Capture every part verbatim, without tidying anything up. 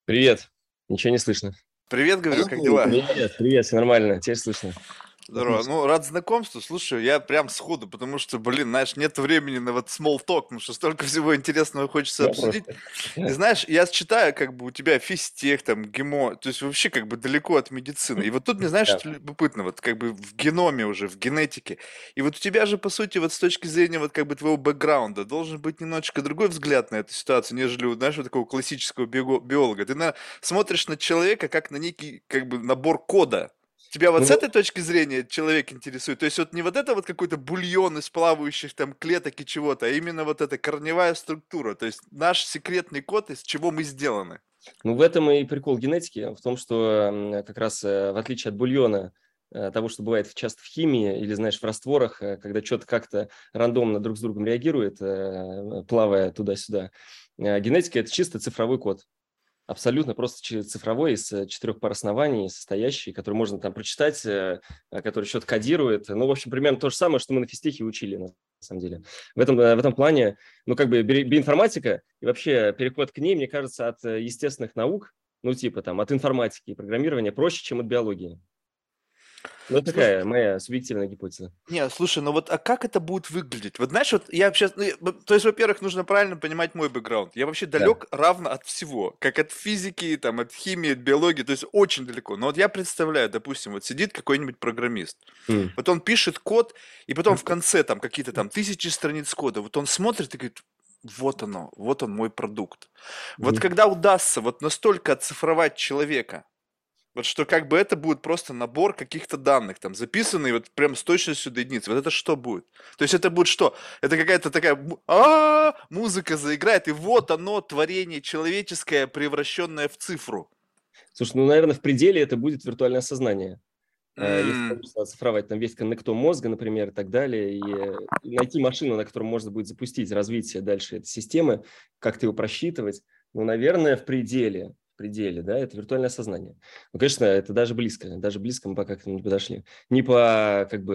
Привет. Ничего не слышно. Привет, говорю, как дела? Привет, привет, все нормально. Теперь слышно. Здорово. Отлично. Ну, рад знакомству. Слушай, я прям сходу, потому что, блин, знаешь, нет времени на вот small talk, потому что столько всего интересного хочется Вопрос. обсудить. И знаешь, я читаю, как бы у тебя физтех, там, гемо, то есть вообще как бы далеко от медицины. И вот тут мне, знаешь, Да. что любопытно, вот как бы в геноме уже, в генетике. И вот у тебя же, по сути, вот с точки зрения вот как бы твоего бэкграунда должен быть немножечко другой взгляд на эту ситуацию, нежели, вот, знаешь, вот такого классического био- биолога. Ты на, смотришь на человека как на некий, как бы, набор кода. Тебя вот Ну с вот, этой точки зрения человек интересует? То есть вот не вот это вот какой-то бульон из плавающих там клеток и чего-то, а именно вот эта корневая структура, то есть наш секретный код, из чего мы сделаны. ну в этом и прикол генетики, в том, что м, как раз э, в отличие от бульона, э, того, что бывает в- часто в химии или, знаешь, в растворах, э, когда что-то как-то рандомно друг с другом реагирует, э, плавая туда-сюда, э, генетика – это чисто цифровой код. Абсолютно просто чи- цифровой из э, четырех пар оснований состоящий, который можно там прочитать, э, э, который что-то кодирует. Ну, в общем, примерно то же самое, что мы на физтехе учили, на самом деле. В этом, э, в этом плане, ну, как бы би- биоинформатика и вообще переход к ней, мне кажется, от э, естественных наук, ну, типа там от информатики и программирования проще, чем от биологии. Ну, это Слушай, такая моя субъективная гипотеза. не, слушай, ну вот, а как это будет выглядеть? Вот знаешь, вот я вообще, ну, я- б- то есть, во-первых, нужно правильно понимать мой бэкграунд. Я вообще Да. далек равно от всего, как от физики, там, от химии, от биологии, то есть очень далеко. Но вот я представляю, допустим, вот сидит какой-нибудь программист, М. вот он пишет код, и потом в конце там какие-то там тысячи страниц кода, вот он смотрит и говорит, вот оно, вот он мой продукт. Вот Мгм. когда удастся вот настолько оцифровать человека, вот что как бы это будет просто набор каких-то данных, там, записанные вот прям с точностью до единицы. Вот это что будет? То есть это будет что? Это какая-то такая му- а музыка заиграет, и вот оно, творение человеческое, превращенное в цифру. Слушай, ну, наверное, в пределе это будет виртуальное сознание. Э, Если М, получится оцифровать там весь коннектом мозга, например, и так далее, и э, и найти машину, на которой можно будет запустить развитие дальше этой системы, как-то его просчитывать, ну, наверное, в пределе, в пределе, да, это виртуальное сознание. Ну, конечно, это даже близко, даже близко мы пока к этому не подошли. Ни по, как бы,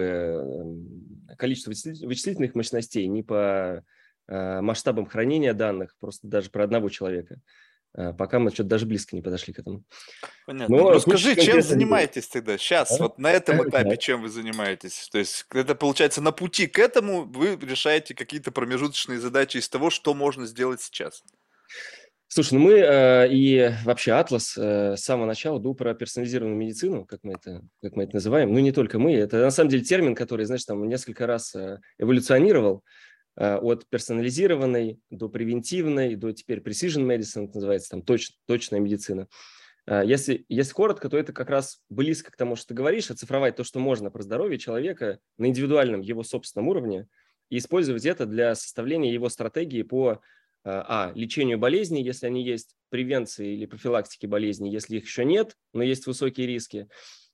эм, количеству вычислит- вычислительных мощностей, ни по э, масштабам хранения данных, просто даже про одного человека. Э, Пока мы что-то даже близко не подошли к этому. понятно. Ну Но куча расскажи, чем конкретных идей. занимаетесь тогда сейчас, А? вот на этом этапе, Так. чем вы занимаетесь? То есть это получается на пути к этому вы решаете какие-то промежуточные задачи из того, что можно сделать сейчас. Слушай, ну мы э, и вообще Атлас э, с самого начала был про персонализированную медицину, как мы это, как мы это называем. Ну, не только мы. Это на самом деле термин, который, знаешь, там несколько раз э, эволюционировал э, от персонализированной до превентивной, до теперь precision medicine, это называется там точ, точная медицина. Э, Если, если коротко, то это как раз близко к тому, что ты говоришь, оцифровать то, что можно про здоровье человека на индивидуальном его собственном уровне и использовать это для составления его стратегии по а, а, лечению болезней, если они есть, превенции или профилактики болезней, если их еще нет, но есть высокие риски,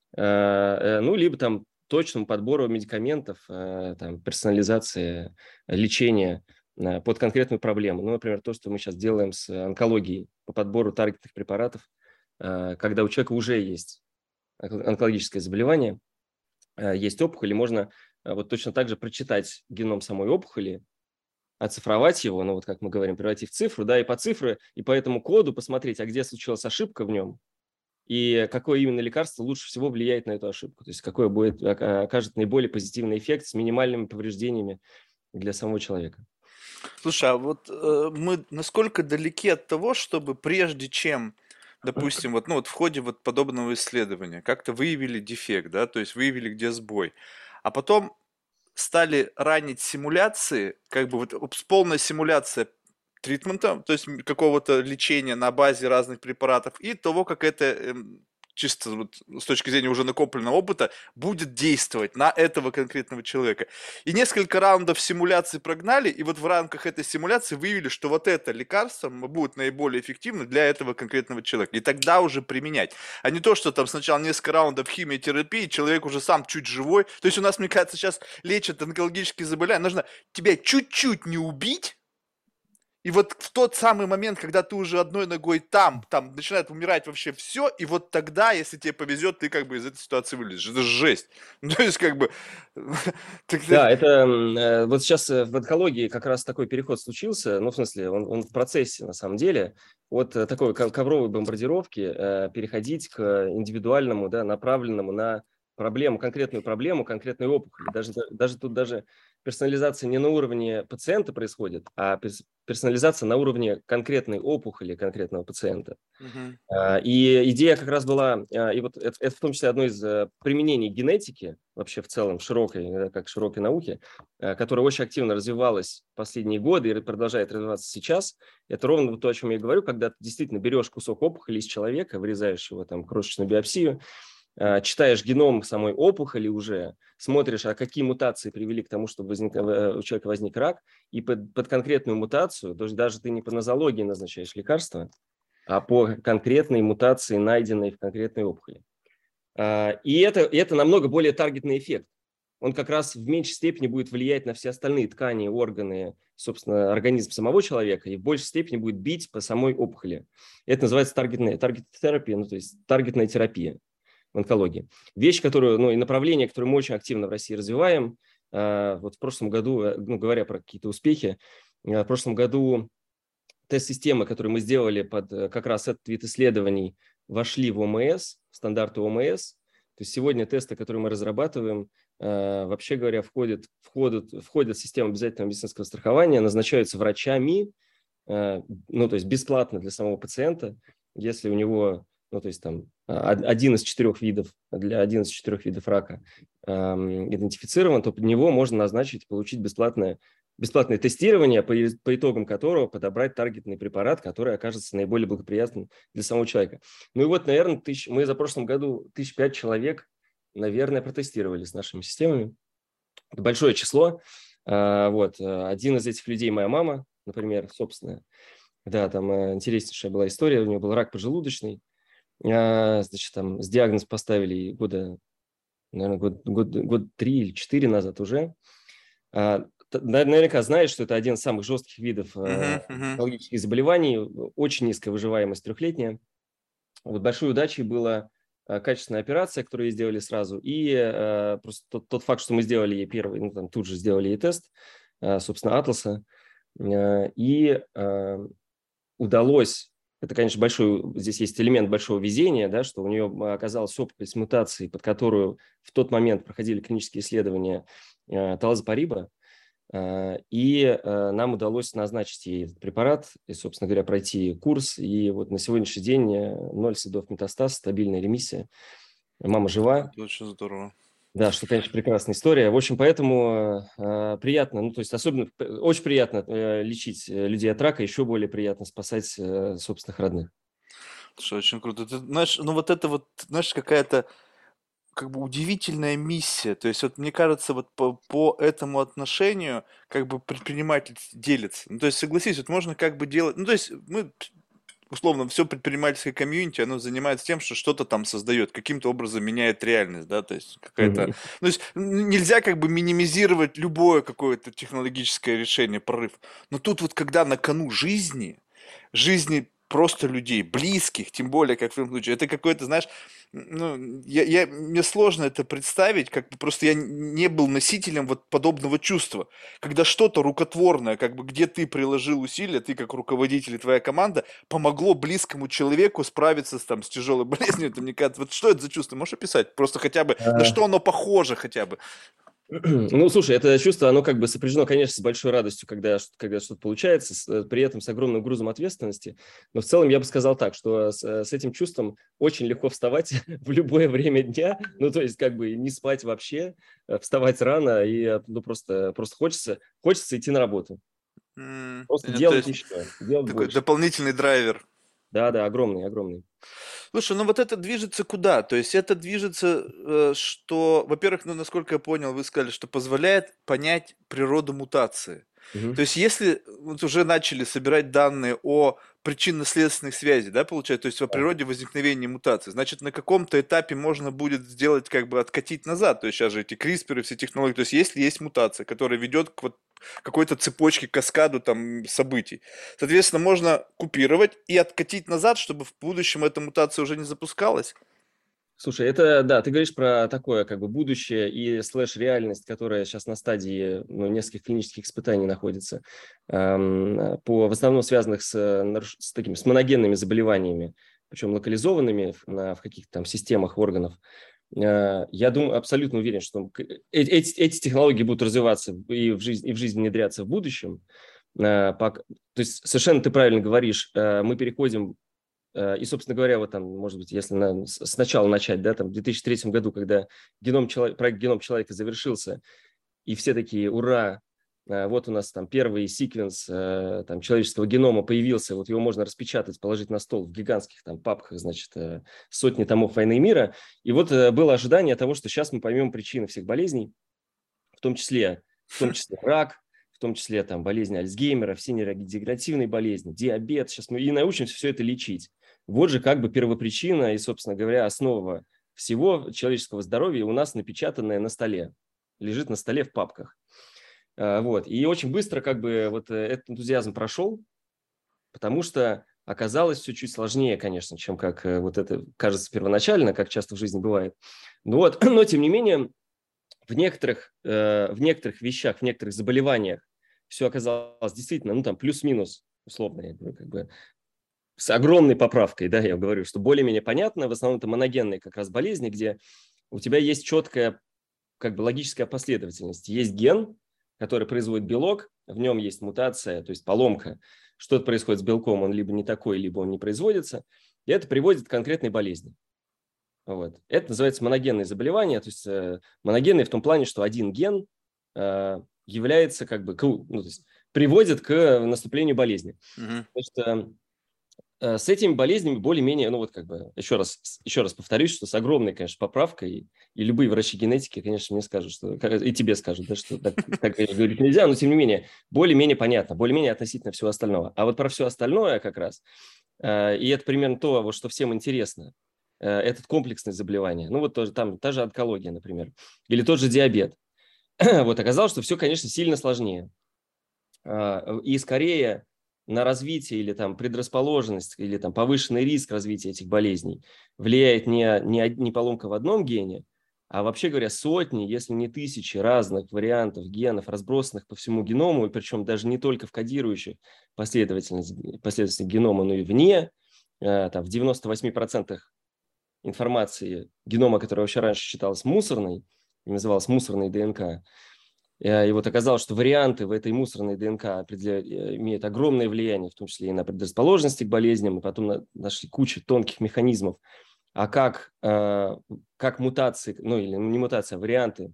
э, э, ну, либо там точному подбору медикаментов, э, там, персонализации лечения э, под конкретную проблему. Ну, например, то, что мы сейчас делаем с онкологией по подбору таргетных препаратов, э, когда у человека уже есть онкологическое заболевание, э, есть опухоль, и можно э, вот точно так же прочитать геном самой опухоли, оцифровать его, ну вот как мы говорим, превратить в цифру, да, и по цифры, и по этому коду посмотреть, а где случилась ошибка в нем, и какое именно лекарство лучше всего влияет на эту ошибку, то есть какое будет, окажет наиболее позитивный эффект с минимальными повреждениями для самого человека. Слушай, а вот э, мы насколько далеки от того, чтобы прежде чем, допустим, вот, ну, вот в ходе вот подобного исследования как-то выявили дефект, да, то есть выявили, где сбой, а потом стали ранить симуляции, как бы вот упс, полная симуляция тритмента, то есть м, какого-то лечения на базе разных препаратов и того, как это эм, чисто вот с точки зрения уже накопленного опыта будет действовать на этого конкретного человека. И несколько раундов симуляции прогнали, и вот в рамках этой симуляции выявили, что вот это лекарство будет наиболее эффективно для этого конкретного человека. И тогда уже применять. А не то, что там сначала несколько раундов химиотерапии, человек уже сам чуть живой. То есть у нас, мне кажется, сейчас лечат онкологические заболевания. Нужно тебя чуть-чуть не убить, и вот в тот самый момент, когда ты уже одной ногой там, там начинает умирать вообще все, и вот тогда, если тебе повезет, ты как бы из этой ситуации вылезешь. Это жесть. Ну, то есть, как бы... так- так- Да, это э, вот сейчас э, в онкологии как раз такой переход случился, ну, в смысле, он, он в процессе на самом деле. от э, такой ко- ковровой бомбардировки э, переходить к индивидуальному, да, направленному на проблему, конкретную проблему, конкретной опухоли. Даже, даже тут даже персонализация не на уровне пациента происходит, а перс- персонализация на уровне конкретной опухоли конкретного пациента. Мгм. А, И идея как раз была, а, и вот это, это в том числе одно из э, применений генетики, вообще в целом широкой, э, как широкой науки, э, которая очень активно развивалась в последние годы и продолжает развиваться сейчас. Это ровно вот то, о чем я и говорю, когда ты действительно берешь кусок опухоли из человека, вырезаешь его там крошечную биопсию, а, читаешь геном самой опухоли уже, смотришь, а какие мутации привели к тому, чтобы возник, э, у человека возник рак, и под, под конкретную мутацию, то есть даже ты не по нозологии назначаешь лекарства, а по конкретной мутации, найденной в конкретной опухоли. А, И это, и это намного более таргетный эффект. Он как раз в меньшей степени будет влиять на все остальные ткани, органы, собственно, организм самого человека, и в большей степени будет бить по самой опухоли. Это называется таргетная таргет-терапия, ну, то есть таргетная терапия в онкологии. Вещь, которую, ну, и направление, которое мы очень активно в России развиваем. А, Вот в прошлом году, э, ну, говоря про какие-то успехи, э, в прошлом году тест-системы, которые мы сделали под э, как раз этот вид исследований, вошли в ОМС, в стандарты ОМС. То есть сегодня тесты, которые мы разрабатываем, э, вообще говоря, входят, входят, входят в систему обязательного медицинского страхования, назначаются врачами, э, ну, то есть бесплатно для самого пациента, если у него, ну, то есть там а, один из четырех видов, для один из четырех видов рака эм, идентифицирован, то под него можно назначить, получить бесплатное, бесплатное тестирование, по, по итогам которого подобрать таргетный препарат, который окажется наиболее благоприятным для самого человека. Ну и вот, наверное, тысяч, мы за прошлом году тысяч пять человек, наверное, протестировали с нашими системами. Это большое число. А, Вот. Один из этих людей моя мама, например, собственно. Да, там э, интереснейшая была история. У нее был рак поджелудочный. А, Значит, там с диагноз поставили года, наверное, год, год, год три или четыре назад уже. А, т- на- Наверняка знаешь, что это один из самых жестких видов э, Мгм, мгм. онкологических заболеваний. Очень низкая выживаемость трехлетняя. Вот большой удачей была э, качественная операция, которую ей сделали сразу. И э, просто тот, тот факт, что мы сделали ей первый, ну, там, тут же сделали ей тест, э, собственно, Атласа. Э, и э, удалось, это, конечно, большой, здесь есть элемент большого везения, да, что у нее оказалась опухоль с мутацией, под которую в тот момент проходили клинические исследования э, талазопариба, э, и э, нам удалось назначить ей этот препарат и, собственно говоря, пройти курс, и вот на сегодняшний день э, ноль следов метастаз, стабильная ремиссия, мама жива. Это очень здорово. Да, что, конечно, прекрасная история. В общем, поэтому э, приятно, ну, то есть особенно, п- очень приятно э, лечить э, людей от рака, еще более приятно спасать э, собственных родных. Слушай, очень круто. Ты знаешь, ну вот это вот, знаешь, какая-то как бы удивительная миссия. То есть вот мне кажется, вот по, по этому отношению как бы предприниматель делится. Ну то есть согласись, вот можно как бы делать, ну то есть мы условно все предпринимательское комьюнити, оно занимается тем, что что-то там создает, каким-то образом меняет реальность, да, то есть какая-то, Мгм. ну, то есть н- нельзя как бы минимизировать любое какое-то технологическое решение, прорыв. Но тут вот когда на кону жизни, жизни просто людей, близких, тем более, как в этом случае, это какой-то, знаешь, ну, я, я, мне сложно это представить, как бы просто я не был носителем вот подобного чувства, когда что-то рукотворное, как бы где ты приложил усилия, ты как руководитель и твоя команда, помогло близкому человеку справиться с, там, с тяжелой болезнью, это мне кажется, вот что это за чувство, можешь описать? Просто хотя бы, на А, что оно похоже хотя бы? Ну, слушай, это чувство, оно как бы сопряжено, конечно, с большой радостью, когда, ш- когда что-то получается, с, э, при этом с огромным грузом ответственности. Но в целом я бы сказал так, что с, э, с этим чувством очень легко вставать в любое время дня. Ну, то есть как бы не спать вообще, э, вставать рано и э, ну, просто, просто хочется, хочется идти на работу. М, Просто э, То делать есть еще, делать такой больше. дополнительный драйвер. Да, да, огромный, огромный. Слушай, ну вот это движется куда? То есть это движется, э, что, во-первых, ну, насколько я понял, вы сказали, что позволяет понять природу мутации. То Мгм. есть если вот уже начали собирать данные о причинно-следственных связей, да, получается, то есть о Да. природе возникновения мутации, значит, на каком-то этапе можно будет сделать, как бы откатить назад. То есть сейчас же эти CRISPR и все технологии. То есть если есть мутация, которая ведет к вот какой-то цепочке, каскаду там событий, соответственно, можно купировать и откатить назад, чтобы в будущем эта мутация уже не запускалась. Слушай, это, да, ты говоришь про такое как бы будущее и слэш-реальность, которая сейчас на стадии ну, нескольких клинических испытаний находится, эм, по, в основном связанных с, наруш- с такими с моногенными заболеваниями, причем локализованными в, на, в каких-то там системах органов. Э, Я думаю, абсолютно уверен, что к- э- эти, эти технологии будут развиваться и в жизнь, и в жизнь внедряться в будущем. Э, пок- То есть совершенно ты правильно говоришь, э, мы переходим. Э, И, собственно говоря, вот там, может быть, если на, с- сначала начать, да, там в две тысячи третьем году, когда геном чело- проект «Геном человека» завершился, и все такие, ура, э, вот у нас там первый секвенс э, там, человеческого генома появился, вот его можно распечатать, положить на стол в гигантских там папках, значит, э, сотни томов «Войны и мира». И вот э, было ожидание того, что сейчас мы поймем причины всех болезней, в том числе, в том числе рак, в том числе там болезни Альцгеймера, все нейродегенеративные болезни, диабет. Сейчас мы и научимся все это лечить. Вот же как бы первопричина и, собственно говоря, основа всего человеческого здоровья у нас напечатанная на столе, лежит на столе в папках. А, Вот. И очень быстро как бы вот э, этот энтузиазм прошел, потому что оказалось все чуть сложнее, конечно, чем как э, вот это кажется первоначально, как часто в жизни бывает. Ну вот, но тем не менее, в некоторых, э, в некоторых вещах, в некоторых заболеваниях все оказалось действительно, ну, там, плюс-минус, условно, я говорю, как бы, с огромной поправкой, да, я говорю, что более-менее понятно, в основном это моногенные как раз болезни, где у тебя есть четкая, как бы, логическая последовательность. Есть ген, который производит белок, в нем есть мутация, то есть поломка, что-то происходит с белком, он либо не такой, либо он не производится, и это приводит к конкретной болезни. Вот. Это называется моногенные заболевания, то есть э, моногенные в том плане, что один ген э, является как бы, к- ну, то есть приводит к наступлению болезни. Мгм. Потому что э, с этими болезнями более-менее, ну вот как бы, еще раз, еще раз повторюсь, что с огромной, конечно, поправкой, и любые врачи генетики, конечно, мне скажут, что, и тебе скажут, да, что так, так говорить нельзя, но тем не менее, более-менее понятно, более-менее относительно всего остального. А вот про все остальное как раз, э, и это примерно то, вот, что всем интересно, э, этот комплексное заболевание, ну вот тоже там, та же онкология, например, или тот же диабет. Вот оказалось, что все, конечно, сильно сложнее. А, И скорее на развитие или там предрасположенность или там повышенный риск развития этих болезней влияет не, не, од- не поломка в одном гене, а вообще говоря, сотни, если не тысячи разных вариантов генов, разбросанных по всему геному, и причем даже не только в кодирующих последовательность, последовательность генома, но и вне, э, там, в девяноста восьми процентах информации генома, которая вообще раньше считалась мусорной, и называлась мусорной ДНК. Э, И вот оказалось, что варианты в этой мусорной ДНК определя- э, имеют огромное влияние, в том числе и на предрасположенности к болезням, и потом на- нашли кучу тонких механизмов. А как, э, как мутации, ну или не мутации, а варианты,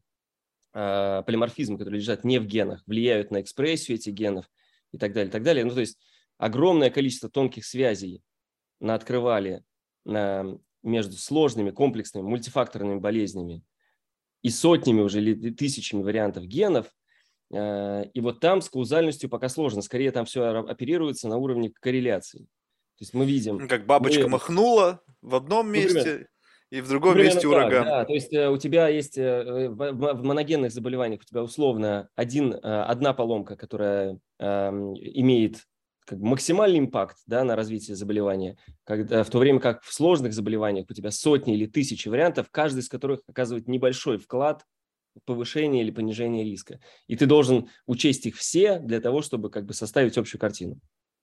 э, полиморфизмы, которые лежат не в генах, влияют на экспрессию этих генов и так далее, и так далее. Ну то есть огромное количество тонких связей наоткрывали э, между сложными, комплексными, мультифакторными болезнями и сотнями уже или тысячами вариантов генов. Э, И вот там с каузальностью пока сложно. Скорее там все оперируется на уровне корреляции. То есть мы видим, Ну, как бабочка мы, махнула в одном ну, примерно, месте, и в ну, другом примерно месте так, ураган. да. То есть э, у тебя есть э, в, в- в моногенных заболеваниях у тебя условно один, э, одна поломка, которая эм, имеет как бы максимальный импакт, да, на развитие заболевания, когда, в то время как в сложных заболеваниях у тебя сотни или тысячи вариантов, каждый из которых оказывает небольшой вклад в повышение или понижение риска. И ты должен учесть их все для того, чтобы как бы составить общую картину.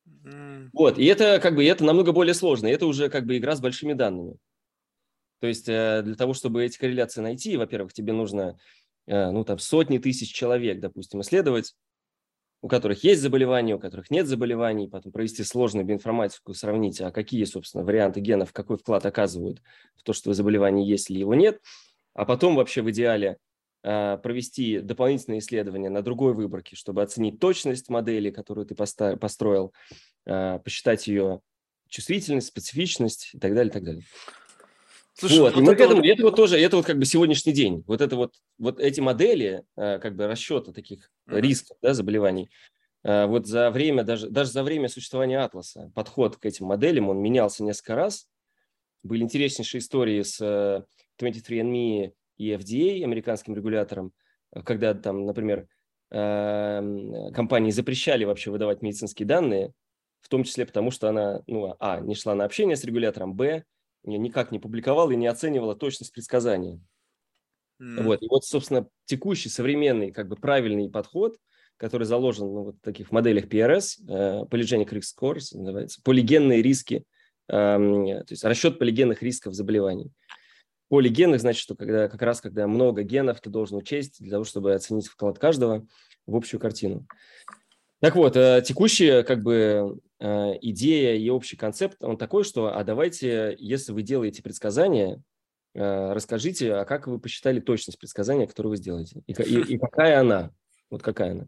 М. Вот, и это как бы это намного более сложно. Это уже как бы игра с большими данными. То есть э, для того, чтобы эти корреляции найти, во-первых, тебе нужно э, ну, там, сотни тысяч человек, допустим, исследовать, у которых есть заболевания, у которых нет заболеваний, потом провести сложную биоинформатику, сравнить, а какие, собственно, варианты генов, какой вклад оказывают в то, что заболевание есть или его нет, а потом вообще в идеале э, провести дополнительные исследования на другой выборке, чтобы оценить точность модели, которую ты поста- построил, э, посчитать ее чувствительность, специфичность и так далее, и так далее. Слушай, ну Вот, и вот мы к это вот... этому, и это вот тоже, это вот как бы сегодняшний день. Вот это вот, вот эти модели, э, как бы расчета таких Мгм. рисков, да, заболеваний, э, вот за время, даже, даже за время существования Атласа, подход к этим моделям, он менялся несколько раз. Были интереснейшие истории с э, двадцать три энд ми и эф ди эй, американским регулятором, э, когда там, например, э, компании запрещали вообще выдавать медицинские данные, в том числе потому, что она, ну, а, не шла на общение с регулятором, б, никак не публиковала и не оценивала точность предсказания. Mm. Вот. И вот, собственно, текущий современный, как бы правильный подход, который заложен ну, вот в таких моделях пи ар эс, э, Polygenic Risk Scores, называется, полигенные риски, э, то есть расчет полигенных рисков заболеваний. Полигенных значит, что когда, как раз когда много генов ты должен учесть для того, чтобы оценить вклад каждого в общую картину. Так вот, э, текущая как бы э, идея и общий концепт, он такой, что а давайте, если вы делаете предсказания, э, расскажите, а как вы посчитали точность предсказания, которое вы сделаете, и, и, и какая она. Вот какая она.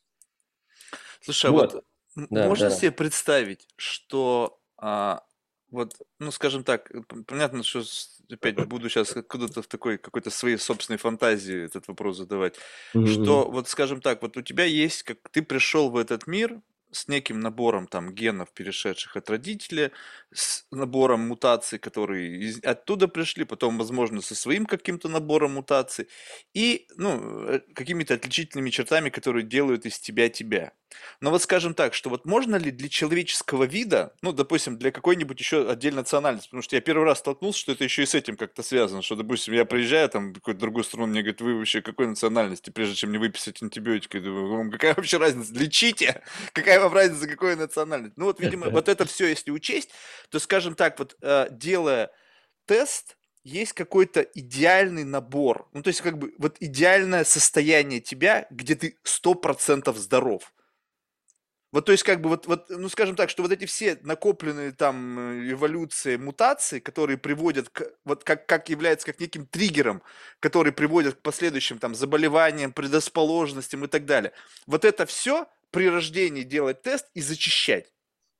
Слушай, вот, а вот да, можно да, себе да. представить, что а, вот, ну, скажем так, понятно, что опять буду сейчас откуда-то в такой какой-то своей собственной фантазии этот вопрос задавать, mm-hmm. что вот, скажем так, вот у тебя есть, как ты пришел в этот мир с неким набором там генов, перешедших от родителя, с набором мутаций, которые из, оттуда пришли, потом, возможно, со своим каким-то набором мутаций и, ну, какими-то отличительными чертами, которые делают из тебя тебя. Но вот скажем так, что вот можно ли для человеческого вида, ну, допустим, для какой-нибудь еще отдельной национальности, потому что я первый раз столкнулся, что это еще и с этим как-то связано, что, допустим, я приезжаю там в какую-то другую страну, мне говорят, вы вообще какой национальности, прежде чем мне выписать антибиотики, я думаю, вам какая вообще разница, лечите, какая вам разница, какой национальность. Ну, вот, видимо, вот это все, если учесть, то, скажем так, вот делая тест, есть какой-то идеальный набор, ну, то есть, как бы, вот идеальное состояние тебя, где ты сто процентов здоров. Вот, то есть, как бы, вот, вот, ну, скажем так, что вот эти все накопленные там эволюции, мутации, которые приводят к, вот как, как являются как неким триггером, которые приводят к последующим там заболеваниям, предрасположенностям и так далее. Вот это все при рождении делать тест и зачищать.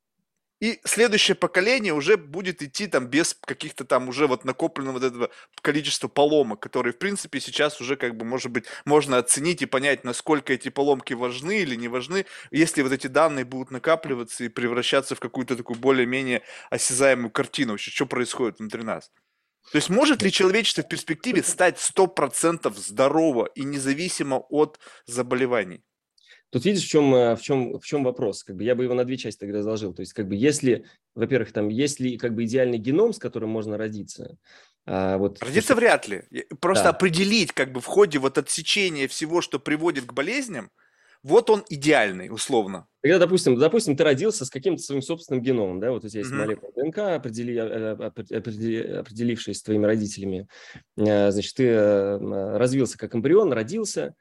И следующее поколение уже будет идти там без каких-то там уже вот накопленного вот этого количества поломок, которые, в принципе, сейчас уже как бы, может быть, можно оценить и понять, насколько эти поломки важны или не важны, если вот эти данные будут накапливаться и превращаться в какую-то такую более-менее осязаемую картину, вообще, что происходит внутри нас. То есть может ли человечество в перспективе стать сто процентов здорово и независимо от заболеваний? Тут видишь, в чем, в чем, в чем вопрос? Как бы я бы его на две части тогда разложил. То есть, как бы, если, во-первых, там, есть ли как бы идеальный геном, с которым можно родиться? А, вот, родиться что... вряд ли. Просто да. определить, как бы, в ходе вот отсечения всего, что приводит к болезням, вот он идеальный, условно. Тогда, допустим, допустим, ты родился с каким-то своим собственным геномом, да, вот у тебя есть Мгм. молекула ДНК, определи, определи, определившись с твоими родителями, значит, ты развился как эмбрион, родился,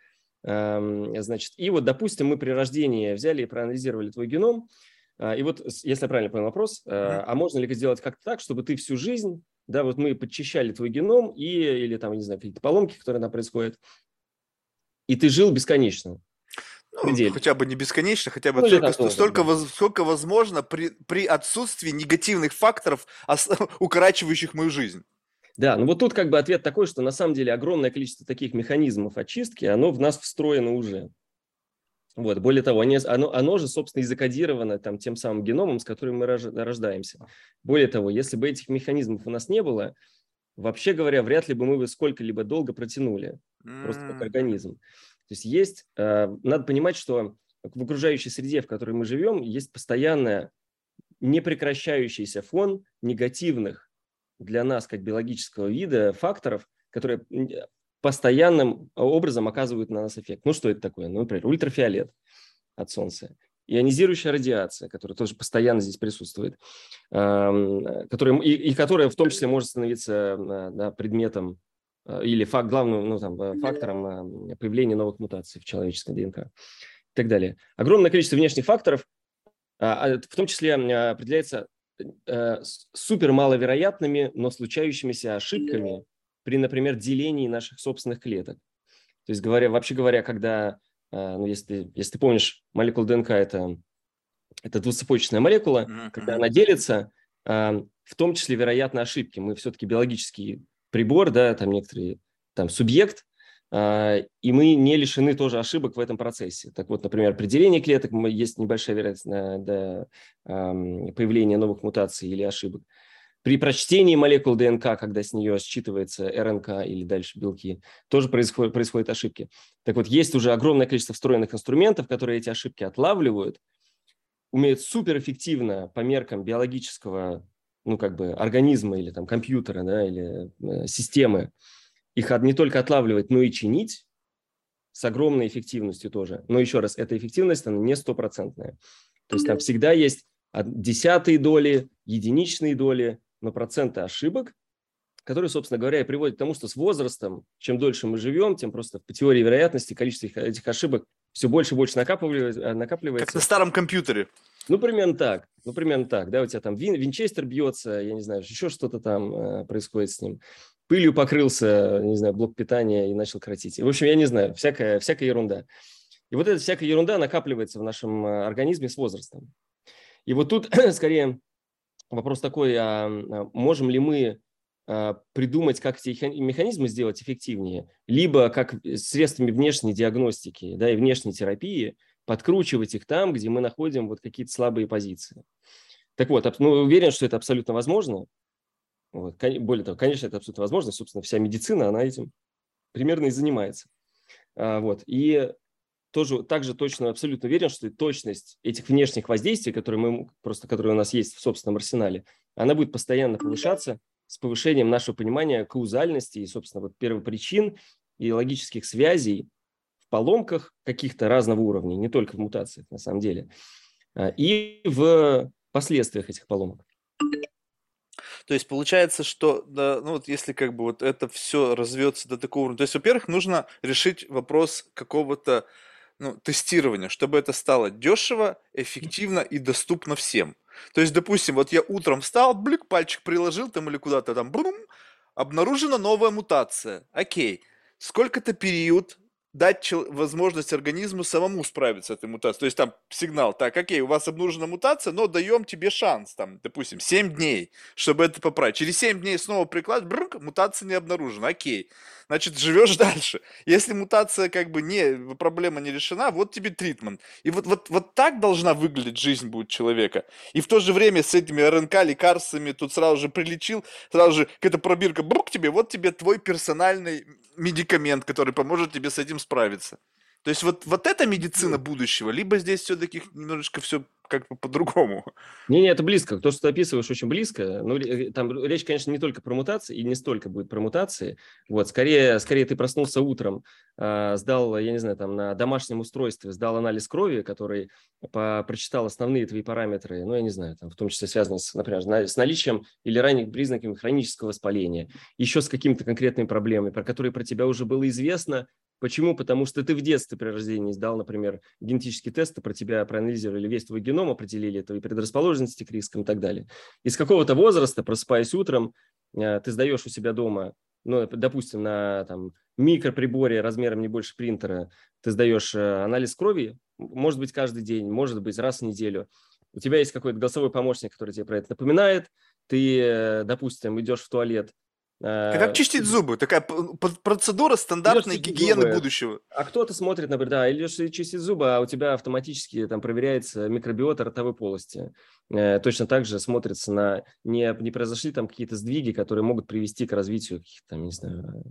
значит, и вот, допустим, мы при рождении взяли и проанализировали твой геном, и вот, если я правильно понял вопрос, Мгм. а можно ли сделать как-то так, чтобы ты всю жизнь, да, вот мы подчищали твой геном и, или там, не знаю, какие-то поломки, которые там происходят, и ты жил бесконечно. Ну, хотя бы не бесконечно, хотя бы Ну, или столько, так, столько, да. воз- сколько возможно при, при отсутствии негативных факторов, ос- укорачивающих мою жизнь. Да, ну вот тут как бы ответ такой, что на самом деле огромное количество таких механизмов очистки, оно в нас встроено уже. Вот. Более того, они, оно, оно же, собственно, и закодировано там, тем самым геномом, с которым мы рож, рождаемся. Более того, если бы этих механизмов у нас не было, вообще говоря, вряд ли бы мы бы сколько-либо долго протянули, просто как М. организм. То есть есть, э, надо понимать, что в окружающей среде, в которой мы живем, есть постоянная непрекращающийся фон негативных для нас, как биологического вида, факторов, которые постоянным образом оказывают на нас эффект. Ну, что это такое? Ну, например, ультрафиолет от Солнца, ионизирующая радиация, которая тоже постоянно здесь присутствует, которая, и, и которая в том числе может становиться да, предметом или факт, главным ну, там, фактором появления новых мутаций в человеческой ДНК и так далее. Огромное количество внешних факторов, в том числе определяется супер маловероятными, но случающимися ошибками при, например, делении наших собственных клеток. То есть, говоря, вообще говоря, когда, ну, если, если ты помнишь, молекула ДНК – это, это двуцепочечная молекула, mm-hmm. когда она делится, в том числе, вероятно, ошибки. Мы все-таки биологический прибор, да, там некоторые, там субъект, и мы не лишены тоже ошибок в этом процессе. Так вот, например, при делении клеток есть небольшая вероятность до появления новых мутаций или ошибок. При прочтении молекул ДНК, когда с нее считывается РНК или дальше белки, тоже происходят, происходят ошибки. Так вот, есть уже огромное количество встроенных инструментов, которые эти ошибки отлавливают, умеют суперэффективно по меркам биологического ну, как бы организмы или там компьютеры, да, или э, системы, их не только отлавливать, но и чинить с огромной эффективностью тоже. Но еще раз, эта эффективность, она не стопроцентная. То есть там всегда есть десятые доли, единичные доли, но проценты ошибок, которые, собственно говоря, и приводят к тому, что с возрастом, чем дольше мы живем, тем просто по теории вероятности количество этих ошибок все больше и больше накапливается. накапливается. Как на старом компьютере. Ну, примерно так. Ну, примерно так. Да, у тебя там вин, винчестер бьется, я не знаю, еще что-то там э, происходит с ним. Пылью покрылся, не знаю, блок питания и начал коротить. В общем, я не знаю, всякая, всякая ерунда. И вот эта всякая ерунда накапливается в нашем организме с возрастом. И вот тут скорее вопрос такой, а можем ли мы придумать, как эти механизмы сделать эффективнее, либо как средствами внешней диагностики, да, и внешней терапии подкручивать их там, где мы находим вот какие-то слабые позиции. Так вот, ну, уверен, что это абсолютно возможно. Вот. Более того, конечно, это абсолютно возможно. Собственно, вся медицина, она этим примерно и занимается. А, вот. И тоже также точно, абсолютно уверен, что точность этих внешних воздействий, которые, мы, просто, которые у нас есть в собственном арсенале, она будет постоянно повышаться с повышением нашего понимания каузальности и, собственно, вот первопричин и логических связей в поломках каких-то разного уровня, не только в мутациях на самом деле, и в последствиях этих поломок. То есть получается, что, да, ну вот если как бы вот это все развьется до такого уровня, то есть, во-первых, нужно решить вопрос какого-то, ну, тестирования, чтобы это стало дешево, эффективно и доступно всем. То есть, допустим, вот я утром встал, блик, пальчик приложил там или куда-то там, брум, обнаружена новая мутация. Окей, сколько-то период дать чел- возможность организму самому справиться с этой мутацией. То есть там сигнал, так, окей, у вас обнаружена мутация, но даем тебе шанс, там, допустим, семь дней, чтобы это поправить. Через семь дней снова приклад, бррк, мутация не обнаружена, окей. Значит, живешь дальше. Если мутация как бы не, проблема не решена, вот тебе тритмент. И вот, вот, вот так должна выглядеть жизнь будет человека. И в то же время с этими РНК, лекарствами тут сразу же прилечил, сразу же какая-то пробирка, брук тебе, вот тебе твой персональный медикамент, который поможет тебе с этим справиться. То есть вот, вот это медицина будущего, либо здесь все-таки немножечко все как бы по-другому. Не, не, это близко. То, что ты описываешь, очень близко. Ну, там речь, конечно, не только про мутации, и не столько будет про мутации. Вот, скорее, скорее ты проснулся утром, э, сдал, я не знаю, там на домашнем устройстве, сдал анализ крови, который по, прочитал основные твои параметры, ну, я не знаю, там, в том числе связанные, с, например, с наличием или ранних признаками хронического воспаления, еще с какими-то конкретными проблемами, про которые про тебя уже было известно. Почему? Потому что ты в детстве при рождении сдал, например, генетические тесты, про тебя проанализировали весь твой геном, определили твои предрасположенности к рискам и так далее. И с какого-то возраста, просыпаясь утром, ты сдаешь у себя дома, ну, допустим, на там, микроприборе размером не больше принтера, ты сдаешь анализ крови, может быть, каждый день, может быть, раз в неделю. У тебя есть какой-то голосовой помощник, который тебе про это напоминает. Ты, допустим, идешь в туалет, Как чистить зубы? Такая процедура стандартной гигиены зубы, будущего. А кто-то смотрит, например, да, идешь чистить зубы, а у тебя автоматически там проверяется микробиота ротовой полости. Э, точно так же смотрится на, не, не произошли там какие-то сдвиги, которые могут привести к развитию каких-то, там, не знаю,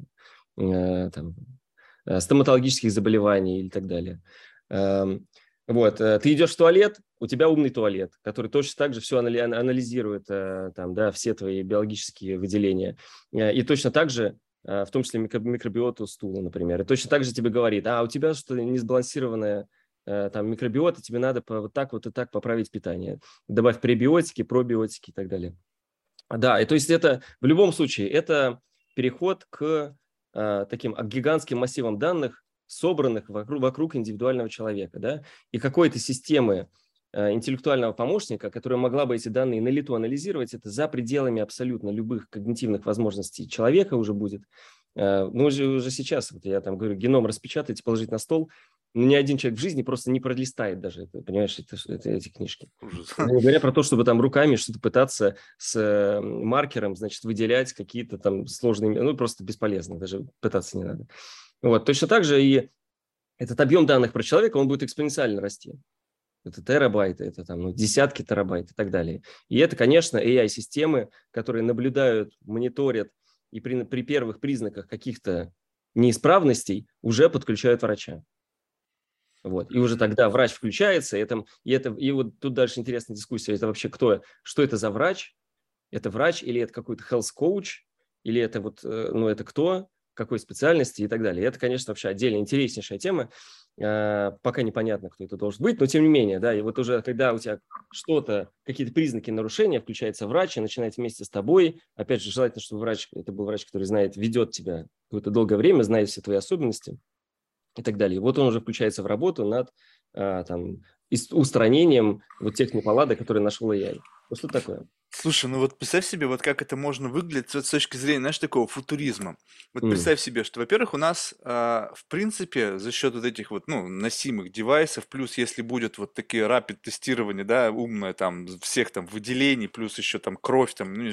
э, там, стоматологических заболеваний и так далее. Э, вот, ты идешь в туалет, у тебя умный туалет, который точно так же все анализирует, там, да, все твои биологические выделения. И точно так же, в том числе микробиоту стула, например, и точно так же тебе говорит, а у тебя что-то несбалансированная там микробиота, тебе надо вот так вот и так поправить питание. Добавь пребиотики, пробиотики и так далее. Да, и то есть это в любом случае, это переход к таким гигантским массивам данных, собранных вокруг, вокруг индивидуального человека, да, и какой-то системы э, интеллектуального помощника, которая могла бы эти данные на лету анализировать, это за пределами абсолютно любых когнитивных возможностей человека уже будет. Э, ну, уже, уже сейчас, вот я там говорю, геном распечатать, положить на стол, ну, ни один человек в жизни просто не пролистает даже, это, понимаешь, это, это, эти книжки. Не говоря про то, чтобы там руками что-то пытаться с маркером, значит, выделять какие-то там сложные, ну, просто бесполезно, даже пытаться не надо. Вот, точно так же и этот объем данных про человека, он будет экспоненциально расти. Это терабайты, это там ну, десятки терабайт и так далее. И это, конечно, эй ай-системы, которые наблюдают, мониторят и при, при первых признаках каких-то неисправностей уже подключают врача. Вот. И уже тогда врач включается, и, это, и, это, и вот тут дальше интересная дискуссия, это вообще кто, что это за врач, Это врач или это какой-то health coach, или это вот, э, ну, это кто, какой специальности и так далее. Это, конечно, вообще отдельно интереснейшая тема. Э, Пока непонятно, кто это должен быть, но тем не менее, да, и вот уже когда у тебя что-то, какие-то признаки нарушения, включается врач и начинает вместе с тобой, опять же, желательно, чтобы врач, это был врач, который знает, ведет тебя какое-то долгое время, знает все твои особенности и так далее. Вот он уже включается в работу над а, там, ис- устранением вот тех неполадок, которые нашел эй ай. Ну, что такое? Слушай, ну вот представь себе, вот как это можно выглядеть вот с точки зрения, знаешь, такого футуризма. Вот М, представь себе, что, во-первых, у нас, а, в принципе, за счет вот этих вот, ну, носимых девайсов, плюс если будет вот такие rapid тестирования, да, умное там всех там выделений, плюс еще там кровь, там, ну,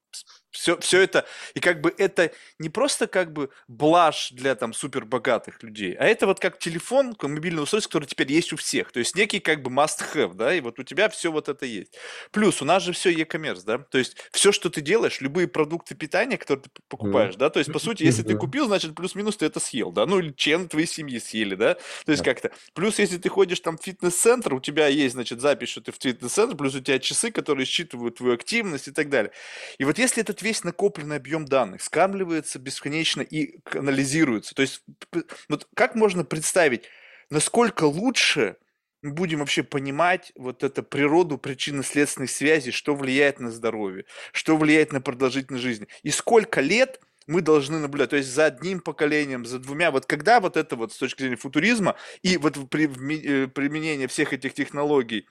все, все это, и как бы это не просто как бы блажь для там супербогатых людей, а это вот как телефон, как мобильное устройство, которое теперь есть у всех, то есть некий как бы must-have, да, и вот у тебя все вот это есть. Плюс у нас же все e-commerce, да, то есть все, что ты делаешь, любые продукты питания, которые ты п- м, покупаешь, да, то есть по сути, если ты мгм. купил, значит плюс-минус ты это съел, да, ну или член твоей семьи съели, да, то есть Да. как-то. Плюс если ты ходишь там в фитнес-центр, у тебя есть, значит, запись, что ты в фитнес-центр, плюс у тебя часы, которые считывают твою активность и так далее. И вот если этот весь накопленный объем данных скармливается бесконечно и анализируется, то есть п- вот как можно представить, насколько лучше мы будем вообще понимать вот эту природу причинно-следственных связей, что влияет на здоровье, что влияет на продолжительность жизни, и сколько лет мы должны наблюдать, то есть за одним поколением, за двумя, вот когда вот это вот с точки зрения футуризма и вот при, вме- э, применение всех этих технологий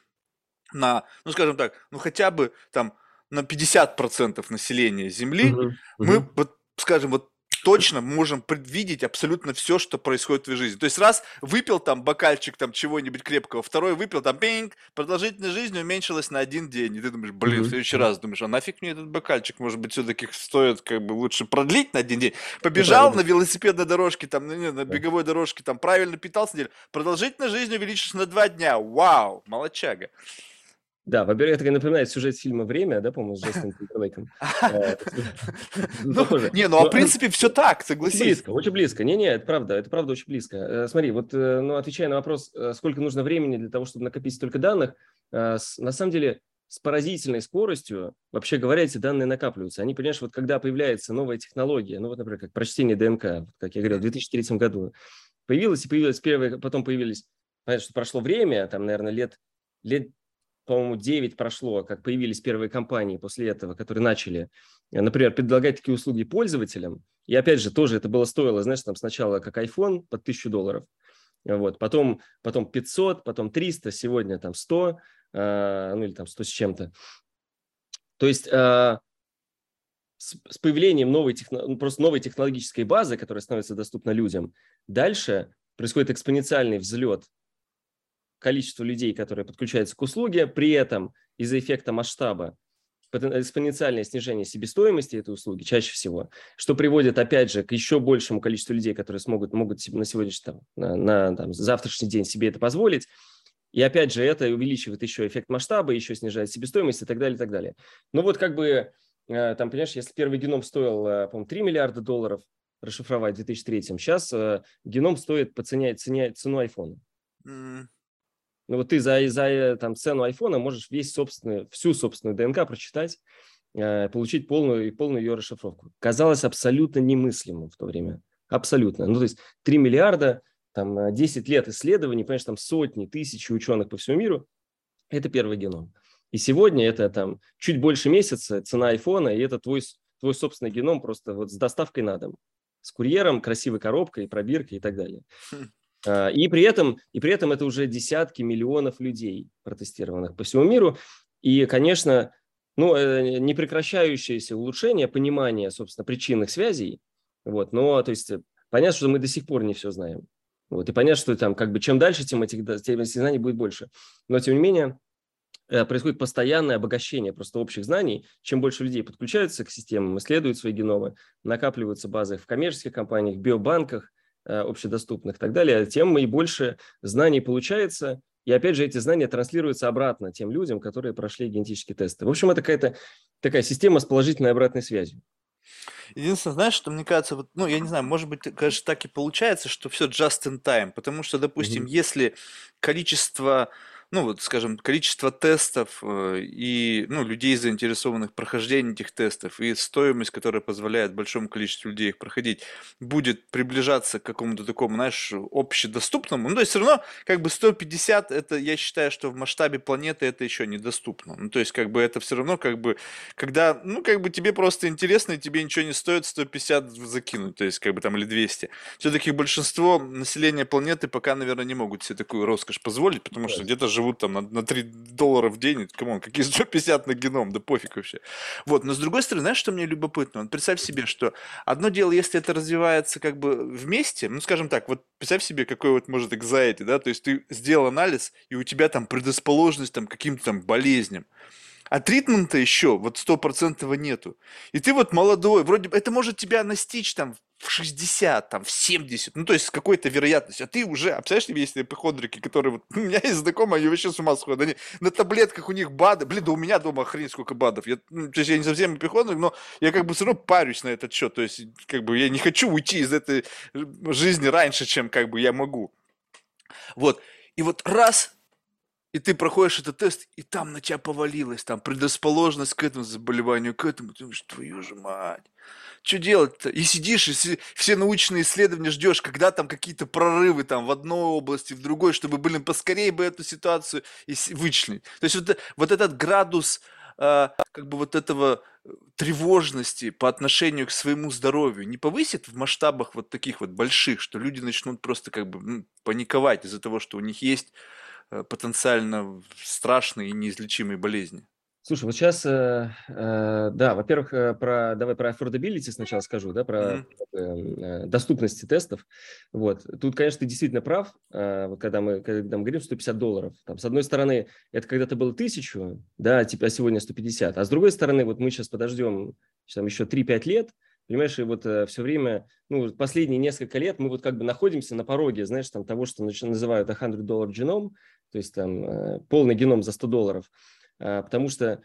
на, ну скажем так, ну хотя бы там на пятьдесят процентов населения Земли, Мгм, мы мгм, вот, скажем, вот точно можем предвидеть абсолютно все, что происходит в твоей жизни. То есть раз выпил там бокальчик там чего-нибудь крепкого, второй выпил там пинг, продолжительность жизни уменьшилась на один день. И ты думаешь, блин, в мгм, следующий мгм. раз думаешь, а нафиг мне этот бокальчик, может быть, все-таки стоит как бы лучше продлить на один день. Это правда, Побежал на да. велосипедной дорожке, там, ну, не, на Да. беговой дорожке, там правильно питался неделю, продолжительность жизни увеличилась на два дня. Вау, молодчага. Да, во-первых, это напоминает сюжет фильма «Время», да, по-моему, с Джастином Тимберлейком. Э, Ну, Ну, похоже. не, ну а в Но, принципе все так, очень согласись. близко, очень близко. Не-не, это правда, это правда очень близко. Э, Смотри, вот, э, ну, отвечая на вопрос, э, сколько нужно времени для того, чтобы накопить столько данных, э, с- на самом деле с поразительной скоростью, вообще говоря, эти данные накапливаются. Они, понимаешь, вот когда появляется новая технология, ну, вот, например, как прочтение ДНК, вот как я говорил, в две тысячи третьем году появилась и появилась первая, потом появились, понятно, что прошло время, там, наверное, лет, лет по-моему, девять прошло, как появились первые компании после этого, которые начали, э, например, предлагать такие услуги пользователям. И опять же, тоже это было стоило, знаешь, там сначала как iPhone под тысячу долларов, вот, потом, потом пятьсот, потом триста, сегодня там сто, э, ну или там сто с чем-то. То есть э, с, с появлением новой, техно, ну, просто новой технологической базы, которая становится доступна людям, дальше происходит экспоненциальный взлет количества людей, которые подключаются к услуге, при этом из-за эффекта масштаба экспоненциальное снижение себестоимости этой услуги чаще всего, что приводит, опять же, к еще большему количеству людей, которые смогут, могут себе на сегодняшний, там, на, на там, завтрашний день себе это позволить. И опять же, это увеличивает еще эффект масштаба, еще снижает себестоимость и так далее, и так далее. Ну вот как бы, э, там, понимаешь, если первый геном стоил, э, по-моему, три миллиарда долларов расшифровать в две тысячи третьем, сейчас э, геном стоит по цене, цене, цену айфона. М, Ну вот ты за, за э, там, цену айфона можешь весь собственную, всю собственную ДНК прочитать, э, получить полную, полную ее расшифровку. Казалось абсолютно немыслимым в то время. Абсолютно. Ну то есть три миллиарда, там э, десять лет исследований, понимаешь, там сотни, тысячи ученых по всему миру. Это первый геном. И сегодня это там чуть больше месяца, цена айфона, и это твой, с- твой собственный геном просто вот с доставкой на дом. С курьером, красивой коробкой, пробиркой и так далее. хм. А, И при этом, и при этом это уже десятки миллионов людей, протестированных по всему миру. И, конечно, ну, э, непрекращающееся улучшение понимания, собственно, причинных связей. Вот, но, то есть, э, понятно, что мы до сих пор не все знаем. Вот, и понятно, что там, как бы, чем дальше, тем этих, да- тем этих знаний будет больше. Но, тем не менее, э, происходит постоянное обогащение просто общих знаний. Чем больше людей подключаются к системам, исследуют свои геномы, накапливаются базы в коммерческих компаниях, биобанках, э, общедоступных и так далее, тем и больше знаний получается. И опять же, эти знания транслируются обратно тем людям, которые прошли генетические тесты. В общем, это какая-то такая система с положительной обратной связью. Единственное, знаешь, что мне кажется, вот, ну, я не знаю, может быть, конечно, так и получается, что все just in time, потому что, допустим, Мгм. если количество ну вот, скажем, количество тестов э, и, ну, людей, заинтересованных в прохождении этих тестов, и стоимость, которая позволяет большому количеству людей их проходить, будет приближаться к какому-то такому, знаешь, общедоступному. Ну, то есть все равно, как бы сто пятьдесят, это, я считаю, что в масштабе планеты это еще недоступно. Ну, то есть, как бы это все равно, как бы, когда, ну, как бы тебе просто интересно, и тебе ничего не стоит сто пятьдесят закинуть, то есть, как бы там, или двести. Все-таки большинство населения планеты пока, наверное, не могут себе такую роскошь позволить, потому что где-то живут там на, на три доллара в день. Камон, какие сто пятьдесят на геном, да пофиг вообще. Вот, но с другой стороны, знаешь, что мне любопытно? Вот представь себе, что одно дело, если это развивается как бы вместе, ну, скажем так, вот представь себе, какой вот может anxiety, да, то есть ты сделал анализ, и у тебя там предрасположенность там, к каким-то там болезням. А тритмента еще вот сто процентов нету. И ты вот молодой, вроде бы это может тебя настичь там в шестьдесят, там в семьдесят, ну то есть с какой-то вероятностью. А ты уже, а представляешь себе, если эпихондрики, которые вот, у меня есть знакомые, они вообще с ума сходят. Они на таблетках у них БАДы. Блин, да у меня дома охренеть сколько БАДов. Я, ну, то есть я не совсем эпихондрик, но я как бы все равно парюсь на этот счет. То есть как бы я не хочу уйти из этой жизни раньше, чем как бы я могу. Вот. И вот раз и ты проходишь этот тест, и там на тебя повалилось, там предрасположенность к этому заболеванию, к этому. Ты думаешь, твою же мать, что делать-то? И сидишь, и си- все научные исследования ждешь, когда там какие-то прорывы там в одной области, в другой, чтобы, блин, поскорее бы эту ситуацию и с- вычленить. То есть вот, э- вот этот градус а, как бы вот этого э, тревожности по отношению к своему здоровью не повысит в масштабах вот таких вот больших, что люди начнут просто как бы м, паниковать из-за того, что у них есть э, потенциально страшные и неизлечимые болезни. Слушай, вот сейчас, э, э, да, во-первых, э, про, давай про affordability сначала скажу, да, про Мгм. э, э, доступность тестов. Вот. Тут, конечно, ты действительно прав, э, вот когда мы, когда мы говорим сто пятьдесят долларов. Там, с одной стороны, это когда-то было тысячу, да, а типа, а сегодня сто пятьдесят. А с другой стороны, вот мы сейчас подождем там, еще три-пять лет, понимаешь, и вот э, все время, ну, последние несколько лет мы вот как бы находимся на пороге, знаешь, там того, что нач- называют сто доллар геном, то есть там э, полный геном за сто долларов. А, потому что,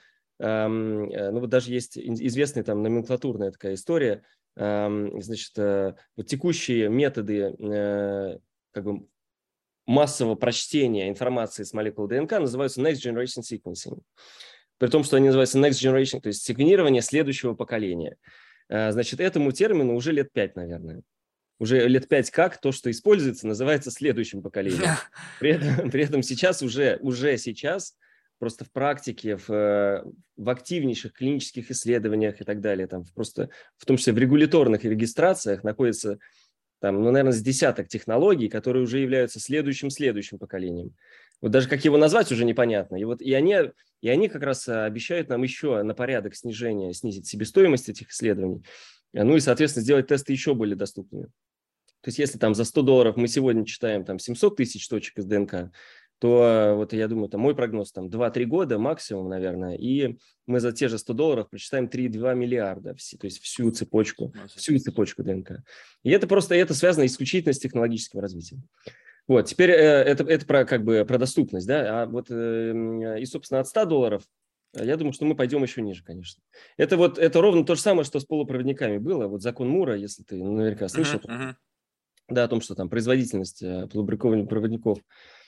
ам, э, ну вот даже есть ин- известная там номенклатурная такая история, ам, значит, э, вот текущие методы э, как бы массового прочтения информации с молекул ДНК называются Next Generation Sequencing. При том, что они называются Next Generation, то есть секвенирование следующего поколения. А, Значит, этому термину уже лет пять, наверное. Уже лет пять как то, что используется, называется следующим поколением. При этом, при этом сейчас уже, уже сейчас просто в практике, в, э, в активнейших клинических исследованиях и так далее, там просто в том числе в регуляторных регистрациях находится там, ну, наверное, с десяток технологий, которые уже являются следующим-следующим поколением. Вот даже как его назвать уже непонятно. И вот и они, и они как раз э, обещают нам еще на порядок снижения, снизить себестоимость этих исследований, э, ну и, соответственно, сделать тесты еще более доступными. То есть если там за сто долларов мы сегодня читаем там семьсот тысяч точек из ДНК, то э, вот я думаю, там мой прогноз там два-три года максимум, наверное, и мы за те же сто долларов прочитаем три-два миллиарда, все, то есть всю цепочку, всю цепочку ДНК. И это просто это связано исключительно с технологическим развитием. Вот, теперь э, это, это про, как бы, про доступность, да, а вот э, и, собственно, от ста долларов э, я думаю, что мы пойдем еще ниже, конечно. Это вот это ровно то же самое, что с полупроводниками было. Вот закон Мура, если ты наверняка Мгм, слышал, мгм. да, о том, что там производительность э, полубрикованных проводников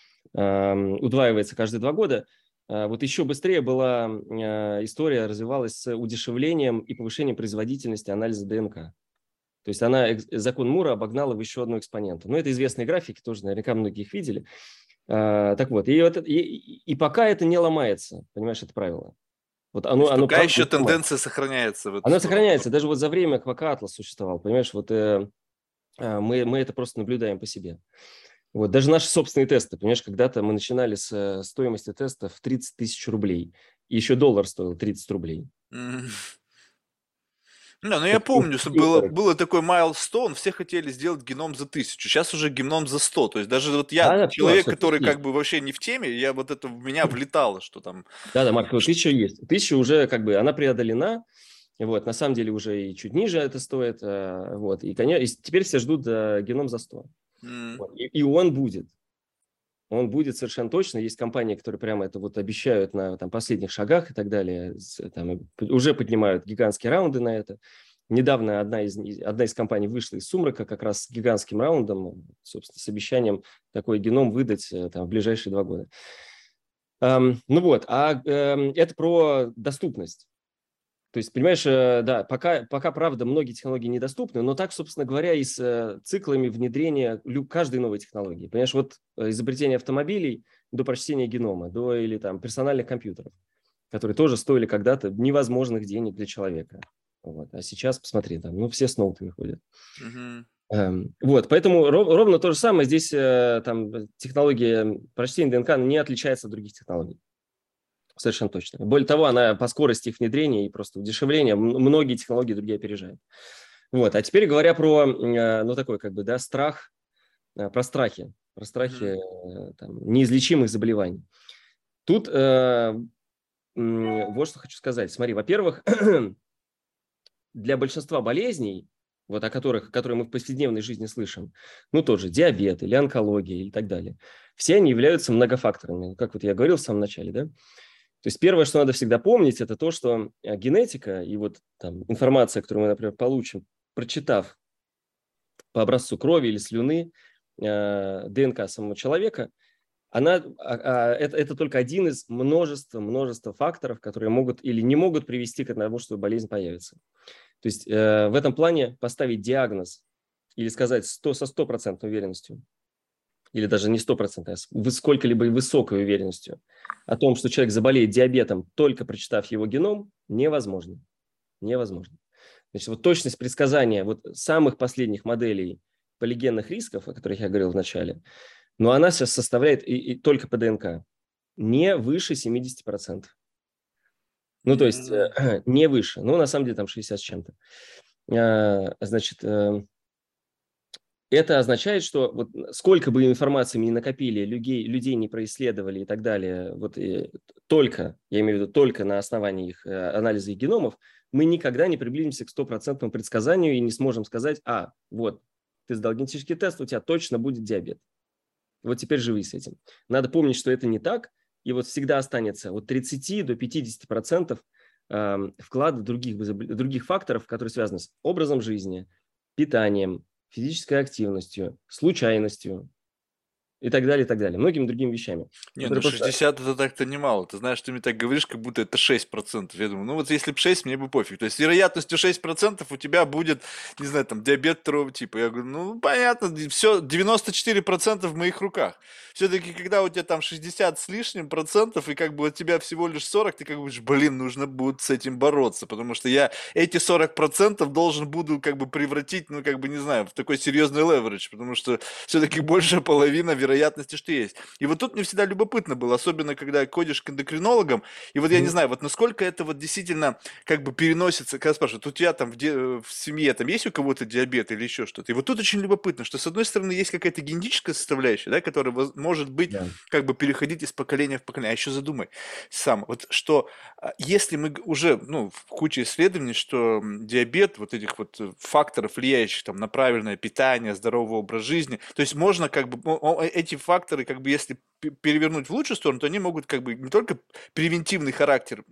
эм, удваивается каждые два года. Э, Вот еще быстрее была э, история, развивалась с удешевлением и повышением производительности анализа ДНК. То есть она, экс- закон Мура обогнала в еще одну экспоненту. Но это известные графики, тоже наверняка многие их видели. Э, Так вот, и, вот это- и, и- и пока это не ломается, понимаешь, это правило. Вот То оно, есть оно пока правда еще не ломается. тенденция сохраняется в эту Оно сторону. сохраняется даже вот за время, пока Атлас существовал, понимаешь, вот э, э, мы, мы это просто наблюдаем по себе. Вот, даже наши собственные тесты, понимаешь, когда-то мы начинали с э, стоимости теста в тридцать тысяч рублей. И еще доллар стоил тридцать рублей. М. Не, ну я Вот такие- помню, что такие было, истории. было такой майлстоун, все хотели сделать геном за тысячу, сейчас уже геном за сто. То есть даже вот я, Да, да, все, человек, все, который тысяча как есть. бы вообще не в теме, я вот это в меня влетало, что там... Да, да, Марк, вот ш- тысяча есть. Тысяча уже как бы, она преодолена. Вот, на самом деле уже и чуть ниже это стоит. э, Вот, и, конечно, и теперь все ждут э, геном за сто. М. Вот, и, и он будет. Он будет совершенно точно. Есть компании, которые прямо это вот обещают на там, последних шагах и так далее. С- Там, и уже поднимают гигантские раунды на это. Недавно одна из, одна из компаний вышла из сумрака как раз с гигантским раундом, собственно, с обещанием такой геном выдать э, там, в ближайшие два года. Эм, ну вот, а эм, это про доступность. То есть, понимаешь, э, да, пока, пока, правда, многие технологии недоступны, но так, собственно говоря, и с э, циклами внедрения лю- каждой новой технологии. Понимаешь, вот э, изобретение автомобилей до прочтения генома, до или там персональных компьютеров, которые тоже стоили когда-то невозможных денег для человека. Вот. А сейчас, посмотри, там, ну, все с ноутами ходят. Мгм. Эм, Вот, поэтому ров- ровно то же самое. Здесь э, там технология прочтения ДНК не отличается от других технологий. Совершенно точно. Более того, она по скорости их внедрения и просто удешевления м- многие технологии другие опережает. Вот. А теперь говоря про, э, ну, такой, как бы, да, страх, э, про страхи, про страхи Мгм. э, там, неизлечимых заболеваний. Тут э, м, вот что хочу сказать. Смотри, во-первых, для большинства болезней, вот о которых, которые мы в повседневной жизни слышим, ну, тот же диабет или онкология или так далее, все они являются многофакторными, как вот я говорил в самом начале, да? То есть первое, что надо всегда помнить, это то, что э, генетика и вот там информация, которую мы, например, получим, прочитав по образцу крови или слюны э, ДНК самого человека, она, а, а, это, это только один из множества, множества факторов, которые могут или не могут привести к тому, что болезнь появится. То есть э, в этом плане поставить диагноз или сказать сто, со стопроцентной уверенностью, или даже не сто процентов, а с вы- сколько-либо и высокой уверенностью о том, что человек заболеет диабетом, только прочитав его геном, невозможно. Невозможно. Значит, вот точность предсказания вот самых последних моделей полигенных рисков, о которых я говорил в начале, но она сейчас составляет и, и только по ДНК не выше семьдесят процентов. Ну, то есть М. э, не выше. Ну, на самом деле там шестьдесят с чем-то. А, значит, э, это означает, что вот сколько бы информации мы ни накопили, людей, людей не происследовали и так далее, вот и только, я имею в виду только на основании их э, анализа их геномов, мы никогда не приблизимся к стопроцентному предсказанию и не сможем сказать, а, вот, ты сдал генетический тест, у тебя точно будет диабет. Вот теперь живи с этим. Надо помнить, что это не так, и вот всегда останется от тридцати до пятидесяти процентов эм, вклада других, других факторов, которые связаны с образом жизни, питанием, физической активностью, случайностью и так далее, и так далее. Многими другими вещами, Не, ну которые просто... шестьдесят это так-то немало. Ты знаешь, ты мне так говоришь, как будто это шесть процентов. Я думаю, ну вот если бы шесть, мне бы пофиг. То есть вероятностью шесть процентов у тебя будет, не знаю, там, диабет второго типа. Я говорю, ну понятно, все, девяносто четыре процента в моих руках. Все-таки, когда у тебя там шестьдесят с лишним процентов, и как бы от тебя всего лишь сорок, ты как бы говоришь, блин, нужно будет с этим бороться, потому что я эти сорок процентов должен буду как бы превратить, ну как бы, не знаю, в такой серьезный леверидж, потому что все-таки большая половина вероятности, что есть. И вот тут мне всегда любопытно было, особенно когда ходишь к эндокринологам, и вот я не Мгм. знаю, вот насколько это вот действительно как бы переносится, когда спрашивают, у тебя там в, де- в семье там есть у кого-то диабет или еще что-то. И вот тут очень любопытно, что с одной стороны есть какая-то генетическая составляющая, да, которая воз- может быть Да. как бы переходить из поколения в поколение. А еще задумай сам, вот что а, если мы г- уже, ну, в куче исследований, что м, диабет, вот этих вот э, факторов, влияющих там на правильное питание, здоровый образ жизни, то есть можно как бы о- о- эти факторы, как бы если п- перевернуть в лучшую сторону, то они могут как бы не только превентивный характер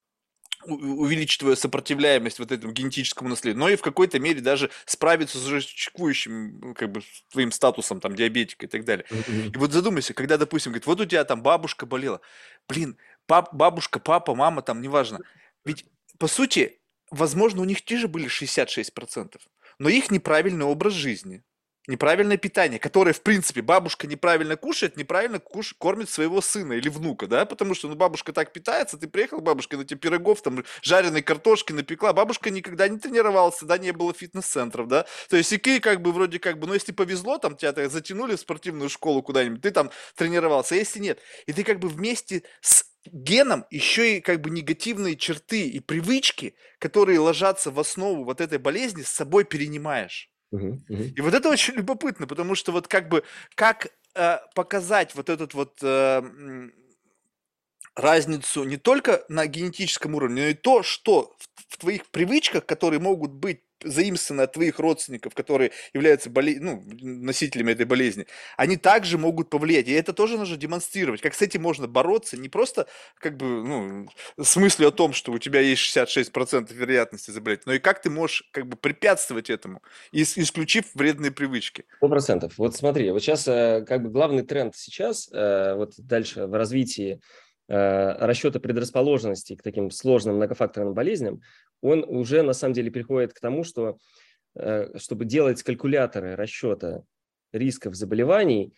у- увеличить твою сопротивляемость вот этому генетическому наследию, но и в какой-то мере даже справиться с уже существующим ну, как бы твоим статусом там диабетика и так далее. Мгм. И вот задумайся, когда, допустим, говорит, вот у тебя там бабушка болела, блин, пап, бабушка, папа, мама, там, неважно, ведь по сути, возможно, у них те же были шестьдесят шесть процентов, но их неправильный образ жизни, неправильное питание, которое, в принципе, бабушка неправильно кушает, неправильно куш... кормит своего сына или внука, да, потому что, ну, бабушка так питается, ты приехал, бабушка на тебе пирогов, там, жареной картошки напекла, бабушка никогда не тренировался, да, не было фитнес-центров, да, то есть и ты, как бы, вроде как бы, ну, если повезло, там, тебя так затянули в спортивную школу куда-нибудь, ты там тренировался, а если нет, и ты, как бы, вместе с геном еще и, как бы, негативные черты и привычки, которые ложатся в основу вот этой болезни, с собой перенимаешь. Мгм. Мгм. И вот это очень любопытно, потому что вот как бы, как э, показать вот этот вот э, м, разницу не только на генетическом уровне, но и то, что в, в твоих привычках, которые могут быть заимствованы от твоих родственников, которые являются боле... ну, носителями этой болезни, они также могут повлиять. И это тоже нужно демонстрировать. Как с этим можно бороться, не просто как бы, ну, с мыслью о том, что у тебя есть шестьдесят шесть процентов вероятности заболеть, но и как ты можешь как бы препятствовать этому, ис- исключив вредные привычки. Сто процентов. Вот смотри, вот сейчас э, как бы главный тренд сейчас, э, вот дальше в развитии расчета предрасположенности к таким сложным многофакторным болезням, он уже на самом деле приходит к тому, что чтобы делать калькуляторы расчета рисков заболеваний,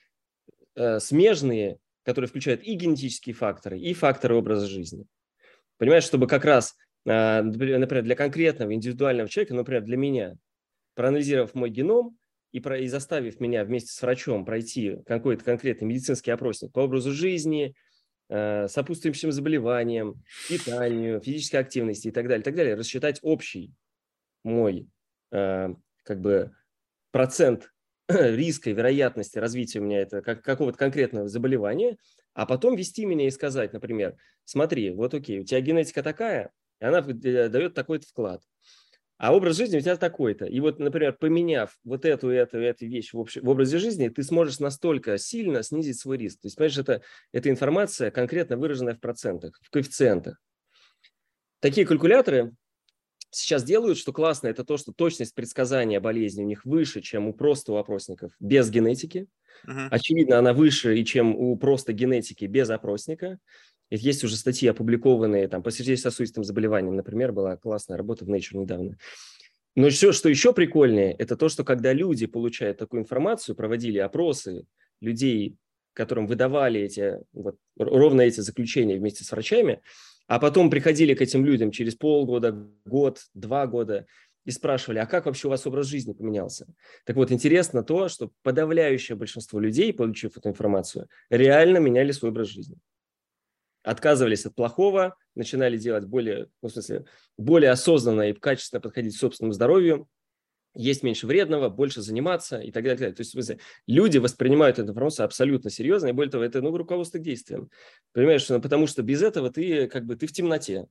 смежные, которые включают и генетические факторы, и факторы образа жизни. Понимаешь, чтобы как раз, например, для конкретного индивидуального человека, например, для меня, проанализировав мой геном и, про, и заставив меня вместе с врачом пройти какой-то конкретный медицинский опросник по образу жизни, сопутствующим заболеваниям, питанию, физической активности и так далее, и так далее, рассчитать общий мой как бы процент риска и вероятности развития у меня это как, какого-то конкретного заболевания, а потом вести меня и сказать, например, смотри, вот окей, у тебя генетика такая, и она дает такой-то вклад, а образ жизни у тебя такой-то. И вот, например, поменяв вот эту, эту, эту вещь в, общ... в образе жизни, ты сможешь настолько сильно снизить свой риск. То есть, понимаешь, это, это информация конкретно выраженная в процентах, в коэффициентах. Такие калькуляторы сейчас делают, что классно, это то, что точность предсказания болезни у них выше, чем у просто у опросников без генетики. Uh-huh. Очевидно, она выше, и чем у просто генетики без опросника. Есть уже статьи, опубликованные там, по сердечно-сосудистым заболеваниям, например, была классная работа в Nature недавно. Но все, что еще прикольнее, это то, что когда люди получают такую информацию, проводили опросы людей, которым выдавали эти, вот, ровно эти заключения вместе с врачами, а потом приходили к этим людям через полгода, год, два года и спрашивали, а как вообще у вас образ жизни поменялся? Так вот, интересно то, что подавляющее большинство людей, получив эту информацию, реально меняли свой образ жизни. Отказывались от плохого, начинали делать более, ну, в смысле, более осознанно и качественно подходить к собственному здоровью, есть меньше вредного, больше заниматься и так далее. И так далее. То есть, в смысле, люди воспринимают эту информацию абсолютно серьезно, и более того, это ну, руководство к действиям. Понимаешь, ну, потому что без этого ты как бы ты в темноте.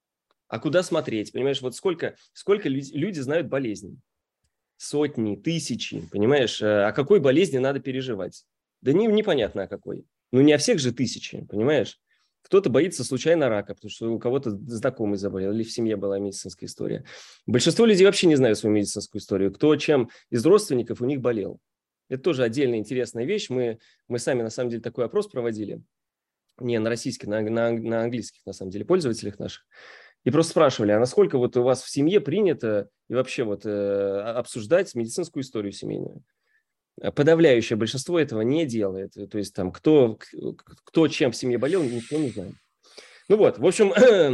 А куда смотреть? Понимаешь, вот сколько, сколько люди знают болезней? Сотни, тысячи, понимаешь? О какой болезни надо переживать? Да не, непонятно о какой. Ну, не о всех же тысячи, понимаешь? Кто-то боится случайно рака, потому что у кого-то знакомый заболел, или в семье была медицинская история. Большинство людей вообще не знают свою медицинскую историю. Кто чем из родственников у них болел. Это тоже отдельная интересная вещь. Мы, мы сами, на самом деле, такой опрос проводили. Не на российских, на, на, на английских, на самом деле, пользователях наших. И просто спрашивали, а насколько вот у вас в семье принято и вообще вот э, обсуждать медицинскую историю семейную. Подавляющее большинство этого не делает. То есть там кто, кто чем в семье болел, никто не знает. Ну вот, в общем,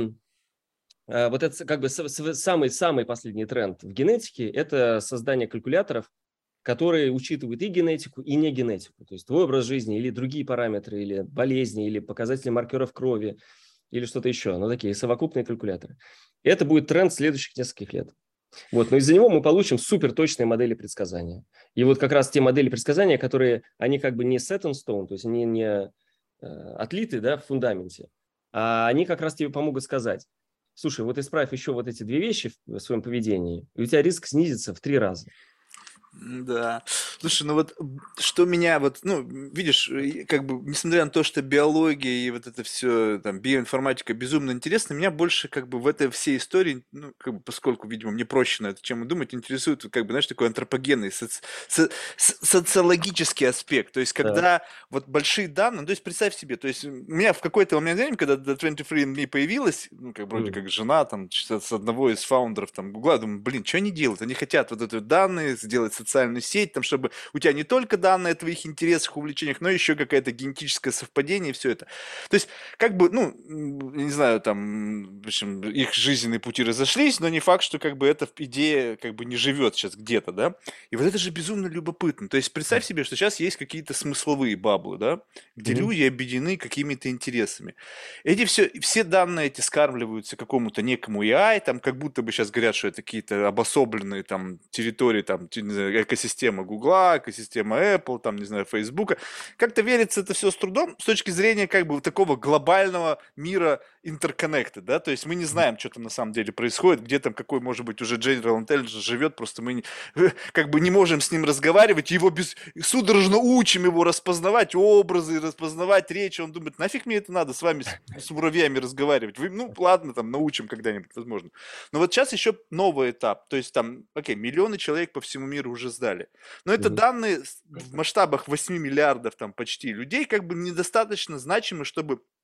вот это как бы самый-самый последний тренд в генетике – это создание калькуляторов, которые учитывают и генетику, и не генетику. То есть твой образ жизни или другие параметры, или болезни, или показатели маркеров крови, или что-то еще. Ну, такие совокупные калькуляторы. И это будет тренд следующих нескольких лет. Вот, но из-за него мы получим суперточные модели предсказания. И вот как раз те модели предсказания, которые, они как бы не set in stone, то есть они не э, отлиты, да, в фундаменте, а они как раз тебе помогут сказать, слушай, вот исправь еще вот эти две вещи в своем поведении, и у тебя риск снизится в три раза. Да. Слушай, ну вот что меня вот, ну, видишь, как бы, несмотря на то, что биология и вот это все, там, биоинформатика безумно интересно, меня больше как бы в этой всей истории, ну, как бы, поскольку, видимо, мне проще на эту тему думать, интересует, как бы, знаешь, такой антропогенный, соци со социологический аспект. То есть, когда да. вот большие данные, ну, то есть, представь себе, то есть, у меня в какой-то момент времени, когда двадцать три энд ми появилась, ну, как вроде mm. как жена, там, с одного из фаундеров, там, Гугла, думаю, блин, что они делают? Они хотят вот эти данные сделать социальную сеть, там, чтобы у тебя не только данные о твоих интересах, увлечениях, но еще какое-то генетическое совпадение и все это. То есть, как бы, ну, не знаю, там, в общем, их жизненные пути разошлись, но не факт, что как бы эта идея как бы не живет сейчас где-то, да. И вот это же безумно любопытно. То есть, представь себе, что сейчас есть какие-то смысловые баблы, да, где mm-hmm. люди объединены какими-то интересами. Эти все, все данные эти скармливаются какому-то некому эй ай, там, как будто бы сейчас говорят, что это какие-то обособленные там территории, там, экосистема Гугла, экосистема Apple, там, не знаю, Фейсбука. Как-то верится это все с трудом с точки зрения как бы такого глобального мира интерконнекта, да, то есть мы не знаем, что там на самом деле происходит, где там какой, может быть, уже General Intelligence живет, просто мы не, как бы не можем с ним разговаривать, его без, судорожно учим его распознавать образы, распознавать речь, он думает, нафиг мне это надо с вами, с, с муравьями разговаривать, Вы, ну, ладно, там, научим когда-нибудь, возможно. Но вот сейчас еще новый этап, то есть там, окей, миллионы человек по всему миру уже сдали. Но это mm-hmm. данные в масштабах восемь миллиардов там почти людей как бы недостаточно значимы, чтобы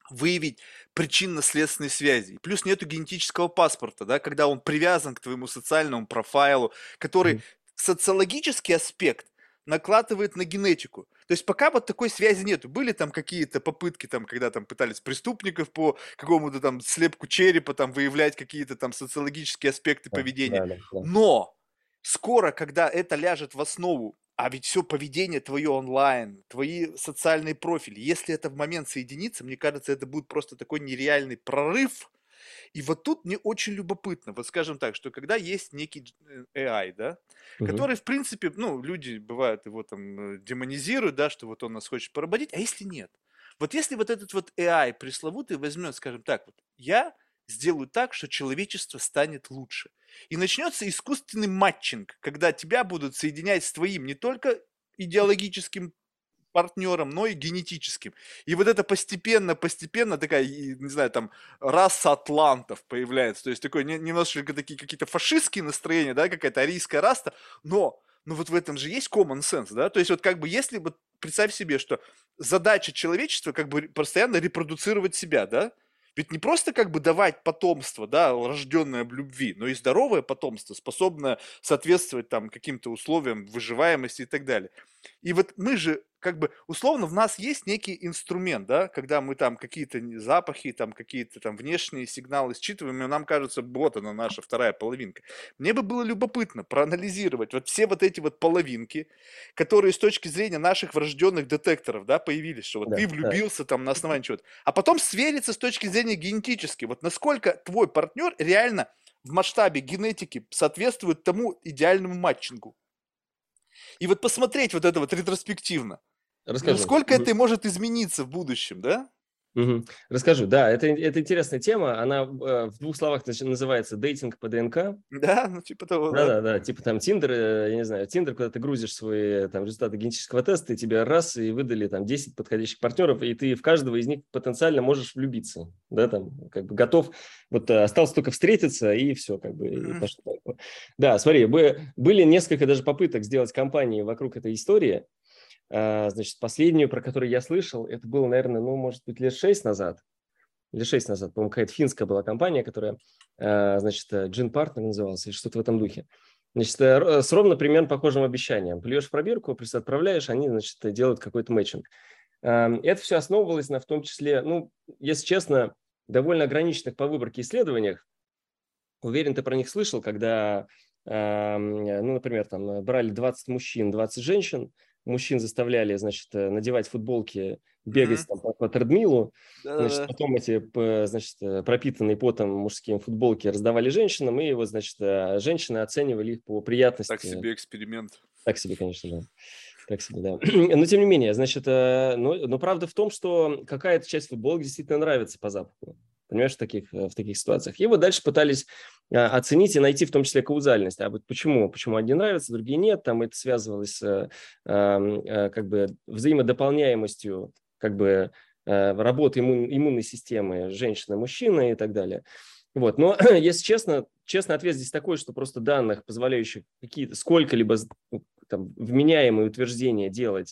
выявить причинно-следственные связи. Плюс нету генетического паспорта, да, когда он привязан к твоему социальному профайлу, который Мгм. социологический аспект накладывает на генетику. То есть пока вот такой связи нету. Были там какие-то попытки, там, когда там пытались преступников по какому-то там слепку черепа там выявлять какие-то там социологические аспекты Да, поведения. да, да, да. Но скоро, когда это ляжет в основу, а ведь все поведение твое онлайн, твои социальные профили, если это в момент соединится, мне кажется, это будет просто такой нереальный прорыв. И вот тут мне очень любопытно, вот скажем так, что когда есть некий дж- э, A I, да, Мгм. который, в принципе, ну, люди, бывают, его там э, демонизируют, да, что вот он нас хочет поработить, а если нет? Вот если вот этот вот A I пресловутый возьмет, скажем так, вот, я сделаю так, что человечество станет лучше. И начнется искусственный матчинг, когда тебя будут соединять с твоим не только идеологическим партнером, но и генетическим. И вот это постепенно, постепенно такая, и, не знаю, там, раса атлантов появляется. То есть такое не- немножечко такие какие-то фашистские настроения, да, какая-то арийская раста, но, но вот в этом же есть common sense, да, то есть вот как бы если вот представь себе, что задача человечества как бы постоянно репродуцировать себя, да, ведь не просто как бы давать потомство, да, рожденное в любви, но и здоровое потомство, способное соответствовать там каким-то условиям выживаемости и так далее. И вот мы же, как бы, условно, в нас есть некий инструмент, да, когда мы там какие-то не- запахи, там какие-то там внешние сигналы считываем, и нам кажется, вот она наша вторая половинка. Мне бы было любопытно проанализировать вот все вот эти вот половинки, которые с точки зрения наших врожденных детекторов, да, появились, что вот Да, ты да. влюбился там на основании чего-то, а потом свериться с точки зрения генетически, вот насколько твой партнер реально в масштабе генетики соответствует тому идеальному матчингу. И вот посмотреть вот это вот ретроспективно. Расскажу. Насколько Мгм. это может измениться в будущем, да? Мгм. Расскажу. Да, это, это интересная тема. Она э, в двух словах нач- называется дейтинг по ДНК. Да, ну типа того, да. Да-да-да, типа там Тиндер, э, я не знаю, Тиндер, куда ты грузишь свои там результаты генетического теста, и тебе раз, и выдали там десять подходящих партнеров, и ты в каждого из них потенциально можешь влюбиться, да, там, как бы готов, вот э, осталось только встретиться, и все, как бы, и Мгм. пошло. Да, смотри, бы- были несколько даже попыток сделать кампании вокруг этой истории. А, значит, последнюю, про которую я слышал, это было, наверное, ну, может быть, лет шесть назад, или шесть назад, по-моему, какая-то финская была компания, которая, э, значит, Джин Партнер называлась, или что-то в этом духе. Значит, э, р- с ровно примерно похожим обещанием. Плюешь в пробирку, прис- отправляешь, они, значит, делают какой-то мэтчинг. Эм, Это все основывалось на, в том числе, ну, если честно, довольно ограниченных по выборке исследованиях. Уверен, ты про них слышал, когда, эм, ну, например, там брали двадцать мужчин, двадцать женщин, мужчин заставляли, значит, э, надевать футболки, Мгм. бегать там по, по тредмилу, значит, Да-да-да. потом эти, п- значит, э, пропитанные потом мужские футболки раздавали женщинам, и вот, значит, э, женщины оценивали их по Так приятности. себе эксперимент. Так себе, конечно, да. Так себе, да. Но тем не менее, значит, э, но, но правда в том, что какая-то часть футболок действительно нравится по запаху. Понимаешь, в таких, э, в таких ситуациях. И вот дальше пытались э, оценить и найти в том числе каузальность. А вот почему? Почему одни нравятся, другие нет? Там это связывалось с э, э, как бы взаимодополняемостью как бы э, работы иммун, иммунной системы женщины, мужчины и так далее. Вот. Но, если честно, честный ответ здесь такой, что просто данных, позволяющих какие-то сколько-либо там, вменяемые утверждения делать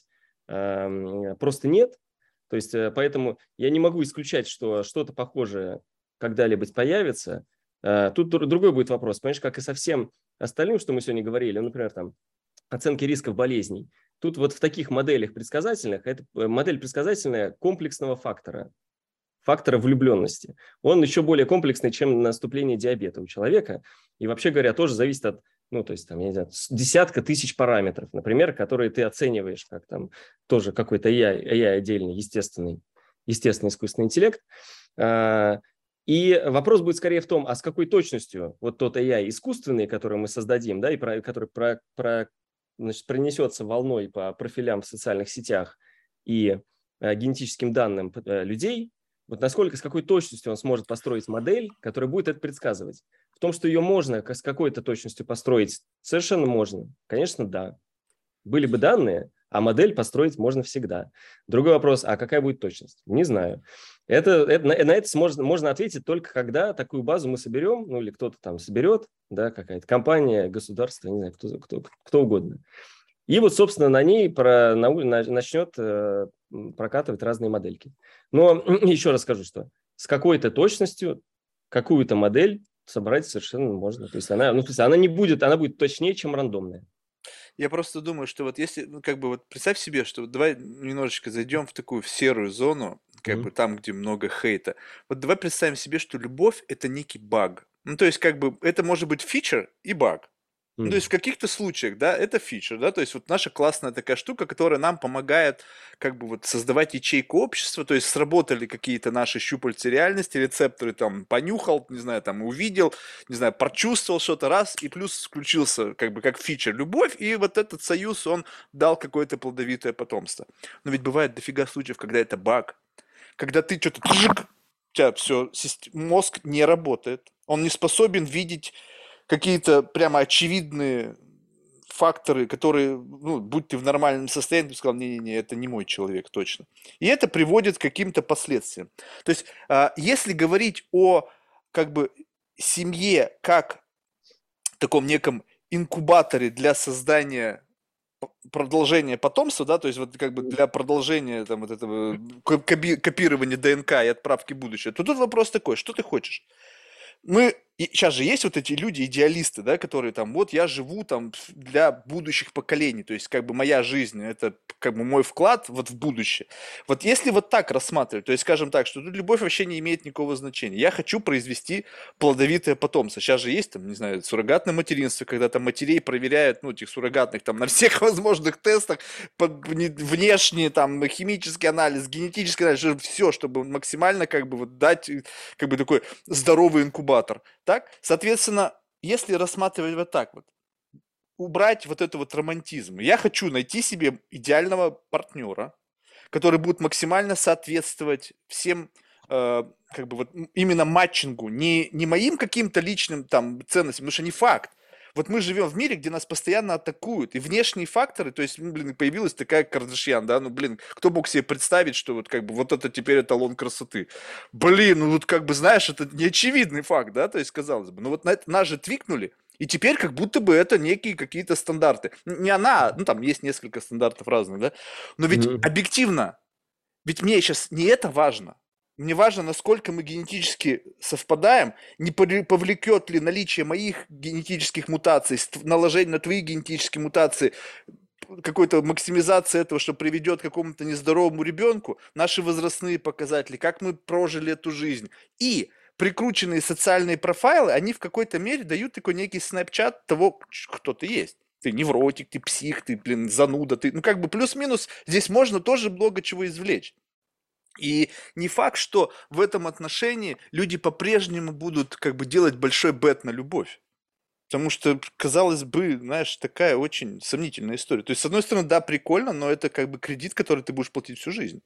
э, просто нет. То есть, э, поэтому я не могу исключать, что что-то похожее когда-либо появится. Э, тут другой будет вопрос. Понимаешь, как и со всем остальным, что мы сегодня говорили, ну, например, там, оценки рисков болезней. Тут вот в таких моделях предсказательных, это модель предсказательная комплексного фактора, фактора влюбленности. Он еще более комплексный, чем наступление диабета у человека. И вообще говоря, тоже зависит от, ну, то есть, там, я не знаю, десятка тысяч параметров, например, которые ты оцениваешь как там тоже какой-то A I, A I отдельный, естественный, естественный искусственный интеллект. А, И вопрос будет скорее в том, а с какой точностью вот тот A I искусственный, который мы создадим, да, и про, который про, про, значит, пронесется волной по профилям в социальных сетях и э, генетическим данным э, людей, вот насколько, с какой точностью он сможет построить модель, которая будет это предсказывать. В том, что ее можно с какой-то точностью построить, совершенно можно. Конечно, да. Были бы данные, а модель построить можно всегда. Другой вопрос, а какая будет точность? Не знаю. Это, это, на, на это можно, можно ответить только когда такую базу мы соберем, ну или кто-то там соберет, да, какая-то компания, государство, не знаю, кто, кто, кто угодно. И вот, собственно, на ней про, на, начнет э, прокатывать разные модельки. Но еще раз скажу, что с какой-то точностью какую-то модель собрать совершенно можно. То есть она, ну, то есть она не будет, она будет точнее, чем рандомная. Я просто думаю, что вот если, ну, как бы вот представь себе, что вот давай немножечко зайдем в такую в серую зону, как бы Мгм. там, где много хейта. Вот давай представим себе, что любовь это некий баг. Ну, то есть, как бы, это может быть фичер и баг. Ну, то есть в Мгм. каких-то случаях, да, это фичер, да, то есть вот наша классная такая штука, которая нам помогает как бы вот создавать ячейку общества, то есть сработали какие-то наши щупальца реальности, рецепторы там понюхал, не знаю, там увидел, не знаю, прочувствовал что-то раз, и плюс включился как бы как фичер любовь, и вот этот союз, он дал какое-то плодовитое потомство. Но ведь бывает дофига случаев, когда это баг, когда ты что-то, у тебя все, мозг не работает, он не способен видеть какие-то прямо очевидные факторы, которые, ну, будь ты в нормальном состоянии, ты бы сказал, не-не-не, это не мой человек точно. И это приводит к каким-то последствиям. То есть, а, если говорить о как бы семье как таком неком инкубаторе для создания п- продолжения потомства, да, то есть вот как бы для продолжения там вот этого ко- коби- копирования ДНК и отправки в будущее, то тут вопрос такой, что ты хочешь? Мы сейчас же есть вот эти люди, идеалисты, да, которые там, вот я живу там для будущих поколений, то есть как бы моя жизнь, это как бы мой вклад вот в будущее. Вот если вот так рассматривать, то есть скажем так, что тут любовь вообще не имеет никакого значения. Я хочу произвести плодовитое потомство. Сейчас же есть там, не знаю, суррогатное материнство, когда там матерей проверяют, ну, этих суррогатных там на всех возможных тестах, под, не- внешний там химический анализ, генетический анализ, все, чтобы максимально как бы вот дать э, как бы такой здоровый инкубатор. Так? Соответственно, если рассматривать вот так вот, убрать вот это вот романтизм. Я хочу найти себе идеального партнера, который будет максимально соответствовать всем э, как бы вот именно матчингу, не, не моим каким-то личным там ценностям, потому что не факт. Вот мы живем в мире, где нас постоянно атакуют, и внешние факторы, то есть, ну, блин, появилась такая Кардашьян, да, ну, блин, кто мог себе представить, что вот как бы вот это теперь эталон красоты? Блин, ну, вот как бы, знаешь, это неочевидный факт, да, то есть, казалось бы, ну, вот на это нас же твикнули, и теперь как будто бы это некие какие-то стандарты. Не она, ну, там есть несколько стандартов разных, да, но ведь Мгм. объективно, ведь мне сейчас не это важно. Мне важно, насколько мы генетически совпадаем, не повлекет ли наличие моих генетических мутаций, наложение на твои генетические мутации, какой-то максимизация этого, что приведет к какому-то нездоровому ребенку, наши возрастные показатели, как мы прожили эту жизнь. И прикрученные социальные профайлы, они в какой-то мере дают такой некий снапчат того, кто ты есть. Ты невротик, ты псих, ты, блин, зануда, ты, ну, как бы плюс-минус, здесь можно тоже много чего извлечь. И не факт, что в этом отношении люди по-прежнему будут как бы делать большой бет на любовь. Потому что, казалось бы, знаешь, такая очень сомнительная история. То есть, с одной стороны, да, прикольно, но это как бы кредит, который ты будешь платить всю жизнь.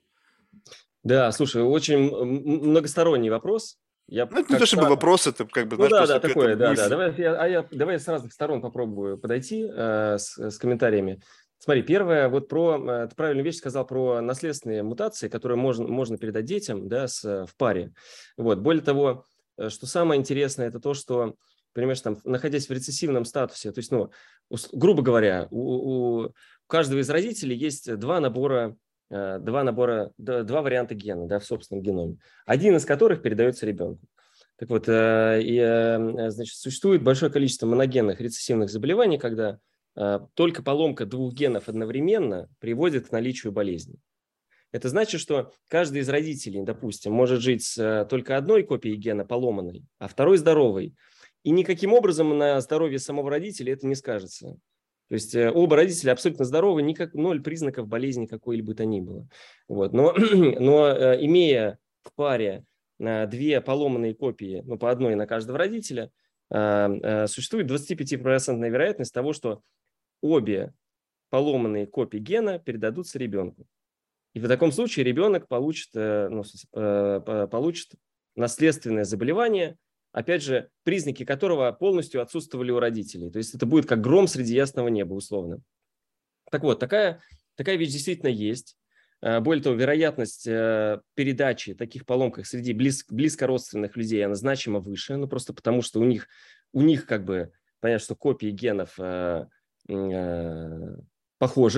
Да, слушай, очень м- многосторонний вопрос. Я Ну, это не то как чтобы вопрос, это как бы, Ну знаешь, да, просто да, какая-то такое, да, да. мысль. Давай я, а я, давай я с разных сторон попробую подойти э, с, с комментариями. Смотри, первое, вот про, э, ты правильную вещь сказал про наследственные мутации, которые можно, можно передать детям, да, с, в паре. Вот. Более того, э, что самое интересное, это то, что, понимаешь, там, находясь в рецессивном статусе, то есть, ну, ус- грубо говоря, у, у каждого из родителей есть два набора, э, два набора, д- два варианта гена, да, в собственном геноме, один из которых передается ребенку. Так вот, э, и, э, значит, существует большое количество моногенных рецессивных заболеваний, когда э, только поломка двух генов одновременно приводит к наличию болезни. Это значит, что каждый из родителей, допустим, может жить с э, только одной копией гена поломанной, а второй здоровой. И никаким образом на здоровье самого родителя это не скажется. То есть э, оба родителя абсолютно здоровы, никак, ноль признаков болезни какой-либо то ни было. Вот. Но, но э, имея в паре э, две поломанные копии, ну, по одной на каждого родителя, э, э, существует двадцатипятипроцентная вероятность того, что обе поломанные копии гена передадутся ребенку. И в таком случае ребенок получит, э, ну, э, получит наследственное заболевание, опять же, признаки которого полностью отсутствовали у родителей. То есть это будет как гром среди ясного неба, условно. Так вот, такая, такая вещь действительно есть. Э, Более того, вероятность э, передачи таких поломках среди близ, близкородственных людей, она значимо выше, ну просто потому что у них, у них как бы, понятно, что копии генов э, э, похожи,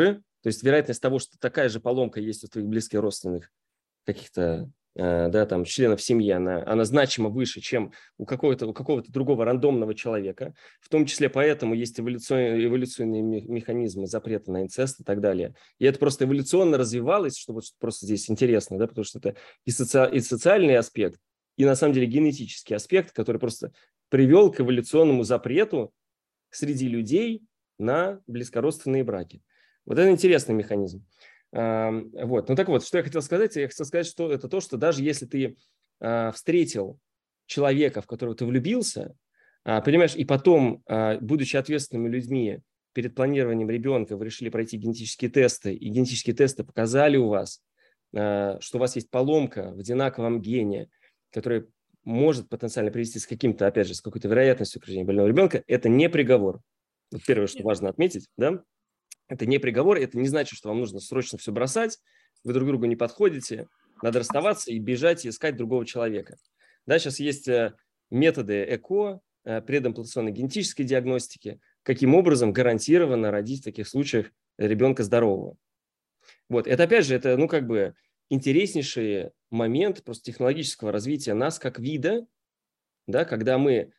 То есть вероятность того, что такая же поломка есть у твоих близких родственных каких-то, да, там, членов семьи, она, она значимо выше, чем у какого-то, у какого-то другого рандомного человека. В том числе поэтому есть эволюционные, эволюционные механизмы запрета на инцест и так далее. И это просто эволюционно развивалось, что вот просто здесь интересно, да, потому что это и, соци... и социальный аспект, и на самом деле генетический аспект, который просто привел к эволюционному запрету среди людей на близкородственные браки. Вот это интересный механизм. Вот. Ну так вот, что я хотел сказать? Я хотел сказать, что это то, что даже если ты а, встретил человека, в которого ты влюбился, а, понимаешь, и потом, а, будучи ответственными людьми, перед планированием ребенка вы решили пройти генетические тесты, и генетические тесты показали у вас, а, что у вас есть поломка в одинаковом гене, которая может потенциально привести с каким-то, опять же, с какой-то вероятностью к рождению больного ребенка, это не приговор. Вот первое, что важно отметить, да? Это не приговор, это не значит, что вам нужно срочно все бросать, вы друг другу не подходите, надо расставаться и бежать и искать другого человека. Да, сейчас есть методы ЭКО, предимплантационной генетической диагностики, каким образом гарантированно родить в таких случаях ребенка здорового. Вот, это опять же, это, ну, как бы интереснейший момент просто технологического развития нас как вида, да, когда мы,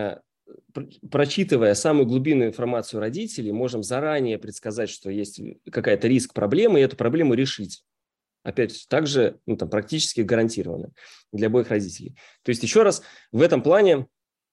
прочитывая самую глубинную информацию родителей, можем заранее предсказать, что есть какая-то риск проблемы, и эту проблему решить. Опять также, ну, там, практически гарантированно для обоих родителей. То есть, еще раз, в этом плане,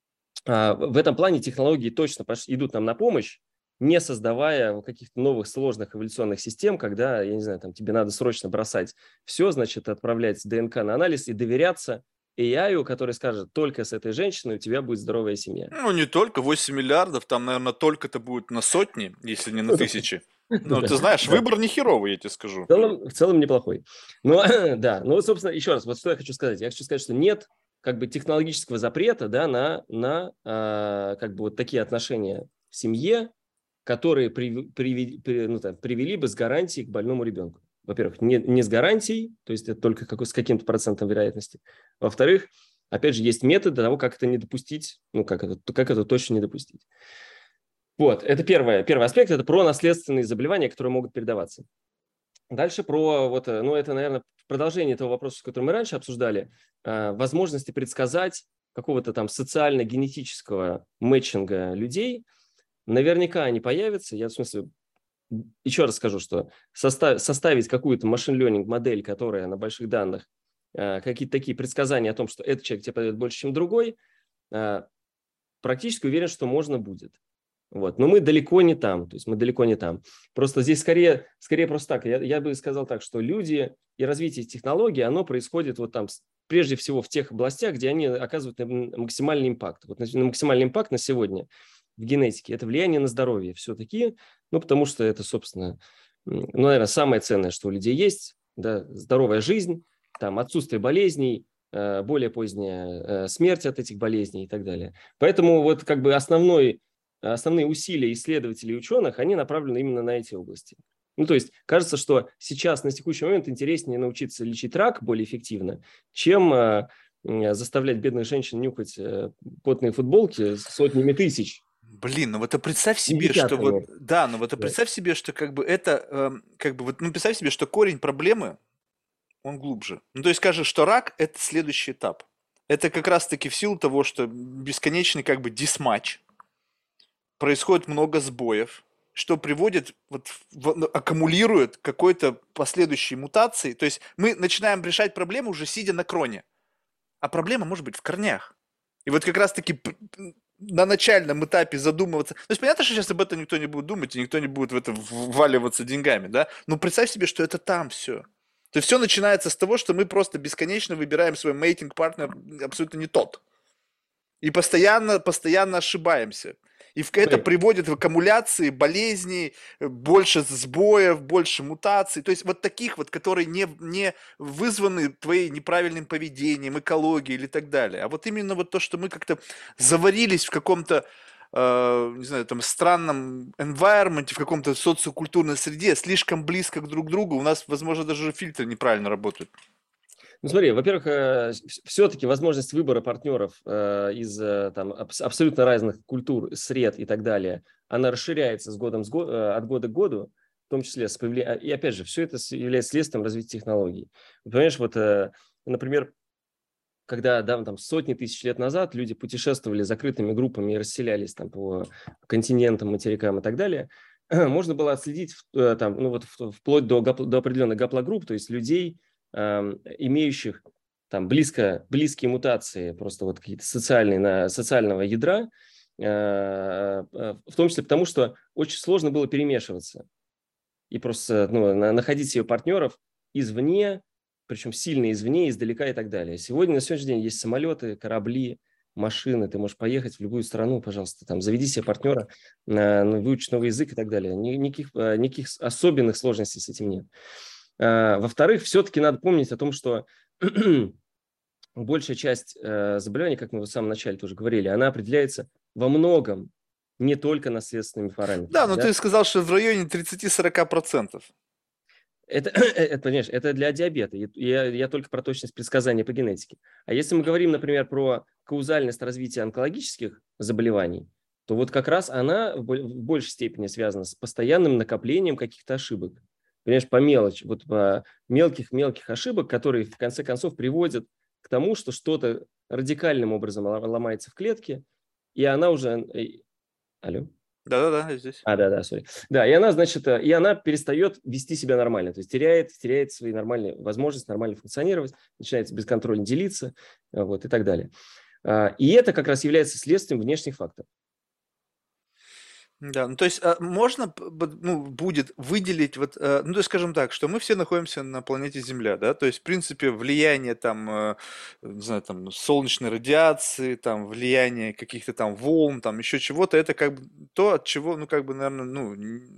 в этом плане технологии точно идут нам на помощь, не создавая каких-то новых сложных эволюционных систем, когда, я не знаю, там, тебе надо срочно бросать все, значит, отправлять ДНК на анализ и доверяться эй ай, который скажет, только с этой женщиной у тебя будет здоровая семья. Ну, не только, восемь миллиардов, там, наверное, только-то будет на сотни, если не на тысячи. Ну, ты знаешь, выбор не херовый, я тебе скажу. В целом, в целом неплохой. Ну, да, ну, собственно, еще раз, вот что я хочу сказать. Я хочу сказать, что нет как бы технологического запрета, да, на, на а, как бы вот такие отношения в семье, которые при, при, при, ну, там, привели бы с гарантией к больному ребенку. Во-первых, не, не с гарантией, то есть это только какой, с каким-то процентом вероятности. Во-вторых, опять же, есть методы того, как это не допустить, ну, как это, как это точно не допустить. Вот, это первое, первый аспект, это про наследственные заболевания, которые могут передаваться. Дальше про, вот, ну, это, наверное, продолжение того вопроса, который мы раньше обсуждали, возможности предсказать какого-то там социально-генетического мэтчинга людей. Наверняка они появятся. Я, в смысле, еще раз скажу, что состав, составить какую-то машин-ленинг модель, которая на больших данных, какие-то такие предсказания о том, что этот человек тебе подойдет больше, чем другой, практически уверен, что можно будет. Вот. Но мы далеко не там, то есть мы далеко не там. Просто здесь скорее, скорее просто так. Я, я бы сказал так, что люди и развитие технологий, оно происходит вот там, прежде всего в тех областях, где они оказывают максимальный импакт. Вот на, на максимальный импакт на сегодня в генетике – это влияние на здоровье все-таки, ну, потому что это, собственно, ну, наверное, самое ценное, что у людей есть, да, здоровая жизнь, там, отсутствие болезней, более поздняя смерть от этих болезней и так далее. Поэтому вот как бы основной Основные усилия исследователей и ученых, они направлены именно на эти области. Ну, то есть, кажется, что сейчас, на текущий момент, интереснее научиться лечить рак более эффективно, чем э, заставлять бедных женщин нюхать э, потные футболки с сотнями тысяч. Блин, ну вот а представь себе, что вот, да, ну вот а представь себе, что как бы это, э, как бы вот, ну представь себе, что корень проблемы, он глубже. Ну, то есть скажешь, что рак – это следующий этап. Это как раз-таки в силу того, что бесконечный как бы дисматч, происходит много сбоев, что приводит, вот, в, аккумулирует какой-то последующей мутации. То есть мы начинаем решать проблему уже сидя на кроне. А проблема может быть в корнях. И вот как раз-таки на начальном этапе задумываться. То есть понятно, что сейчас об этом никто не будет думать, и никто не будет в это вваливаться деньгами, да? Но представь себе, что это там все. То есть все начинается с того, что мы просто бесконечно выбираем свой мейтинг партнер абсолютно не тот. И постоянно, постоянно ошибаемся. И это приводит в аккумуляции болезней, больше сбоев, больше мутаций. То есть вот таких вот, которые не, не вызваны твоим неправильным поведением, экологией или так далее. А вот именно вот то, что мы как-то заварились в каком-то, э, не знаю, там странном environment, в каком-то социокультурной среде, слишком близко друг к другу, у нас, возможно, даже фильтры неправильно работают. Ну, смотри, во-первых, все-таки возможность выбора партнеров из там, абсолютно разных культур, сред и так далее, она расширяется с годом, с го- от года к году. в том числе с появлением, и опять же, все это является следствием развития технологий. Понимаешь, вот, например, когда да, там, сотни тысяч лет назад люди путешествовали закрытыми группами и расселялись там, по континентам, материкам и так далее, можно было отследить там, ну, вот, вплоть до, до определенных гаплогрупп, то есть людей, э, имеющих там, близко, близкие мутации, просто вот какие-то социальные, на, социального ядра, э, э, в том числе потому, что очень сложно было перемешиваться и просто ну, находить себе партнеров извне, причем сильно извне, издалека и так далее. Сегодня, на сегодняшний день есть самолеты, корабли, машины, ты можешь поехать в любую страну, пожалуйста, там, заведи себе партнера, выучи новый язык и так далее. Никаких, никаких особенных сложностей с этим нет. Во-вторых, все-таки надо помнить о том, что большая часть заболеваний, как мы в самом начале тоже говорили, она определяется во многом не только наследственными параметрами. Да, но да? Ты сказал, что в районе тридцать-сорок процентов. Это, это, понимаешь, это для диабета. Я, я только про точность предсказания по генетике. А если мы говорим, например, про каузальность развития онкологических заболеваний, то вот как раз она в большей степени связана с постоянным накоплением каких-то ошибок. Понимаешь, по мелочи, вот по мелких-мелких ошибок, которые в конце концов приводят к тому, что что-то радикальным образом ломается в клетке, и она уже... Алло? Да-да-да, я здесь. А, да-да, сори. Да, и она, значит, и она перестает вести себя нормально, то есть теряет, теряет свои нормальные возможности нормально функционировать, начинает бесконтрольно делиться, вот, и так далее. И это как раз является следствием внешних факторов. Да, ну то есть можно ну, будет выделить, вот, ну то есть скажем так, что мы все находимся на планете Земля, да, то есть в принципе влияние там, не знаю, там солнечной радиации, там влияние каких-то там волн, там еще чего-то, это как бы то, от чего, ну как бы, наверное, ну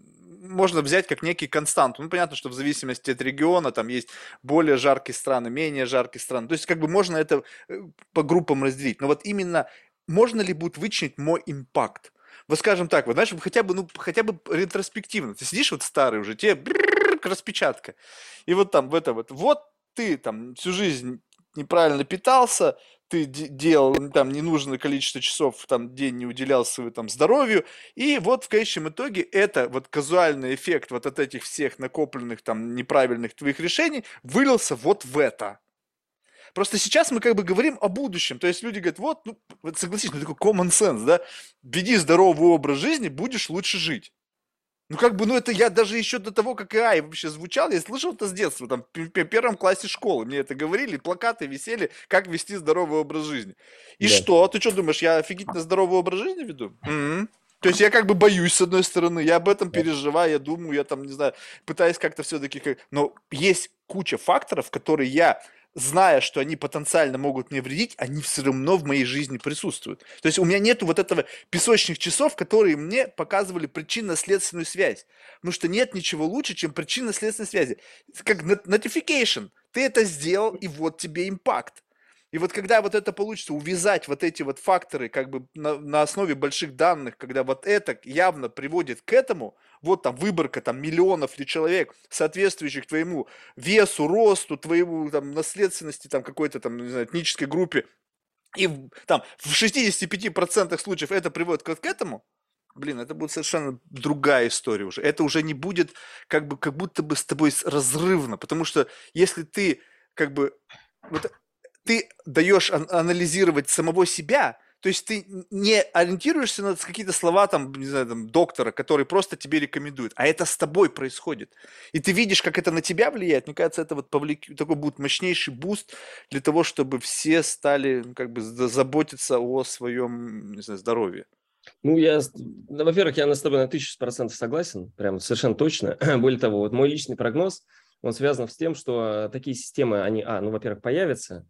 можно взять как некий константу. Ну, понятно, что в зависимости от региона там есть более жаркие страны, менее жаркие страны. То есть, как бы можно это по группам разделить. Но вот именно можно ли будет вычленить мой импакт? Вот скажем так, вот знаешь, хотя бы, ну, хотя бы ретроспективно. Ты сидишь вот старый уже, тебе распечатка. И вот там в это вот, вот ты там всю жизнь неправильно питался, ты делал там ненужное количество часов там в день, не уделял своему там здоровью, и вот в конечном итоге это вот казуальный эффект вот от этих всех накопленных там неправильных твоих решений вылился вот в это. Просто сейчас мы как бы говорим о будущем. То есть люди говорят, вот, ну, вот согласись, ну такой common sense, да, веди здоровый образ жизни, будешь лучше жить. Ну как бы, ну это я даже еще до того, как эй ай вообще звучал, я слышал это с детства, там, в первом классе школы мне это говорили, плакаты висели, как вести здоровый образ жизни. И да. Что? Ты что думаешь, я офигительно здоровый образ жизни веду? Mm-hmm. То есть я как бы боюсь, с одной стороны, я об этом переживаю, я думаю, я там, не знаю, пытаюсь как-то все-таки... Как... Но есть куча факторов, которые я... зная, что они потенциально могут мне вредить, они все равно в моей жизни присутствуют. То есть у меня нету вот этого песочных часов, которые мне показывали причинно-следственную связь. Потому что нет ничего лучше, чем причинно-следственной связи. Как notification. Ты это сделал, и вот тебе импакт. И вот когда вот это получится, увязать вот эти вот факторы как бы на, на основе больших данных, когда вот это явно приводит к этому, вот там выборка там миллионов ли человек, соответствующих твоему весу, росту, твоему там наследственности там какой-то там, не знаю, этнической группе, и там в шестидесяти пяти процентах случаев это приводит к, к этому, блин, это будет совершенно другая история уже. Это уже не будет как бы как будто бы с тобой разрывно, потому что если ты как бы вот ты даешь анализировать самого себя, то есть ты не ориентируешься на какие-то слова там, не знаю, там, доктора, который просто тебе рекомендует, а это с тобой происходит. И ты видишь, как это на тебя влияет. Мне кажется, это вот повлек... такой будет мощнейший буст для того, чтобы все стали как бы заботиться о своем, не знаю, здоровье. Ну, я, ну, во-первых, я с тобой на тысячу процентов согласен, прям совершенно точно. Более того, вот мой личный прогноз, он связан с тем, что такие системы, они, а, ну, во-первых, появятся,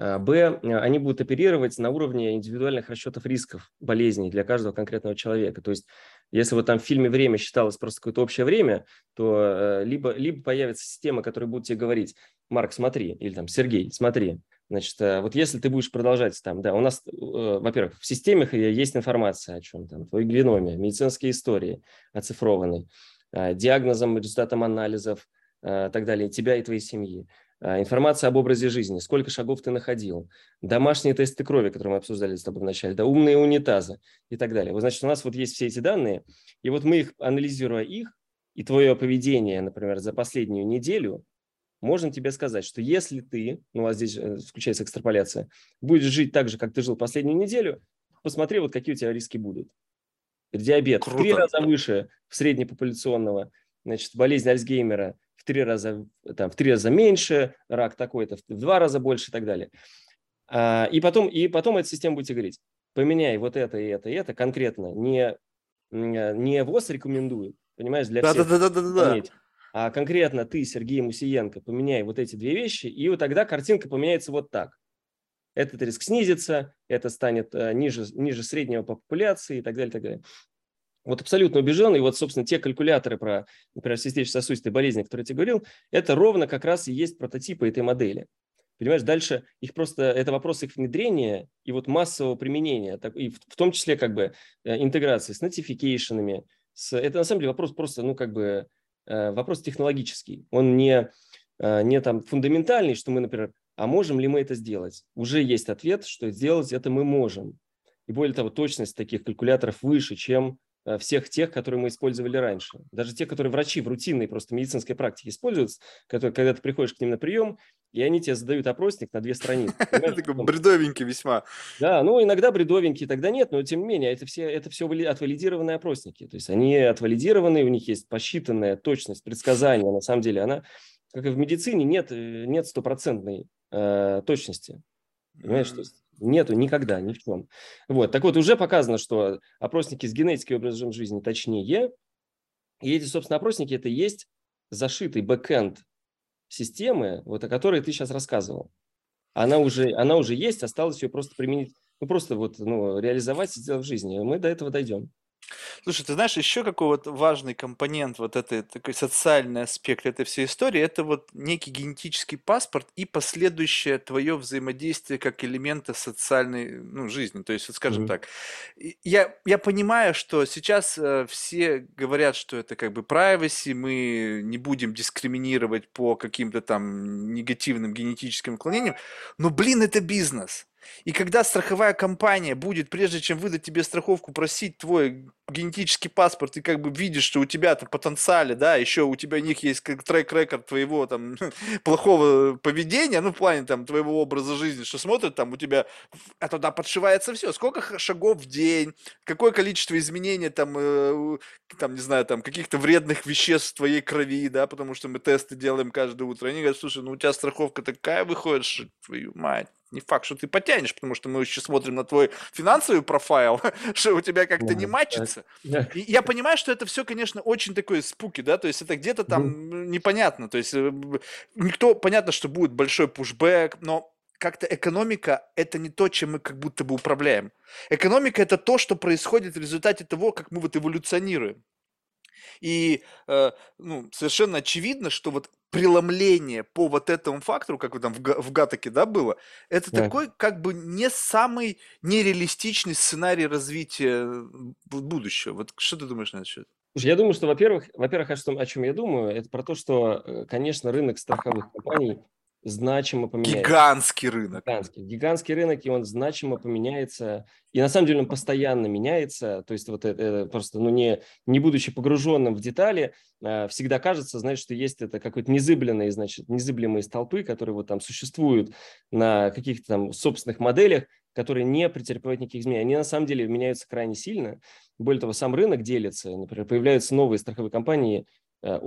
б, они будут оперировать на уровне индивидуальных расчетов рисков болезней для каждого конкретного человека. То есть, если вот там в фильме «Время» считалось просто какое-то общее время, то либо, либо появится система, которая будет тебе говорить: Марк, смотри, или там Сергей, смотри, значит, вот если ты будешь продолжать там, да, у нас, во-первых, в системе есть информация о чем там, твоей геноме, медицинские истории оцифрованные, диагнозом, результатом анализов, так далее, тебя и твоей семьи. Информация об образе жизни, сколько шагов ты находил, домашние тесты крови, которые мы обсуждали с тобой в начале, да, умные унитазы и так далее. Вот, значит, у нас вот есть все эти данные, и вот мы их, анализируя их, и твое поведение, например, за последнюю неделю, можно тебе сказать, что если ты, ну а здесь включается экстраполяция, будешь жить так же, как ты жил последнюю неделю, посмотри, вот какие у тебя риски будут. Диабет в три Круто. раза выше среднепопуляционного, значит, болезнь Альцгеймера в три раза, там, в три раза меньше, рак такой-то в два раза больше и так далее. А, и, потом, и потом эта система будет тебе говорить, поменяй вот это и это и это конкретно, не, не ВОЗ рекомендует, понимаешь, для всех Да-да-да-да-да-да. а конкретно ты, Сергей Мусиенко, поменяй вот эти две вещи, и вот тогда картинка поменяется вот так. Этот риск снизится, это станет ниже, ниже среднего по популяции и так далее, и так далее. Вот абсолютно убежден, и вот, собственно, те калькуляторы про, например, сердечно-сосудистые болезни, о которых я тебе говорил, это ровно как раз и есть прототипы этой модели. Понимаешь, дальше их просто, это вопрос их внедрения и вот массового применения, так, и в, в том числе как бы интеграции с нотификейшенами. С, это на самом деле вопрос просто, ну как бы, вопрос технологический. Он не, не там фундаментальный, что мы, например, а можем ли мы это сделать? Уже есть ответ, что сделать это мы можем. И более того, точность таких калькуляторов выше, чем всех тех, которые мы использовали раньше. Даже те, которые врачи в рутинной просто медицинской практике используют, которые, когда ты приходишь к ним на прием, и они тебе задают опросник на две страницы. Такой бредовенький весьма. Да, ну иногда бредовенький, тогда нет, но тем не менее, это все, это все отвалидированные опросники. То есть они отвалидированы, у них есть посчитанная точность предсказания. На самом деле она, как и в медицине, нет, нет стопроцентной э, точности. Понимаешь, то есть нету никогда, ни в чем. Вот, так вот, уже показано, что опросники с генетикой и образом жизни точнее, и эти, собственно, опросники, это и есть зашитый бэкэнд системы, вот о которой ты сейчас рассказывал. Она уже, она уже есть, осталось ее просто применить, ну, просто вот, ну, реализовать и сделать в жизни. Мы до этого дойдем. Слушай, ты знаешь, еще какой вот важный компонент, вот этой такой социальный аспект этой всей истории, это вот некий генетический паспорт и последующее твое взаимодействие как элемента социальной, ну, жизни. То есть, вот скажем Мгм. так, и я, я понимаю, что сейчас э, все говорят, что это как бы privacy, мы не будем дискриминировать по каким-то там негативным генетическим отклонениям, но, блин, это бизнес. И когда страховая компания будет, прежде чем выдать тебе страховку, просить твой генетический паспорт, и как бы видишь, что у тебя в потенциале, да, еще у тебя у них есть как трек-рекорд твоего там плохого поведения, ну, в плане там твоего образа жизни, что смотрят, там у тебя, а туда подшивается все, сколько шагов в день, какое количество изменений там, э, там, не знаю, там, каких-то вредных веществ в твоей крови, да, потому что мы тесты делаем каждое утро. Они говорят, слушай, ну, у тебя страховка такая выходит, что, твою мать, не факт, что ты потянешь, потому что мы еще смотрим на твой финансовый профайл, что у тебя как-то не мачится. И я понимаю, что это все, конечно, очень такое спуки, да, то есть это где-то там непонятно, то есть никто, понятно, что будет большой пушбэк, но как-то экономика – это не то, чем мы как будто бы управляем. Экономика – это то, что происходит в результате того, как мы вот эволюционируем. И э, ну, совершенно очевидно, что вот преломление по вот этому фактору, как вы там в, в Гатаке, да, было, это Да. такой как бы не самый нереалистичный сценарий развития будущего. Вот что ты думаешь на этот счет? Слушай, я думаю, что, во-первых, во-первых, о, что, о чем я думаю, это про то, что, конечно, рынок страховых компаний значимо поменяется. Гигантский рынок. Гигантский. Гигантский рынок, и он значимо поменяется. И на самом деле он постоянно меняется. То есть вот это, это просто, ну, не, не будучи погруженным в детали, э, всегда кажется, знаешь, что есть это какой-то незыблемые, значит, незыблемые столпы, которые вот там существуют на каких-то там собственных моделях, которые не претерпевают никаких изменений. Они на самом деле меняются крайне сильно. Более того, сам рынок делится. Например, появляются новые страховые компании, э,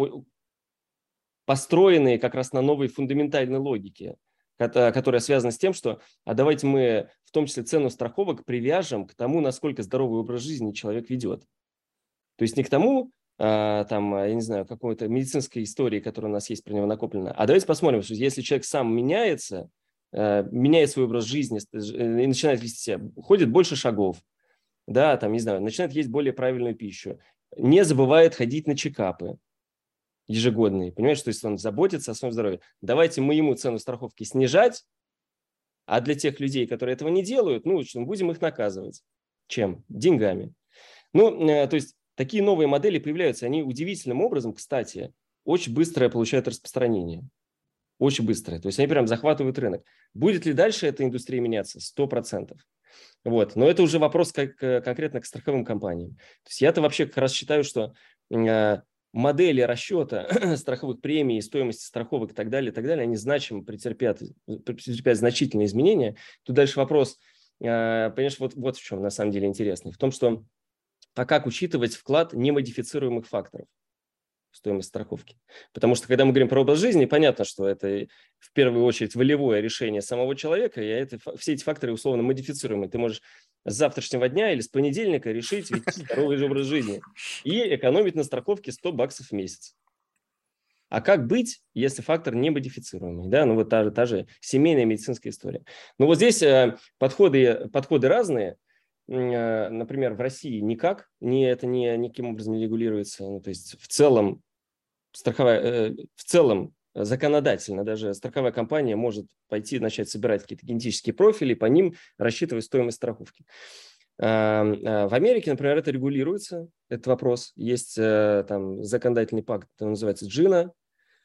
построенные как раз на новой фундаментальной логике, которая связана с тем, что а давайте мы в том числе цену страховок привяжем к тому, насколько здоровый образ жизни человек ведет. То есть не к тому, а, там, я не знаю, какой-то медицинской истории, которая у нас есть про него накоплена, а давайте посмотрим, что если человек сам меняется, меняет свой образ жизни и начинает вести себя, ходит больше шагов, да, там, не знаю, начинает есть более правильную пищу, не забывает ходить на чекапы ежегодные, понимаешь, то есть он заботится о своем здоровье. Давайте мы ему цену страховки снижать, а для тех людей, которые этого не делают, ну, будем их наказывать. Чем? Деньгами. Ну, э, то есть такие новые модели появляются, они удивительным образом, кстати, очень быстро получают распространение. Очень быстрое. То есть они прям захватывают рынок. Будет ли дальше эта индустрия меняться? Сто процентов. Вот. Но это уже вопрос как, конкретно к страховым компаниям. То есть я-то вообще как раз считаю, что э, модели расчета страховых премий, стоимости страховок и так далее, и так далее, они значимо претерпят, претерпят значительные изменения. Тут дальше вопрос, понимаешь, вот, вот в чем на самом деле интересный. В том, что а как учитывать вклад немодифицируемых факторов в стоимость страховки? Потому что, когда мы говорим про образ жизни, понятно, что это в первую очередь волевое решение самого человека, и это, все эти факторы условно модифицируемы. Ты можешь с завтрашнего дня или с понедельника решить вести здоровый образ жизни и экономить на страховке сто баксов в месяц. А как быть, если фактор не модифицируемый? Да? Ну вот та же, та же семейная медицинская история. Ну вот здесь э, подходы, подходы разные. Например, в России никак, не, это не, никаким образом не регулируется. Ну, то есть в целом, страховая, э, в целом законодательно даже страховая компания может пойти начать собирать какие-то генетические профили, по ним рассчитывать стоимость страховки. В Америке, например, это регулируется, этот вопрос. Есть э, там законодательный пакт, он называется джина,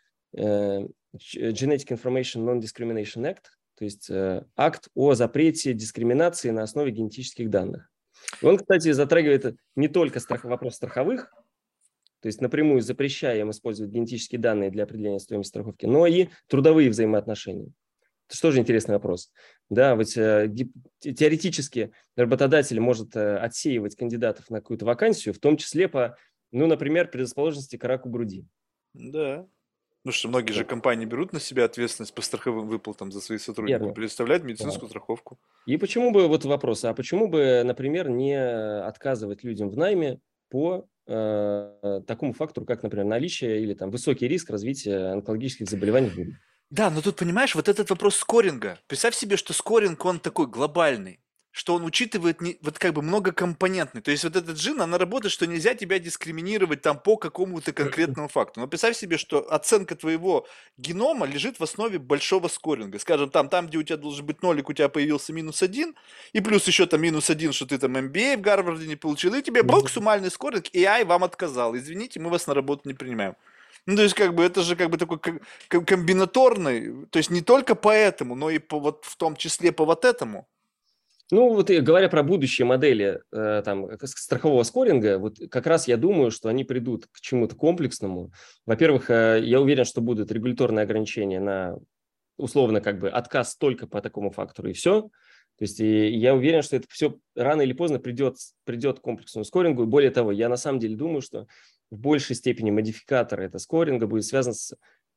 э, Genetic Information Non-Discrimination Act, то есть э, акт о запрете дискриминации на основе генетических данных. И он, кстати, затрагивает не только страх, вопрос страховых, то есть напрямую запрещая им использовать генетические данные для определения стоимости страховки, но и трудовые взаимоотношения. Это тоже интересный вопрос. Да, вот э, теоретически работодатель может э, отсеивать кандидатов на какую-то вакансию, в том числе по, ну, например, предрасположенности к раку груди. Да. Ну что, многие же Да. компании берут на себя ответственность по страховым выплатам за своих сотрудников, Верно. предоставляют медицинскую Да. страховку. И почему бы, вот вопрос, а почему бы, например, не отказывать людям в найме по э, такому фактору, как, например, наличие или там высокий риск развития онкологических заболеваний в будущем? Да, но тут, понимаешь, вот этот вопрос скоринга. Представь себе, что скоринг, он такой глобальный, что он учитывает не, вот как бы многокомпонентный. То есть вот этот джин, она работает, что нельзя тебя дискриминировать там по какому-то конкретному факту. Но представь себе, что оценка твоего генома лежит в основе большого скоринга. Скажем, там, там где у тебя должен быть нолик, у тебя появился минус один, и плюс еще там минус один, что ты там эм би эй в Гарварде не получил, и тебе блок суммальный скоринг, эй ай вам отказал. Извините, мы вас на работу не принимаем. Ну, то есть, как бы, это же как бы такой комбинаторный, то есть не только поэтому, но и по, вот, в том числе по вот этому. Ну, вот и говоря про будущие модели э, там, страхового скоринга, вот как раз я думаю, что они придут к чему-то комплексному. Во-первых, э, я уверен, что будут регуляторные ограничения на, условно, как бы отказ только по такому фактору, и все. То есть и я уверен, что это все рано или поздно придет, придет к комплексному скорингу. И более того, я на самом деле думаю, что в большей степени модификатор этого скоринга будет связан с,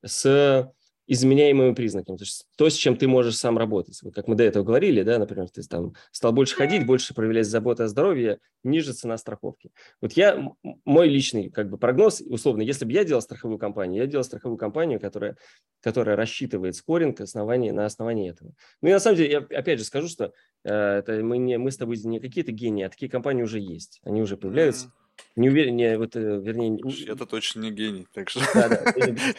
с изменяемыми признаками. То есть то, с чем ты можешь сам работать. Вот как мы до этого говорили, да, например, ты там стал больше ходить, больше проявлять заботу о здоровье, ниже цена страховки. Вот я, мой личный как бы прогноз, условно, если бы я делал страховую компанию, я делал страховую компанию, которая, которая рассчитывает скоринг основании, на основании этого. Ну и на самом деле, я опять же скажу, что э, это мы, не, мы с тобой не какие-то гении, а такие компании уже есть. Они уже появляются. Mm. Не уверен, не, вот, вернее... Я-то точно не гений, так что... Да, да.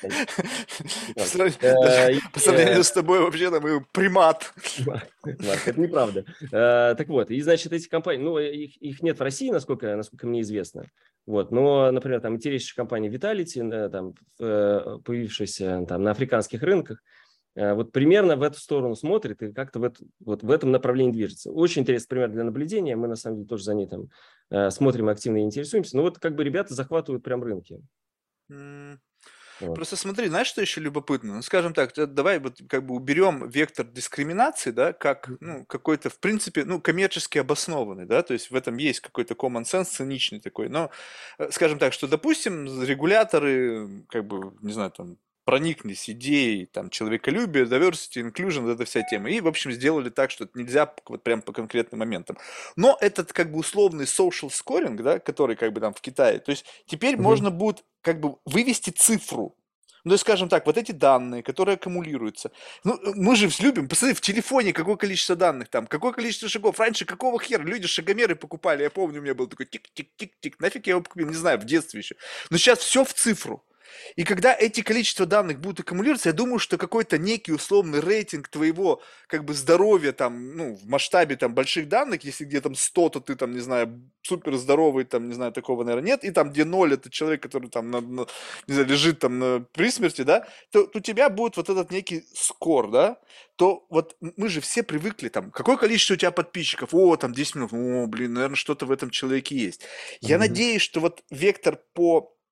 По сравнению с тобой вообще там и примат. Марк, это неправда. Так вот, и значит, эти компании, ну, их нет в России, насколько, насколько мне известно. Вот, но, например, там интереснейшая компания Vitality, там, появившаяся там, на африканских рынках, вот примерно в эту сторону смотрит и как-то в, эту, вот в этом направлении движется. Очень интересный пример для наблюдения. Мы, на самом деле, тоже за ней там смотрим активно и интересуемся. Но вот как бы ребята захватывают прям рынки. Mm. Вот. Просто смотри, знаешь, что еще любопытно? Ну, скажем так, давай вот как бы уберем вектор дискриминации, да, как, ну, какой-то, в принципе, ну, коммерчески обоснованный, да, то есть в этом есть какой-то common sense циничный такой, но, скажем так, что, допустим, регуляторы, как бы, не знаю, там, прониклись идеей там человеколюбия, diversity, inclusion, вот эта вся тема. И, в общем, сделали так, что это нельзя вот прям по конкретным моментам. Но этот как бы условный social scoring, да, который как бы там в Китае, то есть теперь mm-hmm. можно будет как бы вывести цифру. Ну, то есть, скажем так, вот эти данные, которые аккумулируются. Ну, мы же любим, посмотри, в телефоне какое количество данных там, какое количество шагов. Раньше какого хера люди шагомеры покупали, я помню, у меня был такой тик-тик-тик-тик, нафиг я его купил, не знаю, в детстве еще. Но сейчас все в цифру. И когда эти количество данных будут аккумулироваться, я думаю, что какой-то некий условный рейтинг твоего как бы здоровья там, ну, в масштабе там больших данных, если где там сто, то ты там, не знаю, супер здоровый, там, не знаю, такого, наверное, нет, и там, где ноль, это человек, который там, на, на, не знаю, лежит там на, при смерти, да, то, то у тебя будет вот этот некий скор, да, то вот мы же все привыкли там, какое количество у тебя подписчиков, о, там десять минут, о, блин, наверное, что-то в этом человеке есть. Я mm-hmm. надеюсь, что вот вектор по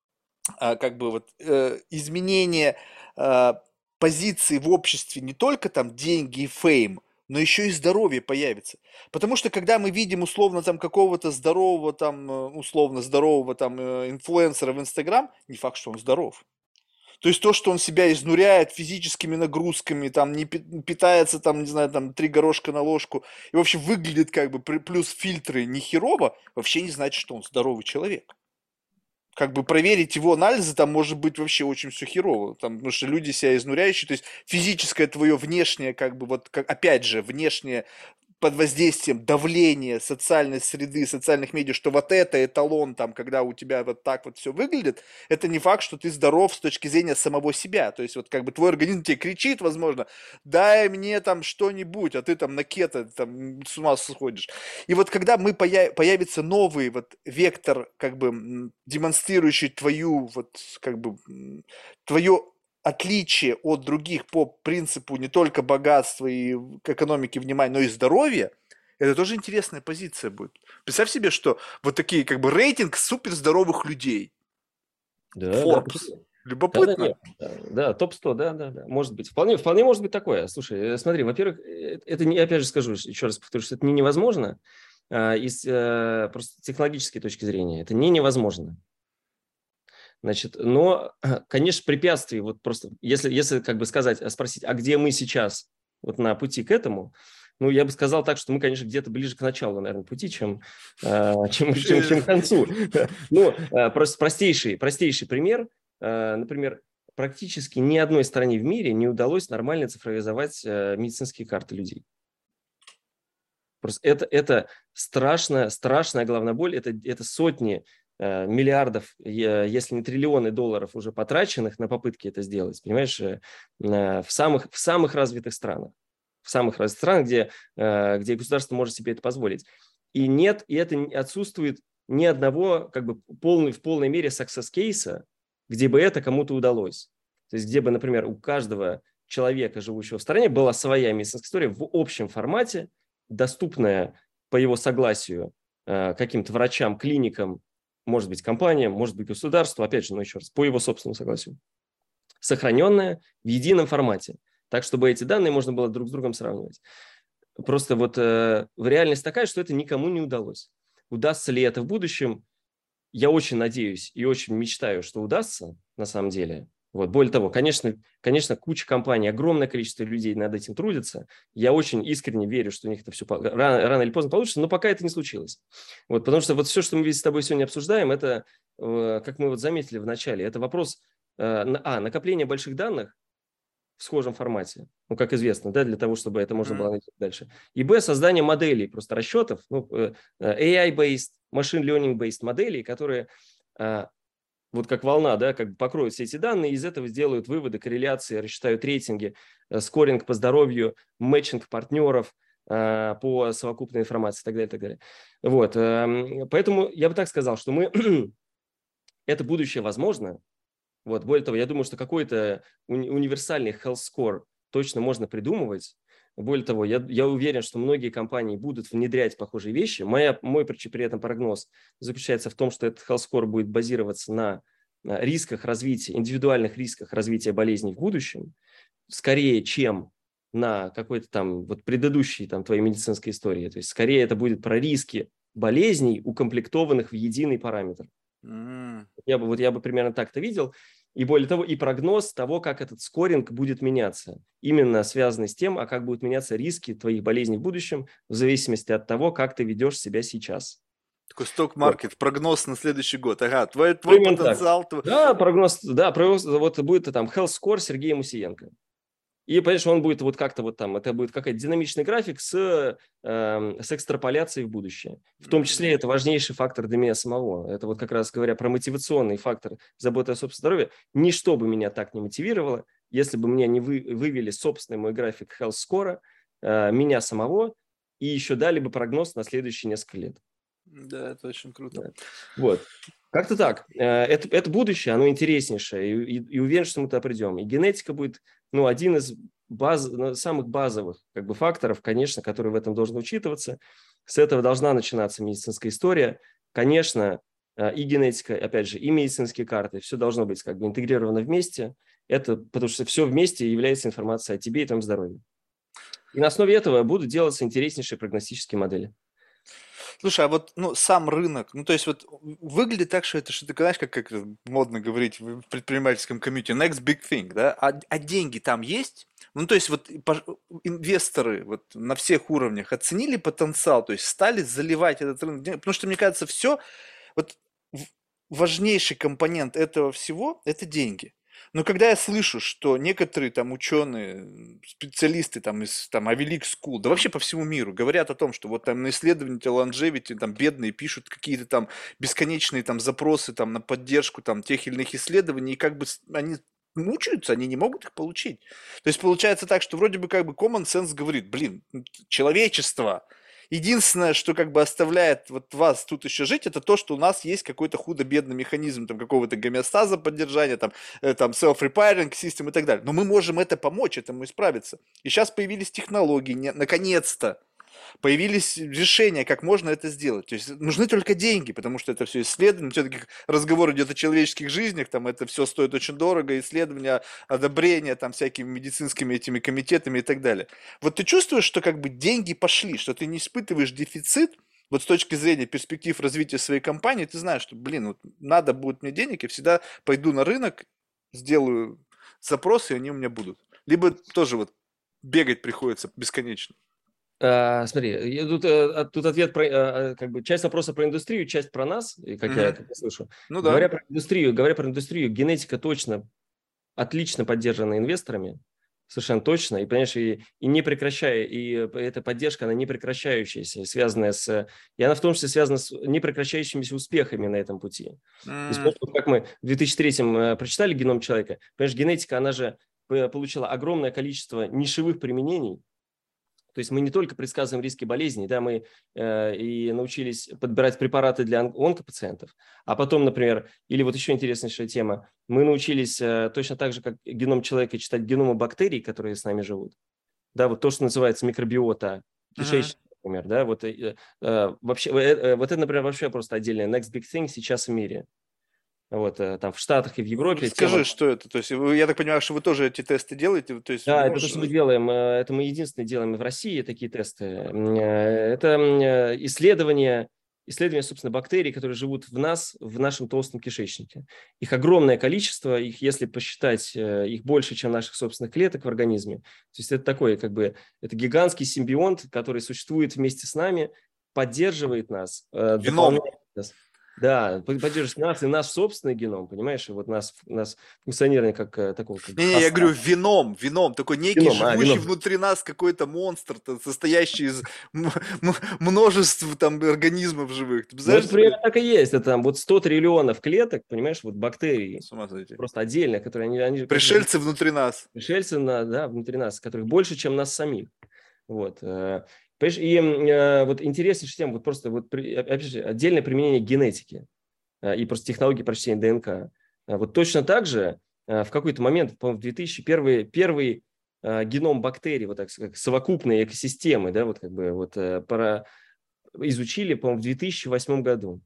а, как бы вот э, изменение а, позиции в обществе не только там деньги и фейм, но еще и здоровье появится. Потому что когда мы видим условно там какого-то здорового там, э, условно здорового там э, инфлюенсера в Инстаграм, не факт, что он здоров. То есть то, что он себя изнуряет физическими нагрузками, там не питается, там, не знаю, там три горошка на ложку, и вообще выглядит как бы плюс фильтры не херово, вообще не значит, что он здоровый человек. Как бы проверить его анализы, там может быть вообще очень все херово, там, потому что люди себя изнуряющие, то есть физическое твое внешнее, как бы вот, как, опять же, внешнее под воздействием давления социальной среды, социальных медиа, что вот это эталон, там, когда у тебя вот так вот все выглядит, это не факт, что ты здоров с точки зрения самого себя. То есть вот как бы твой организм тебе кричит, возможно, дай мне там что-нибудь, а ты там на кето там с ума сходишь. И вот когда мы появ, появится новый вот вектор, как бы демонстрирующий твою вот как бы твое отличие от других по принципу не только богатства и экономики внимания, но и здоровья, это тоже интересная позиция будет. Представь себе, что вот такие как бы рейтинг суперздоровых людей. Да, да, Forbes. почему? Да, да, Любопытно. нет, да, да, топ сто, да, да, да, может быть. Вполне, вполне может быть такое. Слушай, э, смотри, во-первых, э, это не, опять же скажу, еще раз повторю, что это не невозможно, а, из э, просто технологической точки зрения. Это не невозможно. Значит, но, конечно, препятствий, вот просто, если, если как бы сказать, спросить, а где мы сейчас вот на пути к этому, ну, я бы сказал так, что мы, конечно, где-то ближе к началу, наверное, пути, чем, чем, чем, чем к концу. Ну, просто простейший, простейший пример, например, практически ни одной стране в мире не удалось нормально цифровизовать медицинские карты людей. Просто это, это страшная, страшная головная боль, это, это сотни миллиардов, если не триллионы долларов уже потраченных на попытки это сделать, понимаешь, в самых, в самых развитых странах, в самых развитых странах, где, где государство может себе это позволить. И нет, и это отсутствует ни одного, как бы полный, в полной мере success-кейса, где бы это кому-то удалось. То есть где бы, например, у каждого человека, живущего в стране, была своя медицинская история в общем формате, доступная по его согласию каким-то врачам, клиникам, может быть, компаниям, может быть, государству, опять же, но еще раз, по его собственному согласию, сохраненная в едином формате, так, чтобы эти данные можно было друг с другом сравнивать. Просто вот э, реальность такая, что это никому не удалось. Удастся ли это в будущем? Я очень надеюсь и очень мечтаю, что удастся на самом деле. Вот. Более того, конечно, конечно, куча компаний, огромное количество людей над этим трудятся. Я очень искренне верю, что у них это все рано, рано или поздно получится, но пока это не случилось. Вот, потому что вот все, что мы здесь с тобой сегодня обсуждаем, это, как мы вот заметили в начале, это вопрос а, накопления больших данных в схожем формате, ну, как известно, да, для того, чтобы это можно было найти дальше. И б, создание моделей, просто расчетов, ну, эй ай-based, machine learning-based моделей, которые вот как волна, да, как бы покроют все эти данные, из этого сделают выводы, корреляции, рассчитают рейтинги, скоринг по здоровью, мэтчинг партнеров по совокупной информации и так далее, и так далее. Вот, поэтому я бы так сказал, что мы, это будущее возможно. Вот, более того, я думаю, что какой-то уни- универсальный health score точно можно придумывать. Более того, я, я уверен, что многие компании будут внедрять похожие вещи. Моя, мой при этом прогноз заключается в том, что этот health score будет базироваться на, на рисках развития, индивидуальных рисках развития болезней в будущем, скорее, чем на какой-то там вот предыдущей там твоей медицинской истории. То есть скорее это будет про риски болезней, укомплектованных в единый параметр. Mm. Я бы, вот я бы примерно так-то видел. И более того, и прогноз того, как этот скоринг будет меняться. Именно связанный с тем, а как будут меняться риски твоих болезней в будущем в зависимости от того, как ты ведешь себя сейчас. Такой сток-маркет, вот. Прогноз на следующий год. Ага, твой, твой Примерно потенциал. Твой... Да, прогноз, да, прогноз, вот будет там health score Сергея Мусиенко. И, понимаешь, он будет вот как-то вот там, это будет какой-то динамичный график с, э, с экстраполяцией в будущее. В том числе это важнейший фактор для меня самого. Это вот как раз говоря про мотивационный фактор заботы о собственном здоровье. Ничто бы меня так не мотивировало, если бы мне не вы, вывели собственный мой график health score, э, меня самого, и еще дали бы прогноз на следующие несколько лет. Да, это очень круто. Да. Вот. Как-то так. Это, это будущее, оно интереснейшее, и, и, и уверен, что мы туда придем. И генетика будет, ну, один из баз, самых базовых как бы, факторов, конечно, который в этом должен учитываться. С этого должна начинаться медицинская история. Конечно, и генетика, опять же, и медицинские карты. Все должно быть как бы интегрировано вместе. Это потому что все вместе является информацией о тебе и твоем здоровье. И на основе этого будут делаться интереснейшие прогностические модели. Слушай, а вот ну, сам рынок, ну то есть вот выглядит так, что это что-то, знаешь, как, как модно говорить в предпринимательском комьюнити, next big thing, да? А, а деньги там есть? Ну то есть вот инвесторы вот на всех уровнях оценили потенциал, то есть стали заливать этот рынок, потому что мне кажется, все, вот важнейший компонент этого всего – это деньги. Но когда я слышу, что некоторые там ученые, специалисты там из там Ivy League School, да вообще по всему миру говорят о том, что вот там на исследования longevity там бедные пишут какие-то там бесконечные там запросы там на поддержку там тех или иных исследований, и как бы они мучаются, они не могут их получить. То есть получается так, что вроде бы как бы common sense говорит, блин, человечество, единственное, что как бы оставляет вот вас тут еще жить, это то, что у нас есть какой-то худо-бедный механизм там какого-то гомеостаза поддержания, там, э, там self-repairing system и так далее. Но мы можем это помочь, этому исправиться. И сейчас появились технологии, не, наконец-то появились решения, как можно это сделать. То есть нужны только деньги, потому что это все исследование, все-таки разговор идет о человеческих жизнях, там это все стоит очень дорого, исследования, одобрения, там всякими медицинскими этими комитетами и так далее. Вот ты чувствуешь, что как бы деньги пошли, что ты не испытываешь дефицит, вот с точки зрения перспектив развития своей компании, ты знаешь, что, блин, вот надо будет мне денег, я всегда пойду на рынок, сделаю запросы, и они у меня будут. Либо тоже вот бегать приходится бесконечно. А, смотри, я тут, э, тут ответ про, э, как бы часть вопроса про индустрию, часть про нас, как я Мгм. как я слышу. Ну Говоря да. про индустрию, говоря про индустрию, генетика точно отлично поддержана инвесторами, совершенно точно, и, понимаешь, и, и не прекращая, и эта поддержка, она не прекращающаяся, связанная с, и она в том числе связана с непрекращающимися успехами на этом пути. То есть, М, как мы в две тысячи третьем э, прочитали геном человека, понимаешь, генетика, она же п- получила огромное количество нишевых применений. То есть мы не только предсказываем риски болезней, да, мы э, и научились подбирать препараты для он- онкопациентов, а потом, например, или вот еще интереснейшая тема, мы научились э, точно так же, как геном человека, читать геномы бактерий, которые с нами живут, да, вот то, что называется микробиота, мгм. кишечник, например, да, вот э, э, вообще, э, э, вот это, например, вообще просто отдельная next big thing сейчас в мире. Вот, э, там в Штатах и в Европе Расскажи, тема. что это? То есть, вы- я так понимаю, что вы тоже эти тесты делаете? То есть, Да, это то, можешь... что мы раз- делаем. э, Это мы единственные делаем в России такие тесты. М, э, Это м, э, исследования, исследования, собственно, бактерий, которые живут в нас, в нашем толстом кишечнике. Их огромное количество, их, если посчитать, э, их больше, чем наших собственных клеток в организме. То есть это такой, как бы, это гигантский симбионт, который существует вместе с нами, поддерживает нас, э, Вином. дополняет нас. Да, под- поддерживает нас и наш собственный геном, понимаешь, и вот нас, нас функционирование как э, такого как бы Не-не, я говорю хоста. вином, вином. Такой некий, Вином, а, живущий вином. внутри нас какой-то монстр, то- состоящий из м- м- множества там организмов живых. Ты Ну, представляешь это себе? примерно так и есть. Это там вот сто триллионов клеток, понимаешь, вот бактерий, С ума сойти. просто отдельно, которые они, они как бы Пришельцы внутри нас. пришельцы на, да, внутри нас, которых больше, чем нас самих. Вот. э, Понимаешь, и э, вот интереснейшая тема, вот просто вот при- опять же, отдельное применение генетики э, и просто технологии прочтения ДНК. Э, Вот точно так же э, в какой-то момент, по-моему, в две тысячи первый, первый э, геном бактерий, вот так сказать, совокупной экосистемы, да, вот как бы вот э, про, изучили, по-моему, в две тысячи восьмом году.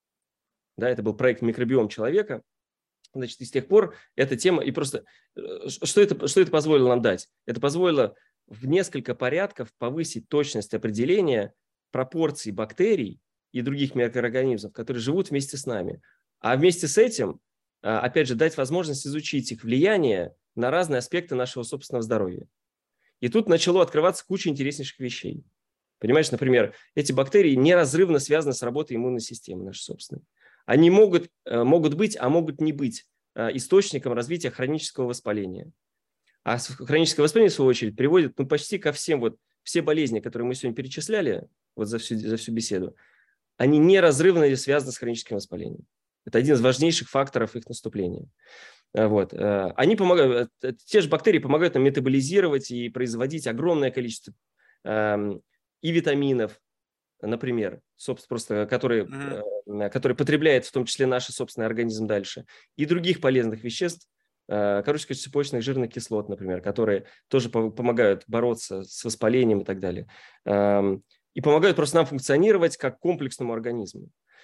Да, это был проект «Микробиом человека». Значит, и с тех пор эта тема, и просто, э, что это, что это позволило нам дать? Это позволило в несколько порядков повысить точность определения пропорций бактерий и других микроорганизмов, которые живут вместе с нами. А вместе с этим, а, опять же, дать возможность изучить их влияние на разные аспекты нашего собственного здоровья. И тут начало открываться куча интереснейших вещей. Понимаешь, например, эти бактерии неразрывно связаны с работой иммунной системы нашей собственной. Они могут, э, могут быть, а могут не быть э, источником развития хронического воспаления. А с- хроническое воспаление, в свою очередь, приводит ну, почти ко всем, вот, все болезни, которые мы сегодня перечисляли вот за всю, за всю беседу, они неразрывно связаны с хроническим воспалением. Это один из важнейших факторов их наступления. Э, Вот. э, Они помогают, э, те же бактерии помогают нам метаболизировать и производить огромное количество эм, и витаминов, например, собственно, просто которые, Мгм. э, которые потребляет в том числе наш собственный организм дальше, и других полезных веществ, э, цепочных жирных кислот, например, которые тоже по- помогают бороться с воспалением и так далее. Эм, И помогают просто нам функционировать как комплексному организму.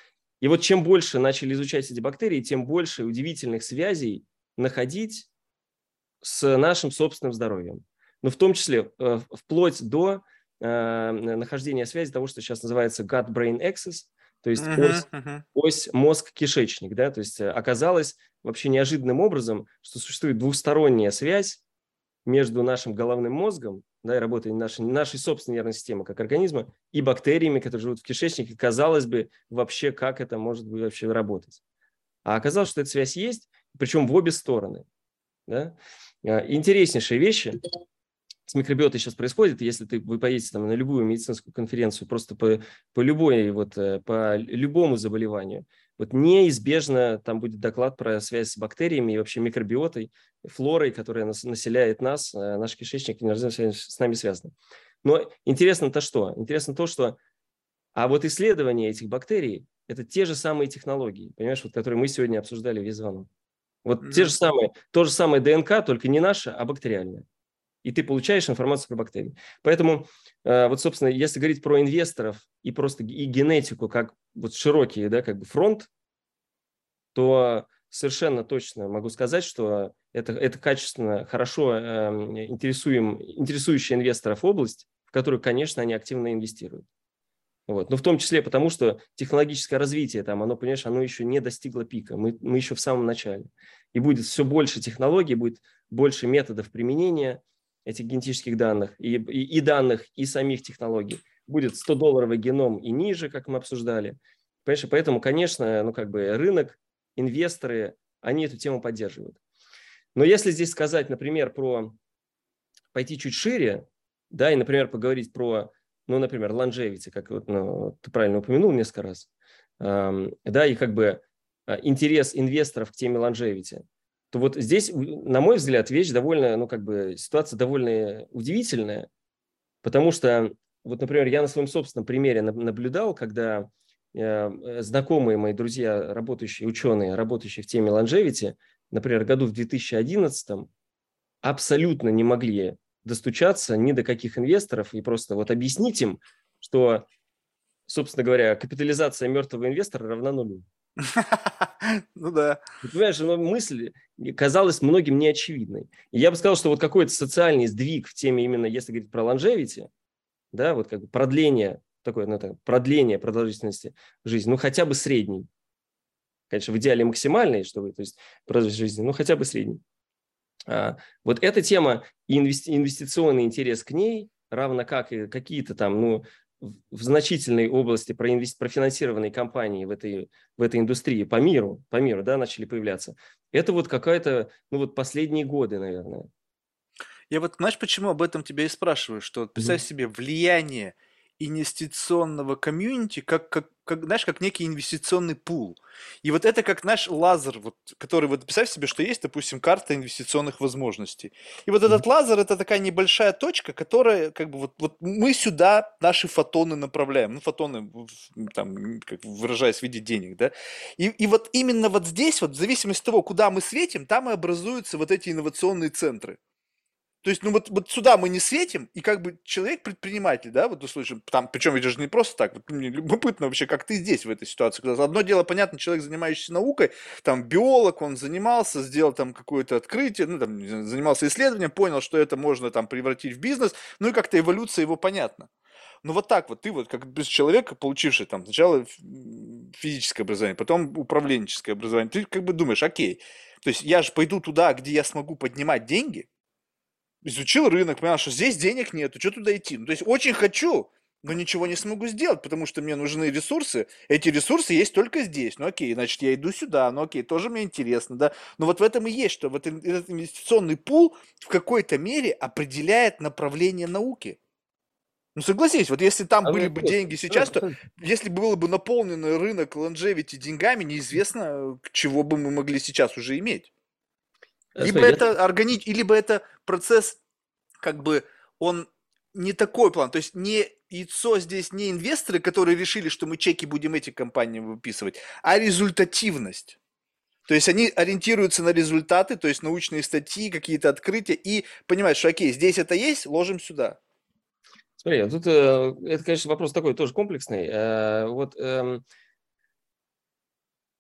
И вот чем больше начали изучать эти бактерии, тем больше удивительных связей находить с нашим собственным здоровьем. Но в том числе э, вплоть до э, нахождения связи того, что сейчас называется gut-brain axis, то есть ось, Мгм, мгм. ось мозг-кишечник. Да? То есть э, оказалось вообще неожиданным образом, что существует двусторонняя связь между нашим головным мозгом, да, и работой нашей, нашей собственной нервной системы как организма и бактериями, которые живут в кишечнике. Казалось бы, вообще как это может быть вообще работать? А оказалось, что эта связь есть, причем в обе стороны. Да? Интереснейшие вещи с микробиотой сейчас происходят. Если ты, вы поедете там, на любую медицинскую конференцию, просто по, по, любой, вот, по любому заболеванию, вот неизбежно там будет доклад про связь с бактериями и вообще микробиотой, флорой, которая нас, населяет нас, наш кишечник с нами связан. Но интересно-то что? Интересно то, что а вот исследование этих бактерий – это те же самые технологии, понимаешь, вот, которые мы сегодня обсуждали весь звонок. Вот те же Мгм. самые, то же самое ДНК, только не наше, а бактериальное. И ты получаешь информацию про бактерии. Поэтому, э, вот, собственно, если говорить про инвесторов и просто и генетику как вот широкий, да, как бы фронт, то совершенно точно могу сказать, что это, это качественно, хорошо э, интересуем, интересующая инвесторов область, в которую, конечно, они активно инвестируют. Вот. Но в том числе потому, что технологическое развитие там, оно, понимаешь, оно еще не достигло пика. Мы, мы еще в самом начале. И будет все больше технологий, будет больше методов применения этих генетических данных и, и, и данных, и самих технологий. Будет сто-долларовый геном и ниже, как мы обсуждали. Понимаешь, и поэтому, конечно, ну, как бы рынок, инвесторы, они эту тему поддерживают. Но если здесь сказать, например, про пойти чуть шире, да, и, например, поговорить про, ну, например, longevity, как вот, ну, ты правильно упомянул несколько раз, эм, да, и как бы э, интерес инвесторов к теме longevity, то вот здесь, на мой взгляд, вещь довольно, ну, как бы ситуация довольно удивительная, потому что, вот, например, я на своем собственном примере наблюдал, когда э, знакомые мои друзья, работающие ученые, работающие в теме longevity, например, году в две тысячи одиннадцатом, абсолютно не могли достучаться ни до каких инвесторов и просто вот объяснить им, что, собственно говоря, капитализация мертвого инвестора равна нулю. Ну да. Ты понимаешь, ну, мысль казалась многим неочевидной. И я бы сказал, что вот какой-то социальный сдвиг в теме именно, если говорить про longevity, да, вот как бы продление, такое, ну, так, продление продолжительности жизни, ну, хотя бы средний. Конечно, в идеале максимальный, чтобы, то есть продолжительность жизни, ну, хотя бы средний. А, вот эта тема и инвести- инвестиционный интерес к ней, равно как и какие-то там, ну, в в значительной области проинвести- профинансированные компании в этой, в этой индустрии по миру, по миру, да, начали появляться. Это вот какая-то, ну вот последние годы, наверное. Я вот, знаешь, почему об этом тебя и спрашиваю, что вот представь Мгм. себе влияние инвестиционного комьюнити, как, как, как, знаешь, как некий инвестиционный пул. И вот это как наш лазер, вот, который, вот представь себе, что есть, допустим, карта инвестиционных возможностей. И вот Мгм. этот лазер, это такая небольшая точка, которая, как бы, вот, вот мы сюда наши фотоны направляем. Ну, фотоны, в- там, как выражаясь в виде денег, да. И, и вот именно вот здесь, вот в зависимости от того, куда мы светим, там и образуются вот эти инновационные центры. То есть, ну вот, вот сюда мы не светим, и как бы человек-предприниматель, да, вот услышим, там, причем это же не просто так, вот мне любопытно вообще, как ты здесь в этой ситуации. Когда одно дело, понятно, человек, занимающийся наукой, там, биолог, он занимался, сделал там какое-то открытие, ну, там, не знаю, занимался исследованием, понял, что это можно там превратить в бизнес, ну и как-то эволюция его понятна. Ну вот так вот, ты вот как без человека, получивший там сначала физическое образование, потом управленческое образование, ты как бы думаешь, окей, то есть я же пойду туда, где я смогу поднимать деньги, изучил рынок, понял, что здесь денег нету, что туда идти? Ну, то есть очень хочу, но ничего не смогу сделать, потому что мне нужны ресурсы. Эти ресурсы есть только здесь. Ну окей, значит, я иду сюда, ну окей, тоже мне интересно, да. Но вот в этом и есть, что вот этот инвестиционный пул в какой-то мере определяет направление науки. Ну согласись, вот если там А, были ну, бы конечно, деньги сейчас, абсолютно, то абсолютно. если бы был бы наполненный рынок longevity деньгами, неизвестно, чего бы мы могли сейчас уже иметь. Э, Либо Смотри, я это органи... либо это процесс как бы он не такой план. То есть не яйцо здесь не инвесторы, которые решили, что мы чеки будем эти компании выписывать, а результативность. То есть они ориентируются на результаты, то есть научные статьи, какие-то открытия, и понимают, что окей, здесь это есть, ложим сюда. смотри, а тут э, это, конечно, вопрос такой тоже комплексный. Э, вот эм,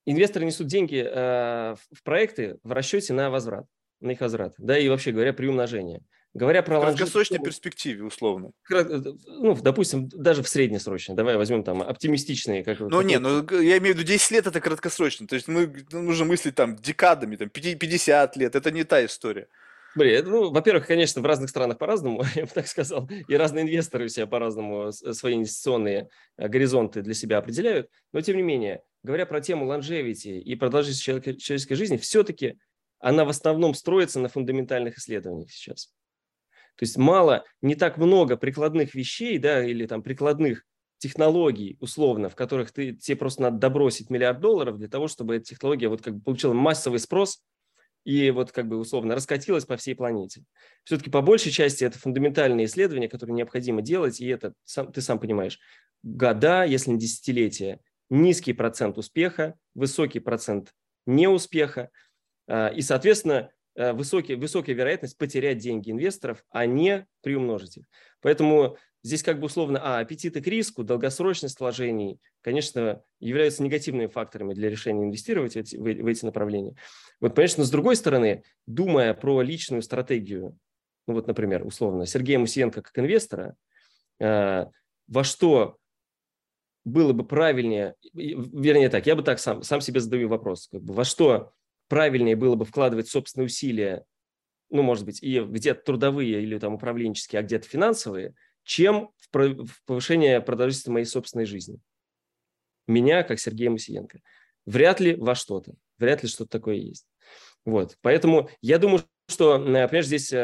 инвесторы несут деньги э, в проекты в расчете на возврат, на их возврат, да, и вообще говоря, при умножении. Говоря про В краткосрочной лонжи... перспективе, условно. Ну, допустим, даже в среднесрочной. Давай возьмем там оптимистичные. Как, Ну, не, какой-то... ну, я имею в виду десять лет это краткосрочно. То есть мы, ну, нужно мыслить там декадами, там пятьдесят лет. Это не та история. Смотри, ну, во-первых, конечно, в разных странах по-разному, я бы так сказал, и разные инвесторы у себя по-разному свои инвестиционные горизонты для себя определяют, но тем не менее, говоря про тему longevity и продолжительности человеческой жизни, все-таки она в основном строится на фундаментальных исследованиях сейчас. То есть мало, не так много прикладных вещей, да, или там прикладных технологий, условно, в которых ты, тебе просто надо добросить миллиард долларов для того, чтобы эта технология вот как бы получила массовый спрос, и вот как бы условно раскатилась по всей планете. Все-таки по большей части это фундаментальные исследования, которые необходимо делать, и это, сам, ты сам понимаешь, года, если не десятилетия, низкий процент успеха, высокий процент неуспеха, и, соответственно, высокий, высокая вероятность потерять деньги инвесторов, а не приумножить их. Поэтому здесь как бы условно, а, аппетиты к риску, долгосрочность вложений, конечно, являются негативными факторами для решения инвестировать в эти, в эти направления. Вот, конечно, с другой стороны, думая про личную стратегию, ну вот, например, условно, Сергея Мусиенко как инвестора, э, во что было бы правильнее, вернее так, я бы так сам, сам себе задаю вопрос, как бы, во что правильнее было бы вкладывать собственные усилия, ну, может быть, и где-то трудовые или там управленческие, а где-то финансовые, чем в повышение продолжительности моей собственной жизни. Меня, как Сергея Мусиенко. Вряд ли во что-то. Вряд ли что-то такое есть. Вот. Поэтому я думаю, что, например, здесь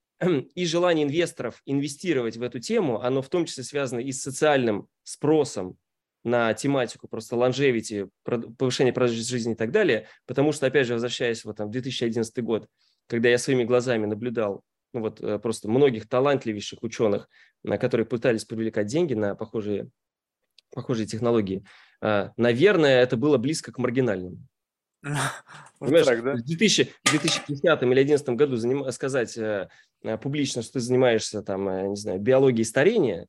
и желание инвесторов инвестировать в эту тему, оно в том числе связано и с социальным спросом на тематику просто longevity, повышение продолжительности жизни и так далее, потому что, опять же, возвращаясь вот, там, в две тысячи одиннадцатый год, когда я своими глазами наблюдал ну, вот, просто многих талантливейших ученых, которые пытались привлекать деньги на похожие, похожие технологии, наверное, это было близко к маргинальному. Вот так, да? В две тысячи десятом или две тысячи одиннадцатом году заним... сказать э, публично, что ты занимаешься там, э, не знаю, биологией старения,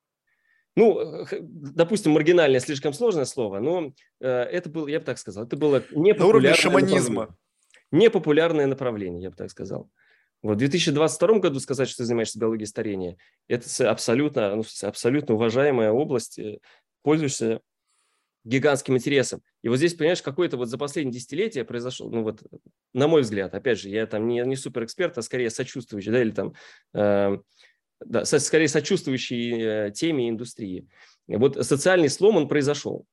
ну, допустим, маргинальное слишком сложное слово, но э, это было, я бы так сказал, это было На уровне непопулярное шаманизма. направление. Непопулярное направление, я бы так сказал. Вот в две тысячи двадцать втором году сказать, что ты занимаешься биологией старения, это абсолютно, ну, абсолютно уважаемая область, пользуешься гигантским интересом. И вот здесь, понимаешь, какое-то вот за последние десятилетия произошло, ну вот, на мой взгляд, опять же, я там не, не суперэксперт, а скорее сочувствующий, да, или там, э, да, со, скорее сочувствующий э, теме индустрии. Вот социальный слом, он произошел.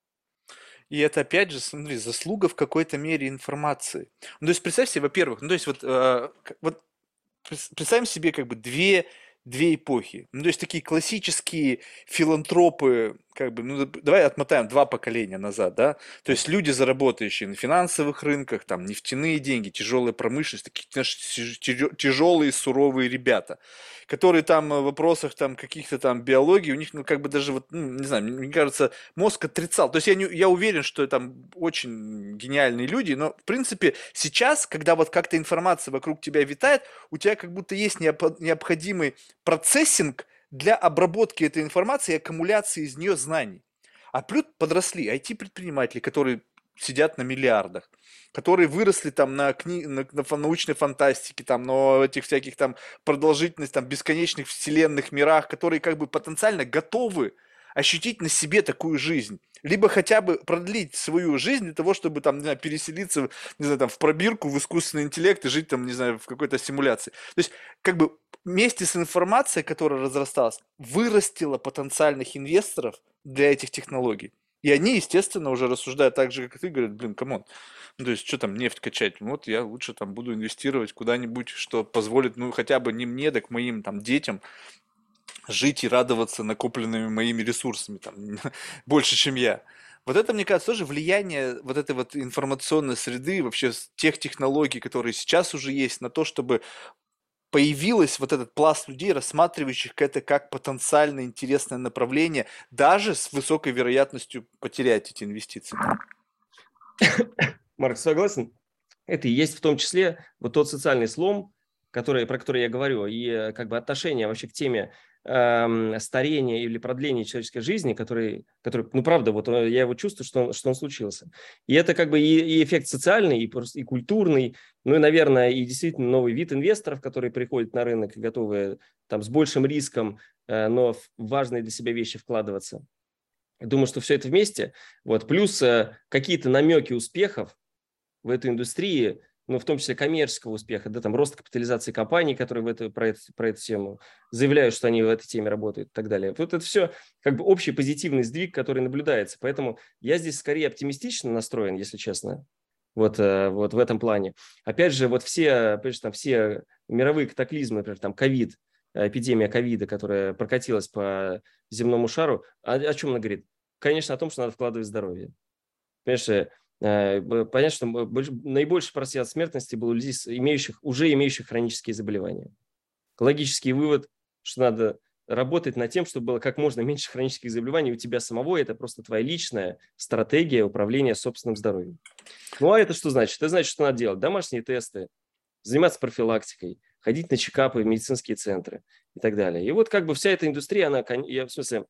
И это, опять же, смотри, заслуга в какой-то мере информации. Ну, то есть, представь себе, во-первых, ну, то есть, вот, э, вот представим себе как бы две, две эпохи. Ну, то есть, такие классические филантропы, как бы, ну, давай отмотаем два поколения назад, да, то есть, люди, заработающие на финансовых рынках, там, нефтяные деньги, тяжелая промышленность, такие, знаешь, тяжелые, суровые ребята, которые там в вопросах там каких-то там биологии, у них, ну, как бы даже вот, ну, не знаю, мне кажется, мозг отрицал. То есть я, не, я уверен, что там очень гениальные люди, но, в принципе, сейчас, когда вот как-то информация вокруг тебя витает, у тебя как будто есть необходимый процессинг для обработки этой информации и аккумуляции из нее знаний. А плюс подросли ай ти-предприниматели, которые сидят на миллиардах, которые выросли там на, кни... на, на научной фантастике, там, на этих всяких там продолжительность, там, бесконечных вселенных мирах, которые как бы потенциально готовы ощутить на себе такую жизнь. Либо хотя бы продлить свою жизнь для того, чтобы там, не знаю, переселиться, не знаю, там, в пробирку, в искусственный интеллект и жить там, не знаю, в какой-то симуляции. То есть, как бы вместе с информацией, которая разрасталась, вырастила потенциальных инвесторов для этих технологий. И они, естественно, уже рассуждают так же, как и ты, говорят, блин, камон, ну, то есть, что там нефть качать? Вот я лучше там буду инвестировать куда-нибудь, что позволит, ну, хотя бы не мне, так моим там детям жить и радоваться накопленными моими ресурсами, там, больше, чем я. Вот это, мне кажется, тоже влияние вот этой вот информационной среды, вообще тех технологий, которые сейчас уже есть, на то, чтобы появилось вот этот пласт людей, рассматривающих это как потенциально интересное направление, даже с высокой вероятностью потерять эти инвестиции. Марк, согласен? Это и есть в том числе вот тот социальный слом, который, про который я говорю, и как бы отношение вообще к теме эм, старения или продления человеческой жизни, который, который ну, правда, вот э, я его чувствую, что он, что он случился. И это как бы и, и эффект социальный, и, просто, и культурный, ну и, наверное, и действительно новый вид инвесторов, которые приходят на рынок и готовы там с большим риском, э, но в важные для себя вещи вкладываться. Думаю, что все это вместе. Вот. Плюс э, какие-то намеки успехов в этой индустрии, ну, в том числе коммерческого успеха, да, там рост капитализации компаний, которые в эту, про, эту, про эту тему заявляют, что они в этой теме работают и так далее. Вот это все как бы общий позитивный сдвиг, который наблюдается. Поэтому я здесь скорее оптимистично настроен, если честно, вот, э, вот в этом плане. Опять же, вот все, опять же, там, все мировые катаклизмы, например, там ковид, эпидемия ковида, которая прокатилась по земному шару, о, о чем она говорит? Конечно, о том, что надо вкладывать в здоровье. Понимаешь, э, понятно, что наибольший процент смертности был у людей, имеющих, уже имеющих хронические заболевания. Логический вывод, что надо работать над тем, чтобы было как можно меньше хронических заболеваний у тебя самого. Это просто твоя личная стратегия управления собственным здоровьем. Ну, а это что значит? Это значит, что надо делать домашние тесты, заниматься профилактикой, ходить на чекапы в медицинские центры и так далее. И вот как бы вся эта индустрия, она, я, в смысле,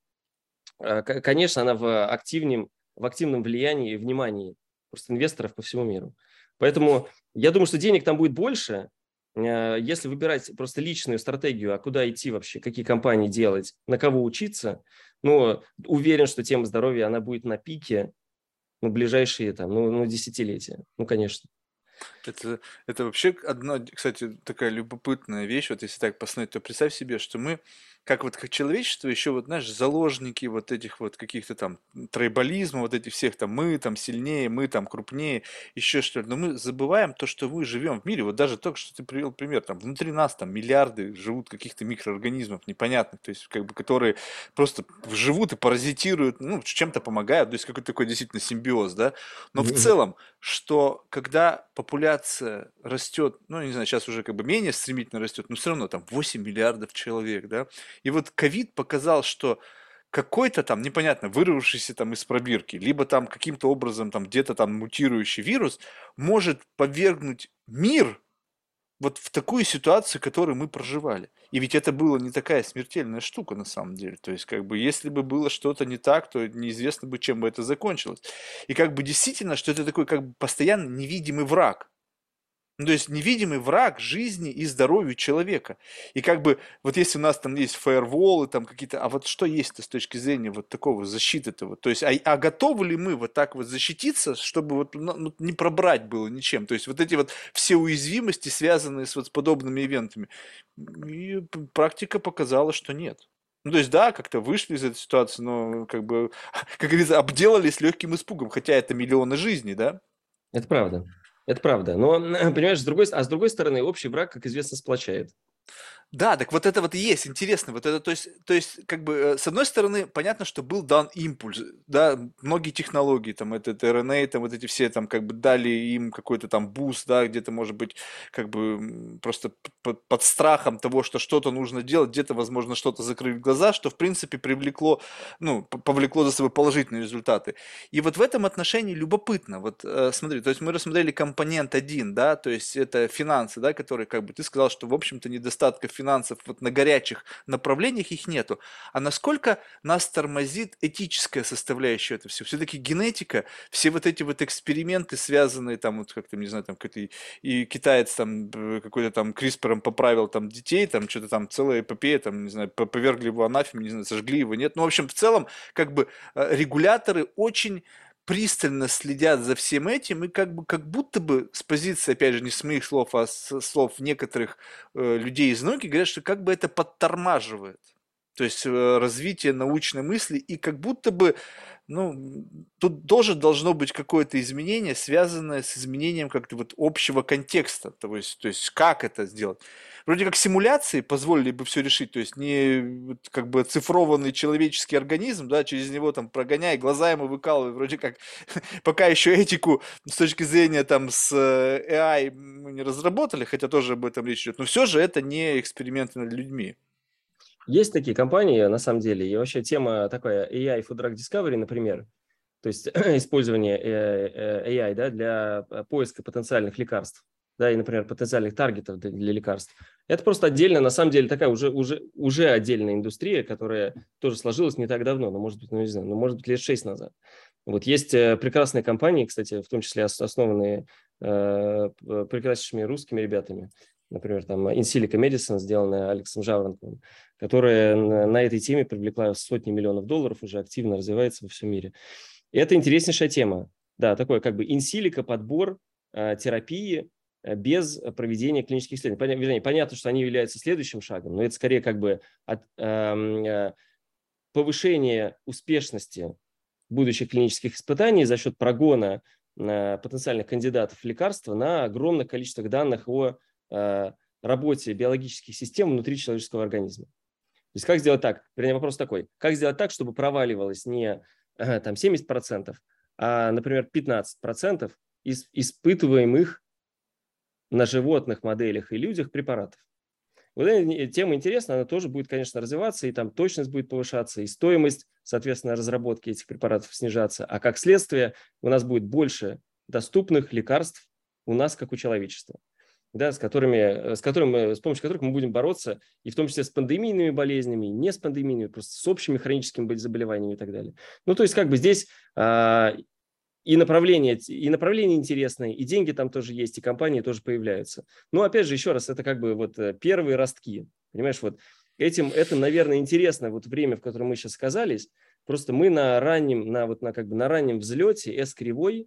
конечно, она в активном, в активном влиянии и внимании просто инвесторов по всему миру. Поэтому я думаю, что денег там будет больше, если выбирать просто личную стратегию, а куда идти вообще, какие компании делать, на кого учиться. Но уверен, что тема здоровья, она будет на пике, ну, ближайшие там, ну, ну, десятилетия. Ну, конечно. Это, это вообще одна, кстати, такая любопытная вещь. Вот если так посмотреть, то представь себе, что мы, как вот как человечество, еще вот, знаешь, заложники вот этих вот каких-то там трайбализма, вот этих всех там мы там сильнее, мы там крупнее, еще что-то. Но мы забываем то, что мы живем в мире. Вот даже только что ты привел пример, там внутри нас там миллиарды живут каких-то микроорганизмов непонятных, то есть как бы которые просто живут и паразитируют, ну, чем-то помогают, то есть какой-то такой действительно симбиоз, да. Но в целом, что когда популяция растет, ну, не знаю, сейчас уже как бы менее стремительно растет, но все равно там восемь миллиардов человек, да, и вот ковид показал, что какой-то там, непонятно, вырвавшийся там из пробирки, либо там каким-то образом там где-то там мутирующий вирус может повергнуть мир вот в такую ситуацию, которую мы проживали. И ведь это была не такая смертельная штука на самом деле. То есть, как бы, если бы было что-то не так, то неизвестно бы, чем бы это закончилось. И как бы действительно, что это такой как бы постоянно невидимый враг. Ну, то есть невидимый враг жизни и здоровью человека. И как бы, вот если у нас там есть фаерволы, там какие-то, а вот что есть-то с точки зрения вот такого защиты-то? Вот? То есть, а, а готовы ли мы вот так вот защититься, чтобы вот ну, не пробрать было ничем? То есть, вот эти вот все уязвимости, связанные с вот с подобными ивентами. И практика показала, что нет. Ну, то есть, да, как-то вышли из этой ситуации, но, как бы, как говорится, обделались легким испугом, хотя это миллионы жизней, да? Это правда. Это правда. Но, понимаешь, с другой, а с другой стороны, общий враг, как известно, сплочает. Да, так вот это вот и есть интересно. Вот это, то есть, то есть, как бы, э, с одной стороны, понятно, что был дан импульс, да, многие технологии, там, этот эр эн эй, там, вот эти все, там, как бы, дали им какой-то там буст, да, где-то, может быть, как бы, м, просто п- под страхом того, что что-то нужно делать, где-то, возможно, что-то закрыть глаза, что, в принципе, привлекло, ну, п- повлекло за собой положительные результаты. И вот в этом отношении любопытно, вот, э, смотри, то есть мы рассмотрели компонент один, да, то есть это финансы, да, которые, как бы, ты сказал, что, в общем-то, недостатков финансов вот на горячих направлениях их нету. А насколько нас тормозит этическая составляющая это все? Все-таки генетика, все вот эти вот эксперименты, связанные там, вот как-то, не знаю, там какой-то и китаец там э, какой-то там CRISPR поправил там детей, там что-то там целая эпопея, там, не знаю, повергли его анафеме, не знаю, сожгли его, нет. Ну, в общем, в целом, как бы э, регуляторы очень пристально следят за всем этим и как бы как будто бы с позиции, опять же, не с моих слов, а с слов некоторых э, людей из науки говорят, что как бы это подтормаживает. То есть э, развитие научной мысли и как будто бы, ну, тут тоже должно быть какое-то изменение, связанное с изменением как-то вот общего контекста. То есть, то есть как это сделать? Вроде как симуляции позволили бы все решить, то есть не вот как бы оцифрованный человеческий организм, да, через него там прогоняй, глаза ему выкалывай, вроде как пока еще этику с точки зрения там с э, эй ай мы не разработали, хотя тоже об этом речь идет, но все же это не эксперименты над людьми. Есть такие компании, на самом деле, и вообще тема такая эй ай for Drug Discovery, например, то есть использование э, э, эй ай, да, для э, поиска потенциальных лекарств. да, и, например, потенциальных таргетов для, для лекарств. Это просто отдельно, на самом деле, такая уже, уже, уже отдельная индустрия, которая тоже сложилась не так давно, но, может быть, ну, не знаю, ну, может быть, лет шесть назад. Вот есть прекрасные компании, кстати, в том числе основанные э, прекраснейшими русскими ребятами, например, там InSilico Medicine, сделанная Алексом Жаворонковым, которая на, на этой теме привлекла сотни миллионов долларов, уже активно развивается во всем мире. И это интереснейшая тема. Да, такой как бы InSilico подбор э, терапии без проведения клинических исследований. Понятно, вернее, понятно, что они являются следующим шагом, но это скорее как бы от, э, э, повышение успешности будущих клинических испытаний за счет прогона э, потенциальных кандидатов в лекарства на огромных количествах данных о э, работе биологических систем внутри человеческого организма. То есть как сделать так? Вернее, вопрос такой. Как сделать так, чтобы проваливалось не э, там, семьдесят процентов, а, например, пятнадцать процентов из испытываемых на животных моделях и людях препаратов? Вот эта тема интересна, она тоже будет, конечно, развиваться, и там точность будет повышаться, и стоимость, соответственно, разработки этих препаратов снижаться. А как следствие у нас будет больше доступных лекарств у нас, как у человечества, да, с которыми, с которыми, с помощью которых мы будем бороться, и в том числе с пандемийными болезнями, не с пандемийными, просто с общими хроническими заболеваниями и так далее. Ну, то есть как бы здесь а, и направление, и направление интересное, и деньги там тоже есть, и компании тоже появляются. Но опять же, еще раз, это как бы вот первые ростки. Понимаешь, вот этим, это, наверное, интересно, вот время, в котором мы сейчас оказались, просто мы на раннем, на, вот на, как бы на раннем взлете эс-кривой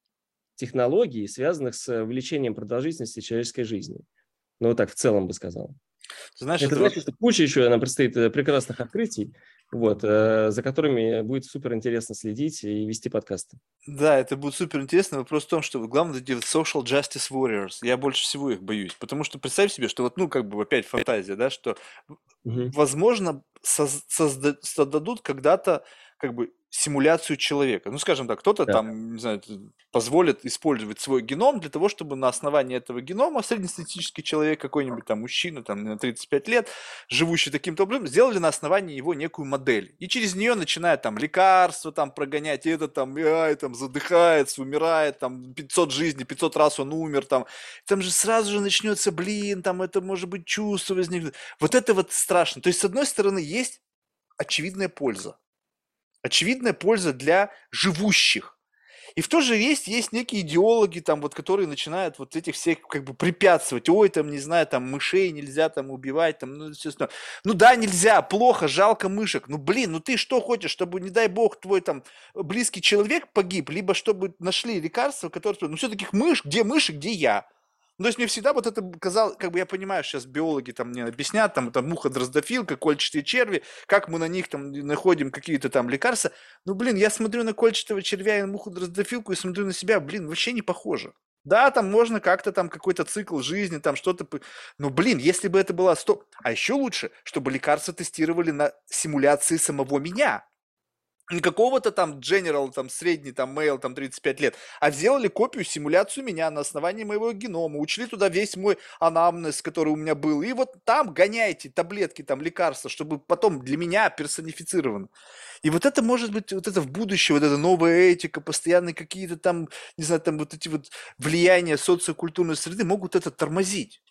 технологий, связанных с увеличением продолжительности человеческой жизни. Ну, вот так в целом бы сказал. Знаешь, это это значит, вот... что куча еще нам предстоит прекрасных открытий, вот, за которыми будет супер интересно следить и вести подкасты. Да, это будет супер интересно. Вопрос в том, что главное делать social justice warriors. Я больше всего их боюсь. Потому что представь себе, что вот, ну, как бы опять фантазия, да, что, Угу. возможно, соз- созда- создадут когда-то как бы симуляцию человека. Ну, скажем так, кто-то Да. там, не знаю, т- позволит использовать свой геном для того, чтобы на основании этого генома среднестатистический человек, какой-нибудь там мужчина, там, на тридцать пять лет, живущий таким-то образом, сделали на основании его некую модель. И через нее начинают там лекарства там прогонять, и это там, и, ай, там задыхается, умирает, там пятьсот жизней, пятьсот раз он умер, там. Там же сразу же начнется, блин, там это может быть чувство возникнет. Вот это вот страшно. То есть, с одной стороны, есть очевидная польза. Очевидная польза для живущих. И в то же есть, есть некие идеологи, там, вот, которые начинают вот этих всех как бы препятствовать. Ой, там, не знаю, там, мышей нельзя там убивать, там, ну, все остальное. Ну да, нельзя, плохо, жалко мышек. Ну, блин, ну ты что хочешь, чтобы, не дай бог, твой там близкий человек погиб, либо чтобы нашли лекарства, которые... Ну, все-таки мышь, где мыши, где я? Ну, то есть мне всегда вот это казалось, как бы я понимаю, сейчас биологи там мне объяснят, там, это муха-дроздофилка, кольчатые черви, как мы на них там находим какие-то там лекарства. Ну, блин, я смотрю на кольчатого червя и на муху-дроздофилку и смотрю на себя, блин, вообще не похоже. Да, там можно как-то там какой-то цикл жизни, там что-то... Но, блин, если бы это было сто... А еще лучше, чтобы лекарства тестировали на симуляции самого меня. Не какого-то там General, там средний, там Male, там тридцать пять лет, а сделали копию, симуляцию меня на основании моего генома, учли туда весь мой анамнез, который у меня был, и вот там гоняйте таблетки, там лекарства, чтобы потом для меня персонифицировано. И вот это может быть, вот это в будущее, вот эта новая этика, постоянные какие-то там, не знаю, там вот эти вот влияния социокультурной среды могут это тормозить.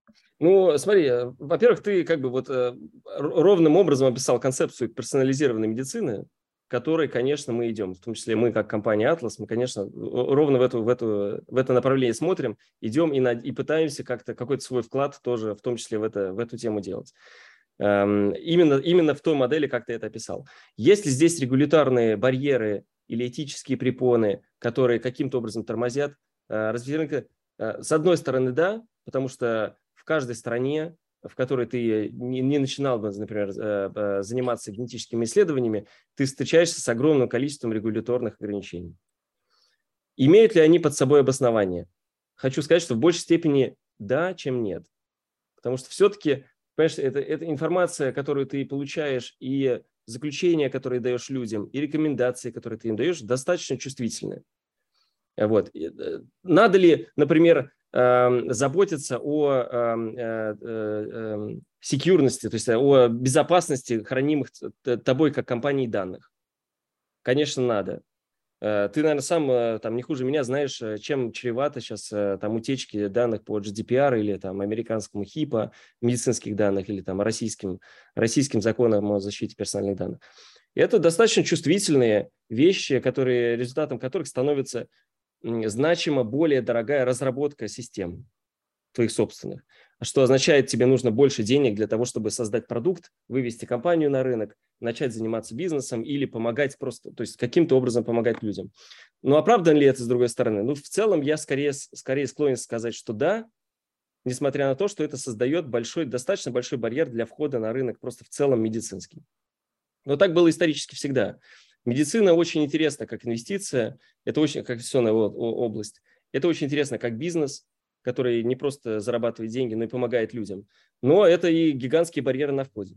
Ну, смотри, во-первых, ты как бы вот э, ровным образом описал концепцию персонализированной медицины, к которой, конечно, мы идем. В том числе мы, как компания Atlas, мы, конечно, ровно в, эту, в, эту, в это направление смотрим, идем и, на, и пытаемся как-то какой-то свой вклад тоже, в том числе в, это, в эту тему делать. Эм, именно, именно в той модели, как ты это описал. Есть ли здесь регуляторные барьеры или этические препоны, которые каким-то образом тормозят э, развитие рынка? Э, с одной стороны, да, потому что в каждой стране, в которой ты не, не начинал бы, например, заниматься генетическими исследованиями, ты встречаешься с огромным количеством регуляторных ограничений. Имеют ли они под собой обоснование? Хочу сказать, что в большей степени да, чем нет. Потому что все-таки, понимаешь, это, это информация, которую ты получаешь, и заключения, которые даешь людям, и рекомендации, которые ты им даешь, достаточно чувствительны. Вот. Надо ли, например, заботиться о секьюрности, то есть о безопасности хранимых тобой как компанией данных? Конечно, надо. Э, Ты, наверное, сам э, там не хуже меня знаешь, э, чем чревато сейчас э, там утечки данных по джи ди пи ар или там американскому хипа, медицинских данных или там российским, российским законам о защите персональных данных. И это достаточно чувствительные вещи, которые, результатом которых становится м, значимо более дорогая разработка систем твоих собственных. А что означает, тебе нужно больше денег для того, чтобы создать продукт, вывести компанию на рынок, начать заниматься бизнесом или помогать просто, то есть каким-то образом помогать людям. Ну, оправдан ли это с другой стороны? Ну, в целом я скорее, скорее склонен сказать, что да, несмотря на то, что это создает большой, достаточно большой барьер для входа на рынок просто в целом медицинский. Но так было исторически всегда. Медицина очень интересна как инвестиция, это очень как инвестиционная область. Это очень интересно как бизнес, который не просто зарабатывает деньги, но и помогает людям. Но это и гигантские барьеры на входе.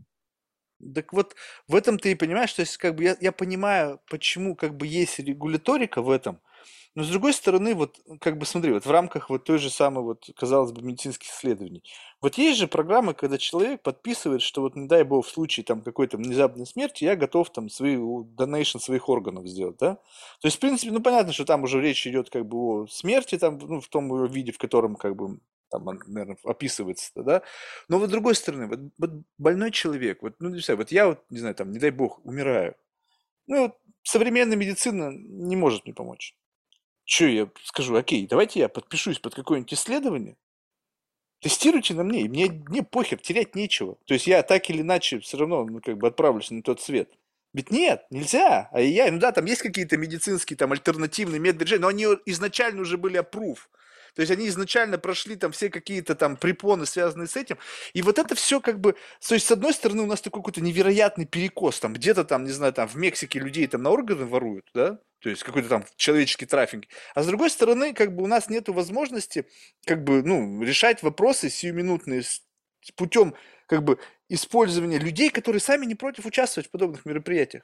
Так вот, в этом ты и понимаешь, то есть как бы я, я понимаю, почему как бы есть регуляторика в этом, но с другой стороны, вот как бы смотри, вот в рамках вот той же самой, вот, казалось бы, медицинских исследований, вот есть же программы, когда человек подписывает, что вот, не дай бог, в случае там какой-то внезапной смерти, я готов там свои, донейшн своих органов сделать, да? То есть, в принципе, ну понятно, что там уже речь идет как бы о смерти, там, ну, в том его виде, в котором как бы там, наверное, описывается, да? Но вот с другой стороны, вот, вот больной человек, вот, ну, не знаю, вот я вот, не знаю, там, не дай бог, умираю, ну, вот современная медицина не может мне помочь. Что я скажу, окей, давайте я подпишусь под какое-нибудь исследование, тестируйте на мне, и мне, мне похер, терять нечего. То есть я так или иначе все равно, ну, как бы отправлюсь на тот свет. Ведь нет, нельзя. А я, ну да, там есть какие-то медицинские, там, альтернативные методы решения, но они изначально уже были approved. То есть они изначально прошли там все какие-то там препоны, связанные с этим. И вот это все как бы... То есть, с одной стороны, у нас такой какой-то невероятный перекос. Там где-то там, не знаю, там в Мексике людей там на органы воруют, да? То есть какой-то там человеческий трафик. А с другой стороны, как бы у нас нет возможности как бы, ну, решать вопросы сиюминутные с путем как бы использования людей, которые сами не против участвовать в подобных мероприятиях.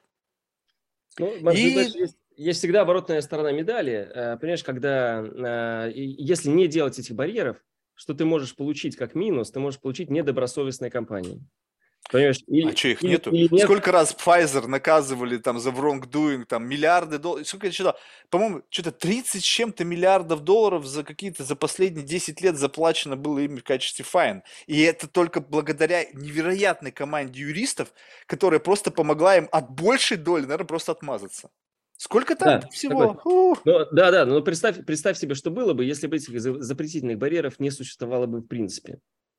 Ну, может быть, И знаешь, есть, есть всегда оборотная сторона медали. Э, Понимаешь, когда, э, и- если не делать этих барьеров, что ты можешь получить как минус, ты можешь получить недобросовестные компании. Понимаешь, а или, что их или, нету? или нет. Сколько раз Pfizer наказывали там за wrongdoing, там миллиарды долларов, сколько я читал? По-моему, что-то тридцать с чем-то миллиардов долларов за какие-то, за последние десять лет заплачено было им в качестве файн. И это только благодаря невероятной команде юристов, которая просто помогла им от большей доли, наверное, просто отмазаться. Сколько там Да, всего? согласен. Ух. Ну, да, да, но представь, представь себе, что было бы, если бы этих за- запретительных барьеров не существовало бы в принципе.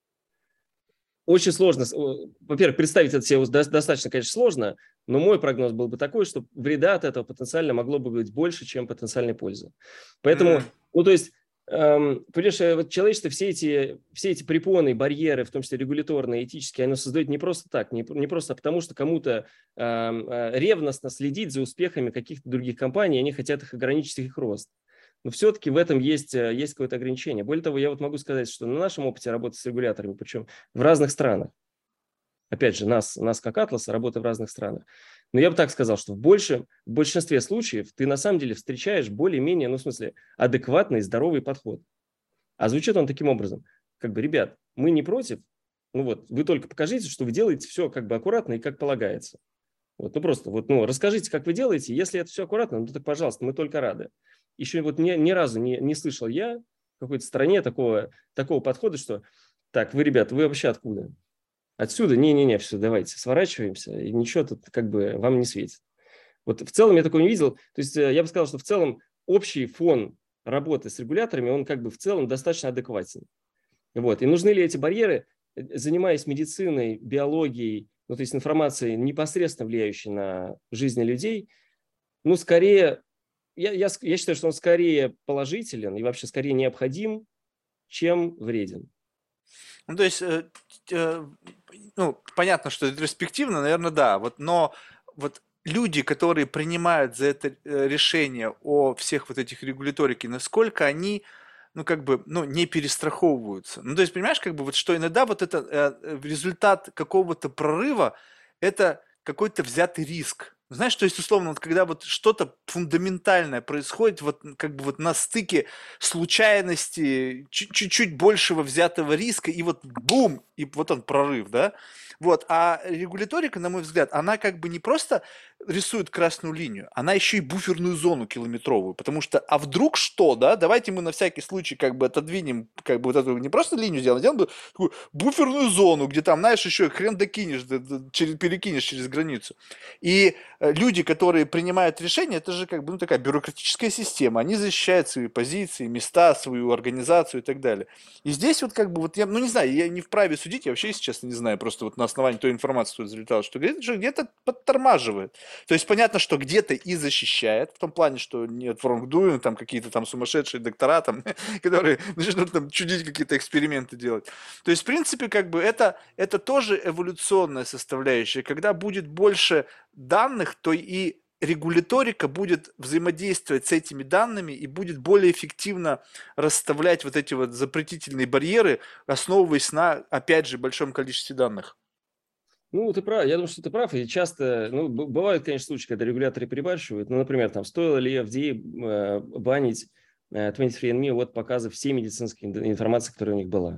Очень сложно, с- о, во-первых, представить это себе до- достаточно, конечно, сложно, но мой прогноз был бы такой, что вреда от этого потенциально могло бы быть больше, чем потенциальной пользы. Поэтому, М. ну, то есть, эм, понимаешь, э, вот человечество все эти, все эти препоны, барьеры, в том числе регуляторные, этические, оно создает не просто так, не, не просто потому, что кому-то эм, э, ревностно следить за успехами каких-то других компаний, они хотят их ограничить, их рост. Но все-таки в этом есть, э, есть какое-то ограничение. Более того, я вот могу сказать, что на нашем опыте работы с регуляторами, причем в разных странах, опять же, нас, нас как Атлас, работа в разных странах. Но я бы так сказал, что в, большем, в большинстве случаев ты на самом деле встречаешь более-менее, ну, в смысле, адекватный, здоровый подход. А звучит он таким образом. Как бы, ребят, мы не против, ну вот, вы только покажите, что вы делаете все как бы аккуратно и как полагается. Вот, ну просто, вот, ну, расскажите, как вы делаете. Если это все аккуратно, ну так, пожалуйста, мы только рады. Еще вот ни, ни разу не, не слышал я в какой-то стране такого, такого подхода, что так, вы, ребята, вы вообще откуда? Отсюда? Не-не-не, все, давайте, сворачиваемся, и ничего тут как бы вам не светит. Вот в целом я такого не видел. То есть э, я бы сказал, что в целом общий фон работы с регуляторами, он как бы в целом достаточно адекватен. Вот. И нужны ли эти барьеры, Э, занимаясь медициной, биологией, ну, то есть информацией, непосредственно влияющей на жизни людей, ну, скорее, я, я, с- я считаю, что он скорее положителен и вообще скорее необходим, чем вреден. Ну, то есть, э, э, ну, понятно, что ретроспективно, наверное, да, вот, но вот люди, которые принимают за это э, решение о всех вот этих регуляторике, насколько они, ну, как бы, ну, не перестраховываются. Ну, то есть, понимаешь, как бы, вот что иногда вот это э, э, результат какого-то прорыва, это какой-то взятый риск. Знаешь, то есть, условно, вот когда вот что-то фундаментальное происходит, вот м, как бы вот на стыке случайности, чуть- чуть-чуть большего взятого риска, и вот бум, и вот он прорыв, да? Вот, а регуляторика, на мой взгляд, она как бы не просто рисует красную линию, она еще и буферную зону километровую, потому что, а вдруг что, да? Давайте мы на всякий случай как бы отодвинем, как бы вот эту не просто линию сделаем, а сделаем бы такую буферную зону, где там, знаешь, еще хрен докинешь, да- да, через, перекинешь через границу. И э, люди, которые принимают решения, это же как бы ну, такая бюрократическая система, они защищают свои позиции, места, свою организацию и так далее. И здесь вот как бы вот я, ну не знаю, я не вправе судить, я вообще, если честно, не знаю, просто вот на основании той информации, что залетала, что где-то, же где-то подтормаживает. То есть понятно, что где-то и защищает, в том плане, что нет wrongdoing, там какие-то там сумасшедшие доктора, там, которые начнут там чудить, какие-то эксперименты делать. То есть, в принципе, как бы это, это тоже эволюционная составляющая. Когда будет больше данных, то и регуляторика будет взаимодействовать с этими данными и будет более эффективно расставлять вот эти вот запретительные барьеры, основываясь на, опять же, большом количестве данных. Ну, ты прав, я думаю, что ты прав, и часто, ну, б- бывают, конечно, случаи, когда регуляторы перебарщивают, ну, например, там, стоило ли эф ди эй э, банить э, двадцать три энд ми от показа всей медицинской ин- информации, которая у них была.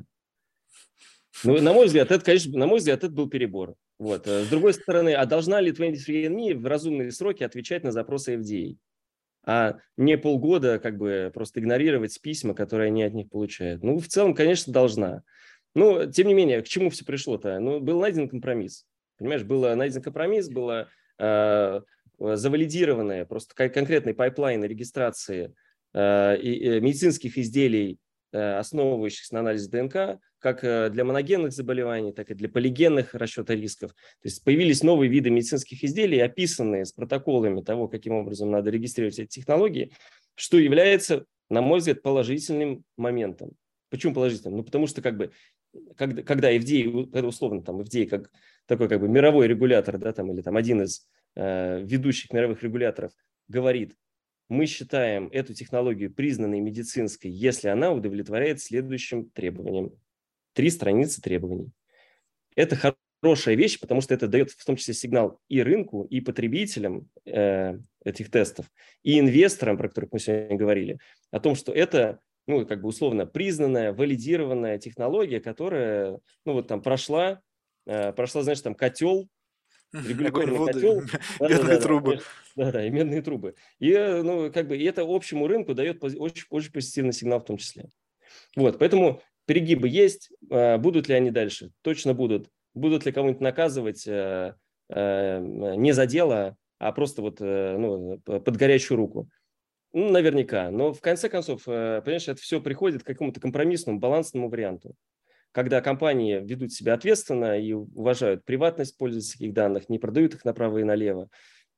Ну, на мой взгляд, это, конечно, на мой взгляд, это был перебор. Вот. Э, С другой стороны, а должна ли двадцать три энд ми в разумные сроки отвечать на запросы эф ди эй, а не полгода как бы просто игнорировать письма, которые они от них получают? Ну, в целом, конечно, должна. Но, тем не менее, к чему все пришло-то? Ну, был найден компромисс. Понимаешь, был найден компромисс, было э, завалидированное просто кон- конкретный пайплайн регистрации э, и, и медицинских изделий, э, основывающихся на анализе ДНК, как э, для моногенных заболеваний, так и для полигенных расчета рисков. То есть появились новые виды медицинских изделий, описанные с протоколами того, каким образом надо регистрировать эти технологии, что является, на мой взгляд, положительным моментом. Почему положительным? Ну, потому что как бы когда, когда эф ди эй, когда условно там эф ди эй как такой как бы мировой регулятор, да, там, или там один из э, ведущих мировых регуляторов говорит, мы считаем эту технологию признанной медицинской, если она удовлетворяет следующим требованиям. Три страницы требований. Это хорошая вещь, потому что это дает в том числе сигнал и рынку, и потребителям э, этих тестов, и инвесторам, про которых мы сегодня говорили, о том, что это, ну, как бы условно признанная, валидированная технология, которая, ну, вот там прошла, э, прошла, знаешь, там котел, Огонь, регуляторный воды, котел, медные да-да-да, трубы. конечно, да-да, и медные трубы. И, э, ну, как бы, и это общему рынку дает пози- очень, очень позитивный сигнал в том числе. Вот, поэтому перегибы есть. Э, Будут ли они дальше? Точно будут. Будут ли кого-нибудь наказывать э, э, не за дело, а просто вот э, ну, под горячую руку? Ну, наверняка. Но в конце концов, э, понимаешь, это все приходит к какому-то компромиссному, балансному варианту. Когда компании ведут себя ответственно и уважают приватность пользовательских данных, не продают их направо и налево,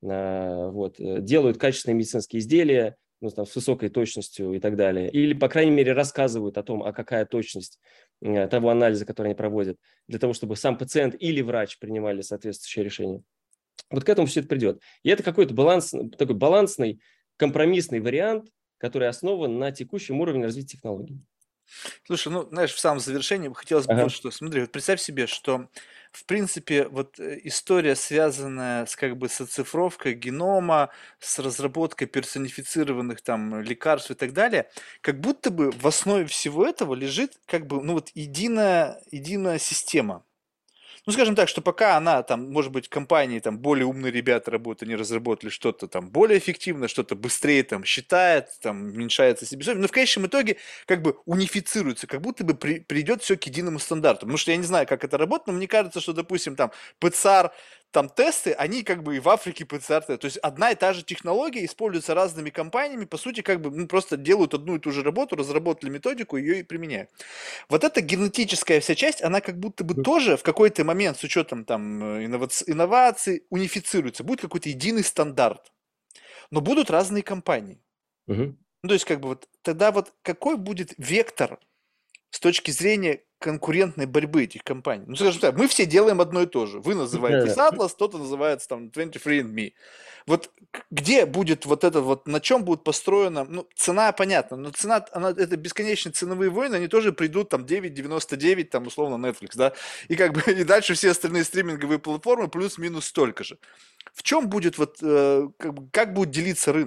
а, вот, э, делают качественные медицинские изделия, ну, там, с высокой точностью и так далее. Или, по крайней мере, рассказывают о том, а какая точность э, того анализа, который они проводят, для того, чтобы сам пациент или врач принимали соответствующее решение. Вот к этому все это придет. И это какой-то баланс, такой балансный, компромиссный вариант, который основан на текущем уровне развития технологий. Слушай, ну, знаешь, в самом завершении хотелось бы вот Ага. что. Смотри, вот представь себе, что, в принципе, вот э, история, связанная с как бы с оцифровкой генома, с разработкой персонифицированных там лекарств и так далее, как будто бы в основе всего этого лежит как бы, ну вот единая, единая система. Ну, скажем так, что пока она там, может быть, компании там более умные ребята работают, они разработали что-то там более эффективно, что-то быстрее там считает, там уменьшается себестоимость, но в конечном итоге как бы унифицируется, как будто бы при, придет все к единому стандарту. Потому что я не знаю, как это работает, но мне кажется, что, допустим, там пэ цэ эр, там тесты, они как бы и в Африке пэ цэ эр, то есть одна и та же технология используется разными компаниями, по сути, как бы ну, просто делают одну и ту же работу, разработали методику, ее и применяют. Вот эта генетическая вся часть, она как будто бы тоже в какой-то момент с учетом там э, инноваци- инноваций унифицируется, будет какой-то единый стандарт. Но будут разные компании. Мгм. Ну, то есть, как бы вот тогда вот какой будет вектор с точки зрения конкурентной борьбы этих компаний? Ну, скажем так, мы все делаем одно и то же. Вы называетесь Да-да. Atlas, кто-то называется там двадцать три энд ми. Вот где будет вот это вот, на чем будет построена, ну, цена, понятно, но цена, она, это бесконечные ценовые войны, они тоже придут там девять девяносто девять, там, условно, Netflix, да, и как бы, и дальше все остальные стриминговые платформы плюс-минус столько же. В чем будет вот, э, как, как будет делиться рынок?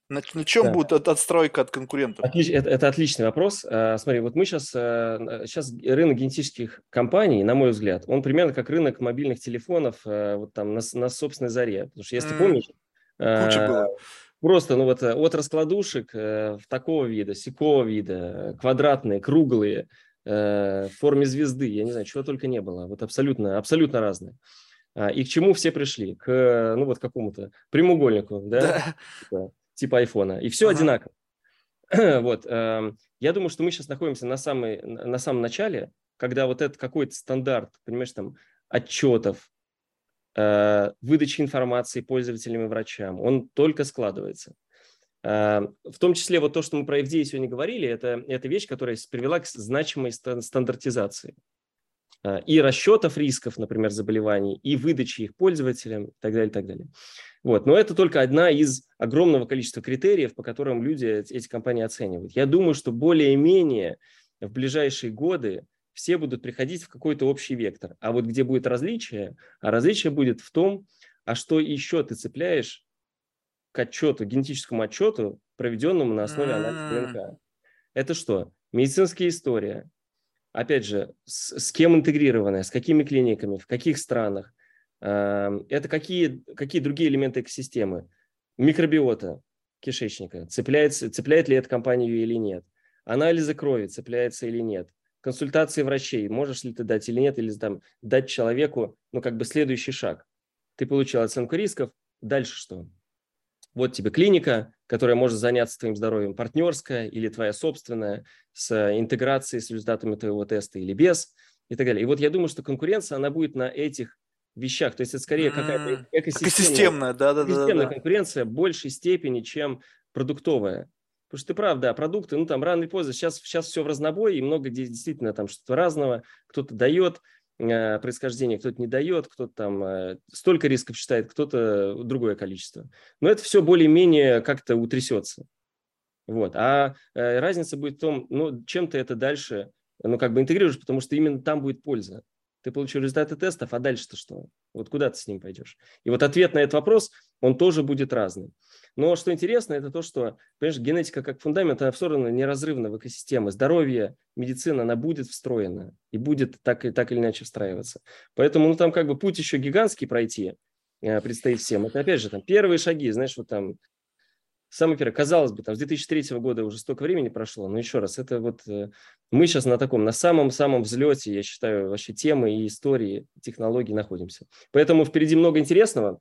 На, на чем Да. будет от- отстройка от конкурентов? Отлич- Это, это отличный вопрос. А, Смотри, вот мы сейчас, сейчас рынок генетических компаний, на мой взгляд, он примерно как рынок мобильных телефонов э, вот там на, с- на собственной заре. Потому что если ты М, помнишь, Куча э, было. просто ну вот э, от раскладушек э, в такого вида, сякого вида, э, квадратные, круглые, э, в форме звезды, я не знаю, чего только не было. Вот абсолютно, абсолютно разные. А, И к чему все пришли? К, э, ну вот какому-то прямоугольнику, да, Да. типа, типа айфона. И все Ага. одинаково. Вот, эм, я думаю, что мы сейчас находимся на, самой, на на самом начале, когда вот этот какой-то стандарт, понимаешь, там, отчетов, э, выдачи информации пользователям и врачам, он только складывается. Э, В том числе вот то, что мы про F D A сегодня говорили, это, это вещь, которая с- привела к значимой стан- стандартизации э, и расчетов рисков, например, заболеваний, и выдачи их пользователям и так далее, и так далее. Вот. Но это только одна из огромного количества критериев, по которым люди эти эти компании оценивают. Я думаю, что более-менее в ближайшие годы все будут приходить в какой-то общий вектор. А вот где будет различие? А различие будет в том, а что еще ты цепляешь к отчету, генетическому отчету, проведенному на основе анализа М, ДНК. Это что? Медицинская история. Опять же, с, с кем интегрированная, с какими клиниками, в каких странах. Э, Это какие, какие другие элементы экосистемы. Микробиота кишечника. Цепляется, цепляет ли это компанию или нет. Анализы крови, цепляется или нет. Консультации врачей, можешь ли ты дать или нет, или там, дать человеку, ну, как бы следующий шаг. Ты получил оценку рисков, дальше что? Вот тебе клиника, которая может заняться твоим здоровьем, партнерская или твоя собственная, с интеграцией с результатами твоего теста или без, и так далее. И вот я думаю, что конкуренция, она будет на этих вещах. То есть это скорее какая-то м. экосистемная, Экосистемная, да-да-да-да-да. экосистемная конкуренция в большей степени, чем продуктовая. Потому что ты прав, да, продукты, ну там рано или поздно, сейчас, сейчас все в разнобой, и много где действительно там что-то разного, кто-то дает э, происхождение, кто-то не дает, кто-то там э, столько рисков считает, кто-то другое количество. Но это все более-менее как-то утрясется. Вот. А э, разница будет в том, ну, чем ты это дальше, ну, как бы интегрируешь, потому что именно там будет польза. Ты получил результаты тестов, а дальше-то что? Вот куда ты с ним пойдешь? И вот ответ на этот вопрос, он тоже будет разный. Но что интересно, это то, что, понимаешь, генетика как фундамент, она все равно неразрывна в экосистеме. Здоровье, медицина, она будет встроена и будет так, и, так или иначе встраиваться. Поэтому, ну, там как бы путь еще гигантский пройти э, предстоит всем. Это, опять же, там первые шаги, знаешь, вот там самое первое, казалось бы, там с две тысячи третьего года уже столько времени прошло, но еще раз, это вот э, мы сейчас на таком, на самом-самом взлете, я считаю, вообще темы и истории, технологий находимся. Поэтому впереди много интересного,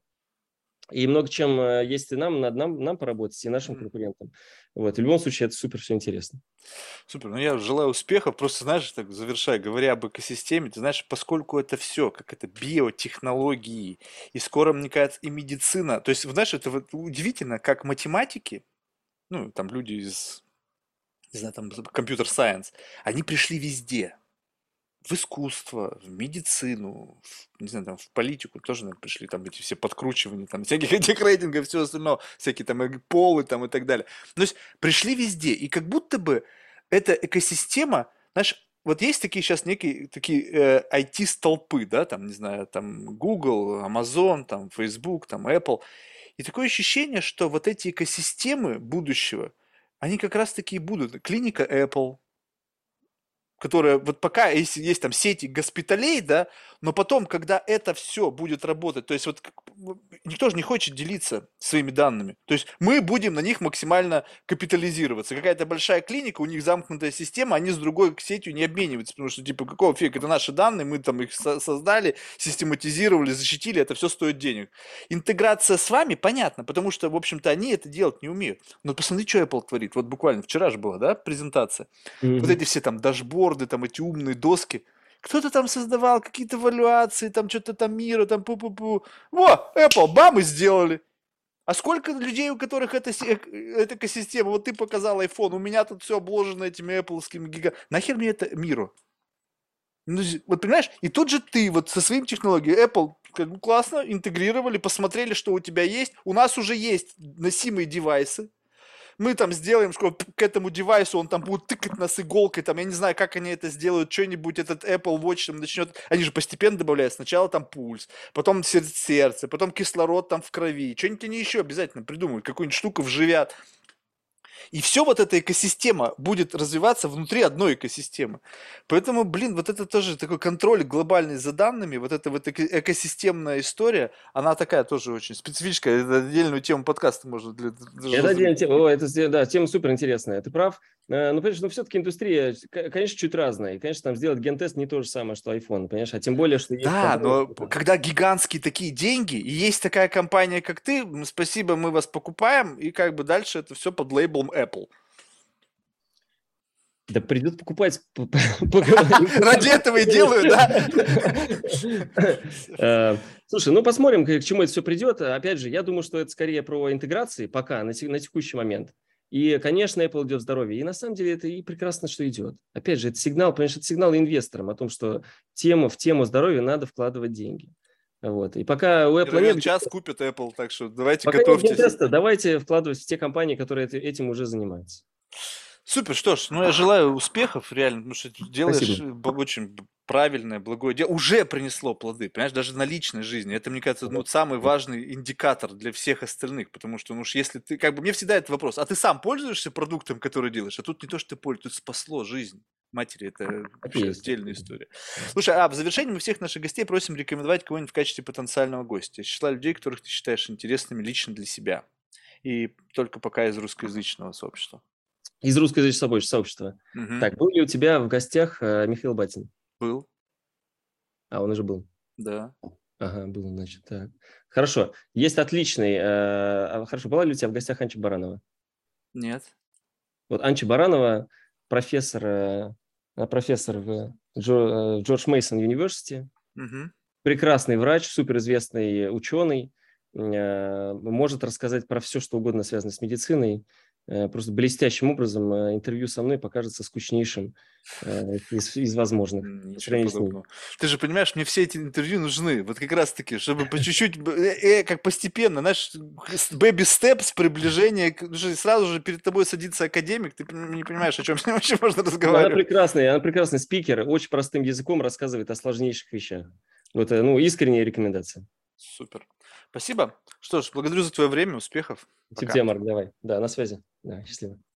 и много чем э, есть и нам, надо нам, нам поработать, и нашим М. конкурентам. Вот, в любом случае, это супер все интересно. Супер, ну я желаю успехов. Просто, знаешь, так завершая, говоря об экосистеме, ты знаешь, поскольку это все, как это биотехнологии, и скоро, мне кажется, и медицина, то есть, знаешь, это вот удивительно, как математики, ну, там люди из, не знаю, там, компьютер-сайенс, они пришли везде. В искусство, в медицину, в, не знаю, там, в политику тоже, наверное, пришли там эти все подкручивания, там, всяких этих рейтингов и всего остального, всякие там э, полы там и так далее. То есть пришли везде, и как будто бы эта экосистема, знаешь, вот есть такие сейчас некие такие э, ай ти-столпы, да, там, не знаю, там Google, Amazon, там, Facebook, там, Apple, и такое ощущение, что вот эти экосистемы будущего, они как раз-таки и будут. Клиника Apple, которая вот пока есть, есть там сети госпиталей, да, но потом, когда это все будет работать, то есть вот как- никто же не хочет делиться своими данными, то есть мы будем на них максимально капитализироваться. Какая-то большая клиника, у них замкнутая система, они с другой сетью не обмениваются, потому что типа какого фига, это наши данные, мы там их со- создали, систематизировали, защитили, это все стоит денег. Интеграция с вами, понятно, потому что, в общем-то, они это делать не умеют. Но посмотри, что Apple творит. Вот буквально вчера же была, да, презентация. Вот Мгм. эти все там дашборды, там эти умные доски. Кто-то там создавал какие-то валюации, там что-то там мира, там пу-пу-пу. Во, Apple, бам, и сделали. А сколько людей, у которых эта, си- эк- эта экосистема, вот ты показал iPhone, у меня тут все обложено этими Apple-скими гига. Нахер мне это миру? Ну, з- вот понимаешь, и тут же ты вот со своим технологией Apple как бы классно интегрировали, посмотрели, что у тебя есть. У нас уже есть носимые девайсы, мы там сделаем что к этому девайсу, он там будет тыкать нас иголкой, там, я не знаю, как они это сделают, что-нибудь этот Apple Watch там начнет, они же постепенно добавляют, сначала там пульс, потом сер- сердце, потом кислород там в крови, что-нибудь они еще обязательно придумают, какую-нибудь штуку вживят. И все вот эта экосистема будет развиваться внутри одной экосистемы. Поэтому, блин, вот это тоже такой контроль глобальный за данными, вот эта вот эко- экосистемная история, она такая тоже очень специфическая. Это отдельную тему подкаста можно для, даже Это отдельная разрубить. тема, о, это, сдел- да, тема супер интересная, ты прав. Э, Ну, понимаешь, но все-таки индустрия, к- конечно, чуть разная. И, конечно, там сделать гентест не то же самое, что iPhone, понимаешь? А тем более, что есть Да, компания, но п- когда гигантские такие деньги, и есть такая компания, как ты, м, спасибо, мы вас покупаем, и как бы дальше это все под лейблом Apple. да придет покупать, п- п- поговорим. Ради этого и делаю, да? Э, Слушай, ну посмотрим, к к чему это все придет. Опять же, я думаю, что это скорее про интеграции пока, на те- на текущий момент. И, конечно, Apple идет в здоровье. И на самом деле это и прекрасно, что идет. Опять же, это сигнал, понимаешь, это сигнал инвесторам о том, что тему, в тему здоровья надо вкладывать деньги. Вот. И пока у Не Apple равен нет, час купит Apple, так что давайте пока нет готовьтесь. гентеста, давайте вкладывать в те компании, которые это- этим уже занимаются. Супер, что ж, ну я желаю успехов, реально, потому что ты делаешь Спасибо. э, б- очень б- правильное, благое дело, уже принесло плоды, понимаешь, даже на личной жизни. Это, мне кажется, ну, самый важный индикатор для всех остальных, потому что, ну уж если ты, как бы, мне всегда этот вопрос, а ты сам пользуешься продуктом, который делаешь? А тут не то, что ты пользуешься, тут спасло жизнь матери, это Так и вообще есть. отдельная история. Слушай, а в завершении мы всех наших гостей просим рекомендовать кого-нибудь в качестве потенциального гостя, из числа людей, которых ты считаешь интересными лично для себя, и только пока из русскоязычного сообщества. Из русскоязычного сообщества. Мгм. Так, был ли у тебя в гостях э, Михаил Батин? Был, А, он уже был. да. Ага, был, значит, так. Хорошо. Есть отличный... э, а, хорошо, была ли у тебя в гостях Анча Баранова? Нет. Вот Анча Баранова, профессор, э, э, профессор в Джо- э, Джордж Мейсон Университи, Мгм. прекрасный врач, суперизвестный ученый, э, может рассказать про все, что угодно связанное с медициной. Э, Просто блестящим образом э, интервью со мной покажется скучнейшим э, из, из возможных М, по Ничего сравнению с ним. подобного. Ты же понимаешь, мне все эти интервью нужны. Вот как раз таки, чтобы по чуть-чуть, б- э, э, как постепенно, знаешь, baby steps, приближение, к- ну, что сразу же перед тобой садится академик, ты пон- не понимаешь, о чем с ним вообще можно Ну, Она разговаривать. прекрасная, она прекрасный спикер, очень простым языком рассказывает о сложнейших вещах. Вот, э, ну, искренняя рекомендация. Супер. Спасибо. Что ж, благодарю за твое время, успехов. Тип Пока. тебя, Марк, давай. Да, на связи. Да, счастливо.